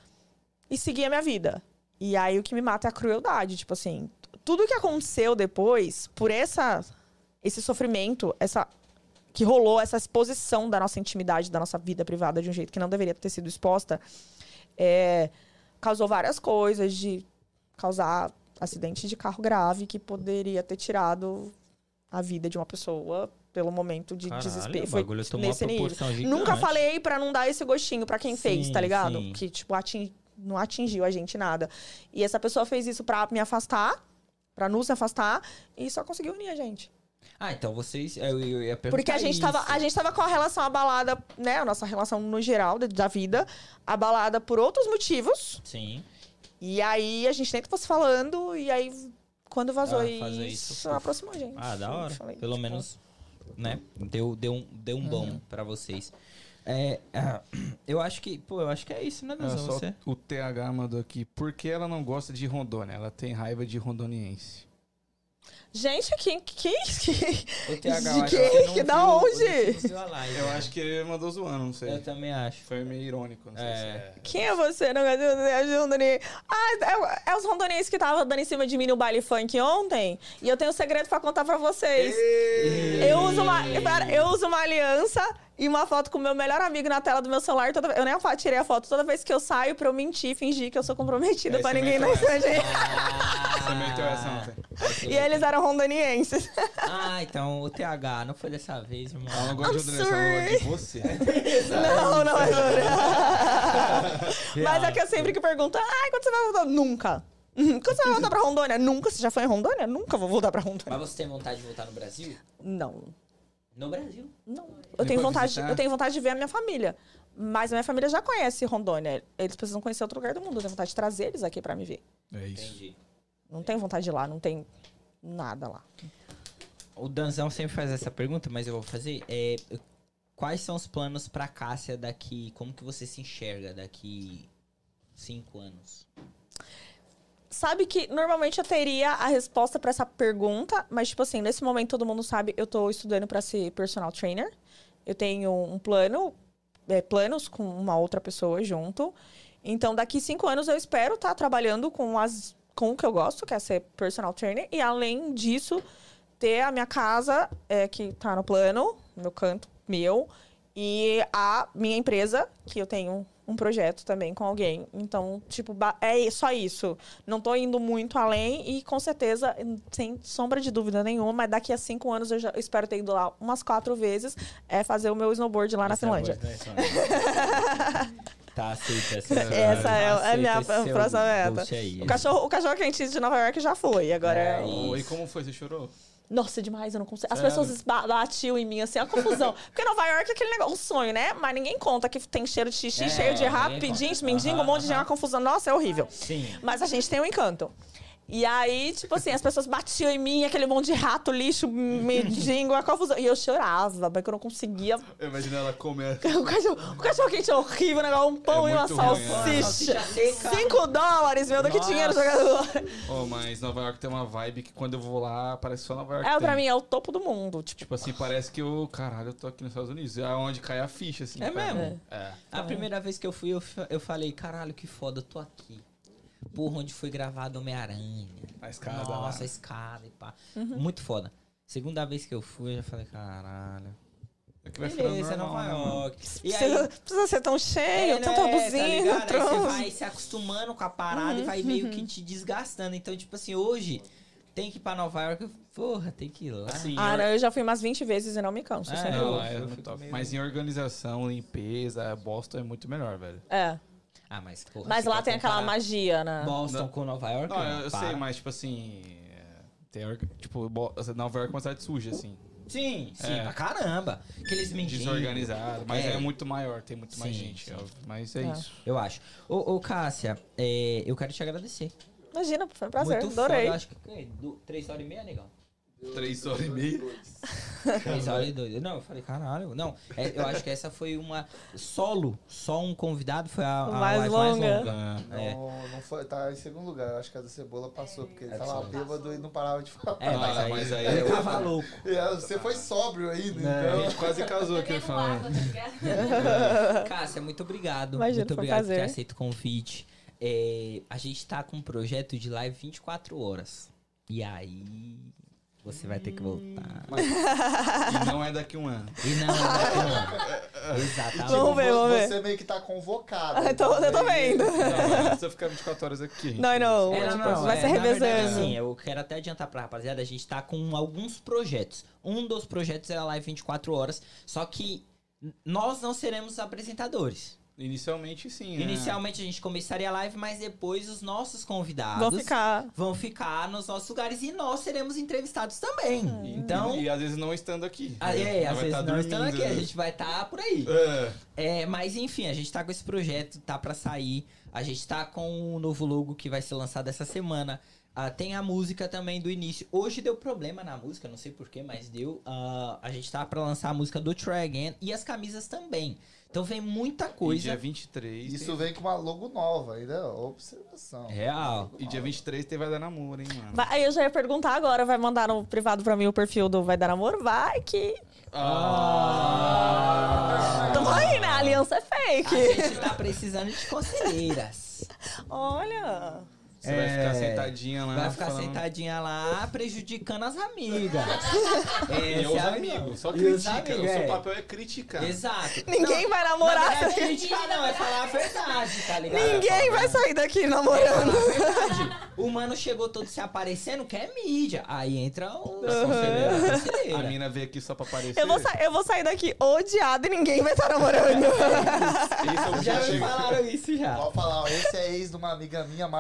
E segui a minha vida. E aí o que me mata é a crueldade. Tipo assim, tudo que aconteceu depois, por essa, esse sofrimento, essa que rolou, essa exposição da nossa intimidade, da nossa vida privada de um jeito que não deveria ter sido exposta, é, causou várias coisas, de causar acidente de carro grave que poderia ter tirado a vida de uma pessoa pelo momento de Caralho, desespero. o Foi bagulho tomou nesse uma nível. proporção gigante. Nunca falei pra não dar esse gostinho pra quem fez, Sim, tá ligado? sim. Que, tipo, ating... não atingiu a gente nada. E essa pessoa fez isso pra me afastar, pra nos afastar, e só conseguiu unir a gente. Ah, então vocês... Eu, eu ia perguntar Porque a gente, isso. tava, a gente tava com a relação abalada, né? A nossa relação no geral da, da vida, abalada por outros motivos. Sim. E aí a gente nem fosse falando, e aí quando vazou Ah, isso, fazer isso. aproximou a gente. Ah, da hora. Falei, Pelo tipo, menos, né? Deu, deu, um, deu um bom pra vocês. É, ah, eu acho que... Pô, eu acho que é isso, né, Olha Deusão? só, Você? o T H mandou aqui. Por que ela não gosta de Rondônia? Ela tem raiva de rondoniense. Gente, quem... quem, quem... O T H, De eu acho quem? que você não Que da viu- onde? você não viu a live, Eu né? acho que ele mandou zoando, não sei. Eu também acho. Foi meio irônico, não sei É. se é. Quem é você? Não gosta de rondoniense? Ah, é, é os rondonienses que estavam dando em cima de mim no baile funk ontem. E eu tenho um segredo pra contar pra vocês. Eu uso uma, pera, eu uso uma aliança e uma foto com o meu melhor amigo na tela do meu celular. Toda, eu nem tirei a foto. Toda vez que eu saio pra eu mentir, fingir que eu sou comprometida Aí pra você ninguém meteu não entender. Você meteu essa ontem. E eles eram rondonienses. Ah, então o T H não foi dessa vez, irmão. Ela não gosta de rondoniense, ela gosta de você. Não, não é Real. Mas é que eu sempre que pergunto, ai, quando você vai voltar? Nunca. Quando você vai voltar pra Rondônia? Nunca. Você já foi em Rondônia? Nunca vou voltar pra Rondônia. Mas você tem vontade de voltar no Brasil? Não. No Brasil? Não. Eu tenho, vontade, visitar? eu tenho vontade de ver a minha família. Mas a minha família já conhece Rondônia. Eles precisam conhecer outro lugar do mundo. Eu tenho vontade de trazer eles aqui pra me ver. É isso. Entendi. Não tenho vontade de ir lá. Não tem nada lá. O Danzão sempre faz essa pergunta, mas eu vou fazer. É, quais são os planos pra Cássia daqui... Como que você se enxerga daqui cinco anos? Sabe que normalmente eu teria a resposta pra essa pergunta, mas, tipo assim, nesse momento todo mundo sabe, eu tô estudando pra ser personal trainer. Eu tenho um plano, é, planos com uma outra pessoa junto. Então, daqui cinco anos eu espero estar trabalhando com, as, com o que eu gosto, que é ser personal trainer. E, além disso, ter a minha casa, é, que tá no plano, no meu canto, meu. E a minha empresa, que eu tenho um projeto também com alguém. Então, tipo, é só isso. Não tô indo muito além e, com certeza, sem sombra de dúvida nenhuma, mas daqui a cinco anos eu já eu espero ter ido lá umas quatro vezes, é fazer o meu snowboard lá na Finlândia. Tá, aceita essa. Essa é, é a minha Aceita esse próxima seu meta. aí. O cachorro, o cachorro quente de Nova York já foi, agora é... É, Oh, e como foi? Você chorou? Nossa, demais, eu não consigo. As Sério? pessoas ba- batiam em mim, assim, a confusão. Porque Nova York é aquele negócio, um sonho, né? Mas ninguém conta que tem cheiro de xixi, É, cheio de ninguém rapidinho, conta. mendigo, um Aham, monte de gente, aham. uma confusão. Nossa, é horrível. Sim. Mas a gente tem um encanto. E aí, tipo assim, as pessoas batiam em mim, aquele monte de rato, lixo, mendigo, a confusão. E eu chorava, porque eu não conseguia. Eu imagino ela comer. O cachorro, o cachorro quente é horrível, né? Um pão É e uma muito ruim, né? salsicha. Salsicha seca. Cinco dólares, meu, do que Nossa. dinheiro jogador. Oh, mas Nova York tem uma vibe que quando eu vou lá, parece só Nova York. É, tem. pra mim, é o topo do mundo. Tipo, Tipo assim, parece que eu, caralho, eu tô aqui nos Estados Unidos. É onde cai a ficha, assim. É cara. mesmo? É. A primeira vez que eu fui, eu, fa- eu falei, caralho, que foda, eu tô aqui. Porra, onde foi gravado Homem-Aranha. A escada Nossa, lá. a escada e pá. Muito foda. Segunda vez que eu fui, eu já falei, caralho. É que vai ficando Beleza, normal, Nova né? York. E precisa, aí, precisa ser tão cheio, é, tanta né, buzina, tá ligado? Aí você trânsito. vai se acostumando com a parada e vai meio que te desgastando. Então, tipo assim, hoje tem que ir pra Nova York. Porra, tem que ir lá. Assim, Ah, em não, eu já fui umas vinte vezes e não me canso. É, sempre Não, vou. é eu muito fico top. meio- Mas em organização, limpeza, Boston é muito melhor, velho. É. Ah, mas porra. Mas você lá quer tem aquela comparar magia, né? Boston Não. com Nova York? Não, eu, eu Para. sei, mas tipo assim. é, Tem, orga- tipo, Bo- Nova York é uma cidade suja, assim. Sim, sim, É. pra caramba. Aqueles mendigos. Desorganizado. Mas É. é. muito maior, tem muito mais Sim, gente. sim. é óbvio, mas é, É. isso. Eu acho. Ô, ô Cássia, é, eu quero te agradecer. Imagina, foi um prazer, Muito adorei. foda. Eu acho que é, du- três horas e meia, negão. Três horas e meia. Três horas e dois. Não, eu falei, caralho. Não, é, eu acho que essa foi uma. Solo, só um convidado foi a, a Mais live longa. mais longa. É. Não, não foi, tá em segundo lugar. Eu acho que a da Cebola passou, porque ele É, tava sim. bêbado e não parava de falar. É, mas Ah, aí, mas aí ele eu- tava louco. E, ah, você foi sóbrio ainda, A então. gente quase casou aqui Bebendo falando. água, tá ligado? Cássia, muito obrigado. Imagina, muito foi um obrigado por ter prazer. aceito o convite. É, a gente tá com um projeto de live vinte e quatro horas. E aí. Você vai ter que voltar. E não é daqui um ano. E não, não. Exatamente. Vamos ver, vamos ver. Você meio que tá convocado. Ah, então, eu tô vendo. Não, não precisa ficar vinte e quatro horas aqui. gente. Não, não. É, tipo, não, não, vai é, ser na verdade, revezando. assim, eu quero até adiantar pra rapaziada, a gente tá com alguns projetos. Um dos projetos é a live vinte e quatro horas, só que nós não seremos apresentadores. Inicialmente, sim. né? Inicialmente a gente começaria a live, mas depois os nossos convidados Vou ficar. vão ficar nos nossos lugares e nós seremos entrevistados também. E, Então, e, e às vezes não estando aqui. ah, é, às Vai vezes tá não estando dormindo, aqui, a né? gente vai estar por aí. É. É, mas enfim, a gente tá com esse projeto, tá pra sair. A gente tá com o novo logo que vai ser lançado essa semana. Ah, tem a música também do início. Hoje deu problema na música, não sei porquê, mas deu. Ah, a gente tá pra lançar a música do Try Again e as camisas também. Então vem muita E coisa. dia vinte e três. Isso tem... vem com uma logo nova ainda, ó, observação. Real. E dia vinte e três tem Vai Dar Namoro, hein, mano? Vai, aí eu já ia perguntar agora, vai mandar no privado pra mim o perfil do Vai Dar Namoro? Vai que... Ah! Tamo aí, né? A aliança é A fake. gente tá precisando de conselheiras. Olha... Você vai É. ficar sentadinha lá. Vai ficar falando- sentadinha lá, prejudicando as amigas. E Essa os é a amigos. Só E os critica. amigos, o seu é. papel é criticar. Exato. Ninguém vai Na namorar. verdade, criticar não, é falar a verdade, tá ligado? Ninguém vai sair daqui É namorando. falar a verdade. O mano chegou todo se aparecendo, quer mídia. Aí entra o conselheiro, a A conselheira. mina veio aqui só pra aparecer. Eu vou, sa- eu vou sair daqui odiada e ninguém vai estar namorando. Esse é o Já me objetivo. falaram isso já. Pode falar, ó, esse é ex de uma amiga minha, macho top.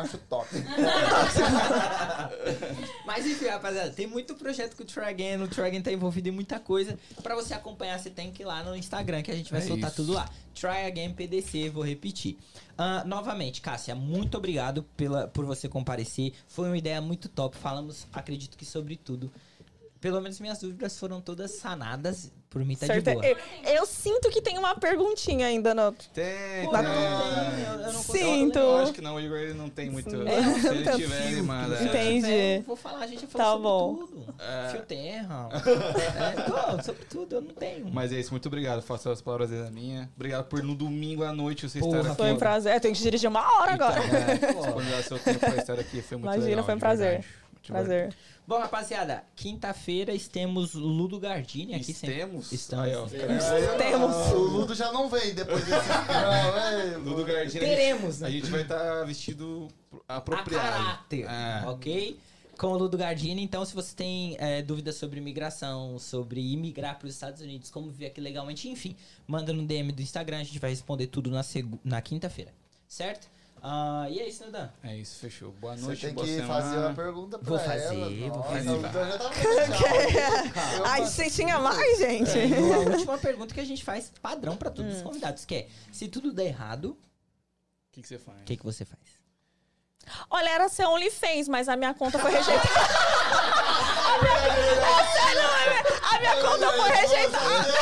Mas enfim, rapaziada, tem muito projeto com o Try Again. O Try Again tá envolvido em muita coisa. Pra você acompanhar, você tem que ir lá no Instagram, que a gente vai é soltar isso. tudo lá. Try Again P D C, vou repetir. Uh, novamente, Cássia, muito obrigado pela, por você comparecer. Foi uma ideia muito top. Falamos, acredito que sobre tudo. Pelo menos minhas dúvidas foram todas sanadas. Por mim tá certo. de boa. Eu, eu sinto que tem uma perguntinha ainda no... Tem, Pô, tem. Não, tem. Eu, eu não Sinto. Eu, eu acho que não, o Igor ele não tem muito... É, se ele tanto. tiver, ele manda. Entendi. É, eu vou falar, a gente falou Tá sobre bom. tudo. É. Fio terra. é, pô, sobre tudo, eu não tenho. Mas é isso, muito obrigado. Faço as palavras da minha. Obrigado por no domingo à noite você Porra, estar aqui. Foi um prazer. Eu tenho que dirigir uma hora Então, agora. é, disponibilizar seu tempo para estar aqui. Foi muito Imagina, legal. foi um de prazer. verdade. De Prazer. verdade. Bom, rapaziada, quinta-feira temos Ludo Gardini aqui. Estamos? Sempre. Estamos. Aí, ó, É, Temos. O Ludo já não vem depois desse. Não, é, Ludo Gardini. Teremos, né? A gente vai estar vestido A apropriado. caráter, É. ok? Com o Ludo Gardini. Então, se você tem é, dúvidas sobre imigração, sobre imigrar para os Estados Unidos, como viver aqui legalmente, enfim, manda no D M do Instagram, a gente vai responder tudo na, segu- na quinta-feira, certo? Uh, e é isso, Nudan? É isso, fechou. Boa Você noite, tem boa que semana. fazer uma pergunta pra Vou ela. fazer, vou Nossa, fazer. o Ludo já tava Eu Ai, passei- você tinha mais, gente? É, e a última pergunta que a gente faz padrão para todos os convidados, que é, se tudo der errado, O que, que você faz? o que, que você faz? Olha, era ser OnlyFans, mas a minha conta foi rejeitada. a, minha, é sério, a minha, a minha conta foi rejeitada.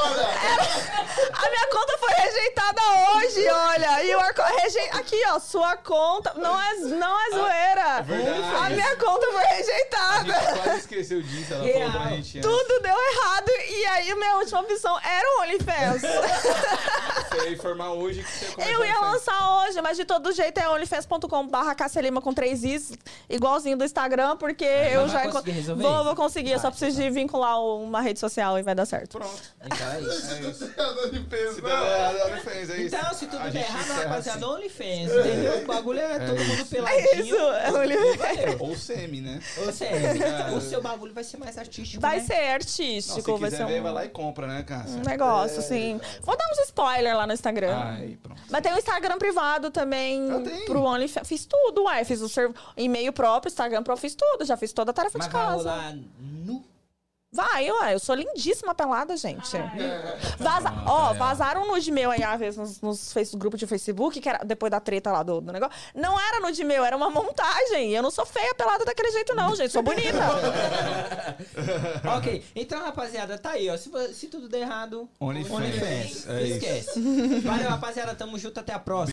A minha conta foi rejeitada hoje, olha. E o Arco reje... Aqui, ó, sua conta. Não é, não é zoeira. verdade. A minha conta foi A rejeitada. gente quase esqueceu disso, ela Real. falou pra gente antes. Tudo deu errado. E aí, minha última opção era o OnlyFans. Você ia informar hoje que você ia começar Eu ia a festa. lançar hoje, mas de todo jeito é onlyfans ponto com barra Cássia Lima com três is, igualzinho do Instagram, porque eu vai já... conseguir resolver Vou, isso? vou conseguir, eu só Vai, preciso de vincular uma rede social e vai dar certo. Pronto. Então é isso. É isso. Não Se der errado, ela fez, é isso. Então, se tudo A der gente errado, encerra rapaziada, assim. OnlyFans, entendeu? O bagulho é todo mundo peladinho. É isso, é OnlyFans. Valeu. Ou semi, né? Ou seja, o seu bagulho vai ser mais artístico, Vai né? ser Não, artístico, se vai quiser ser ver, um, vai lá e compra, né, Cássia? um negócio, assim. Vou dar uns spoilers lá no Instagram. Aí, pronto. Mas tem o Instagram privado também Ah, tem? pro OnlyFans. Fiz tudo, ué. Fiz o serv... e-mail próprio, Instagram próprio, fiz tudo. Já fiz toda a tarefa Mas de vai casa. rolar nu? Vai, ué. Eu sou lindíssima pelada, gente. Vaza... Ó, vazaram um nude meu aí, às vezes, nos, nos face... grupos de Facebook, que era depois da treta lá do, do negócio. Não era nude meu, era uma montagem. Eu não sou feia pelada daquele jeito, não, gente. Sou bonita. Ok, então, rapaziada, tá aí, ó. Se, vo- se tudo der errado, OnlyFans. OnlyFans. É isso. Esquece. Valeu, rapaziada. Tamo junto. Até a próxima.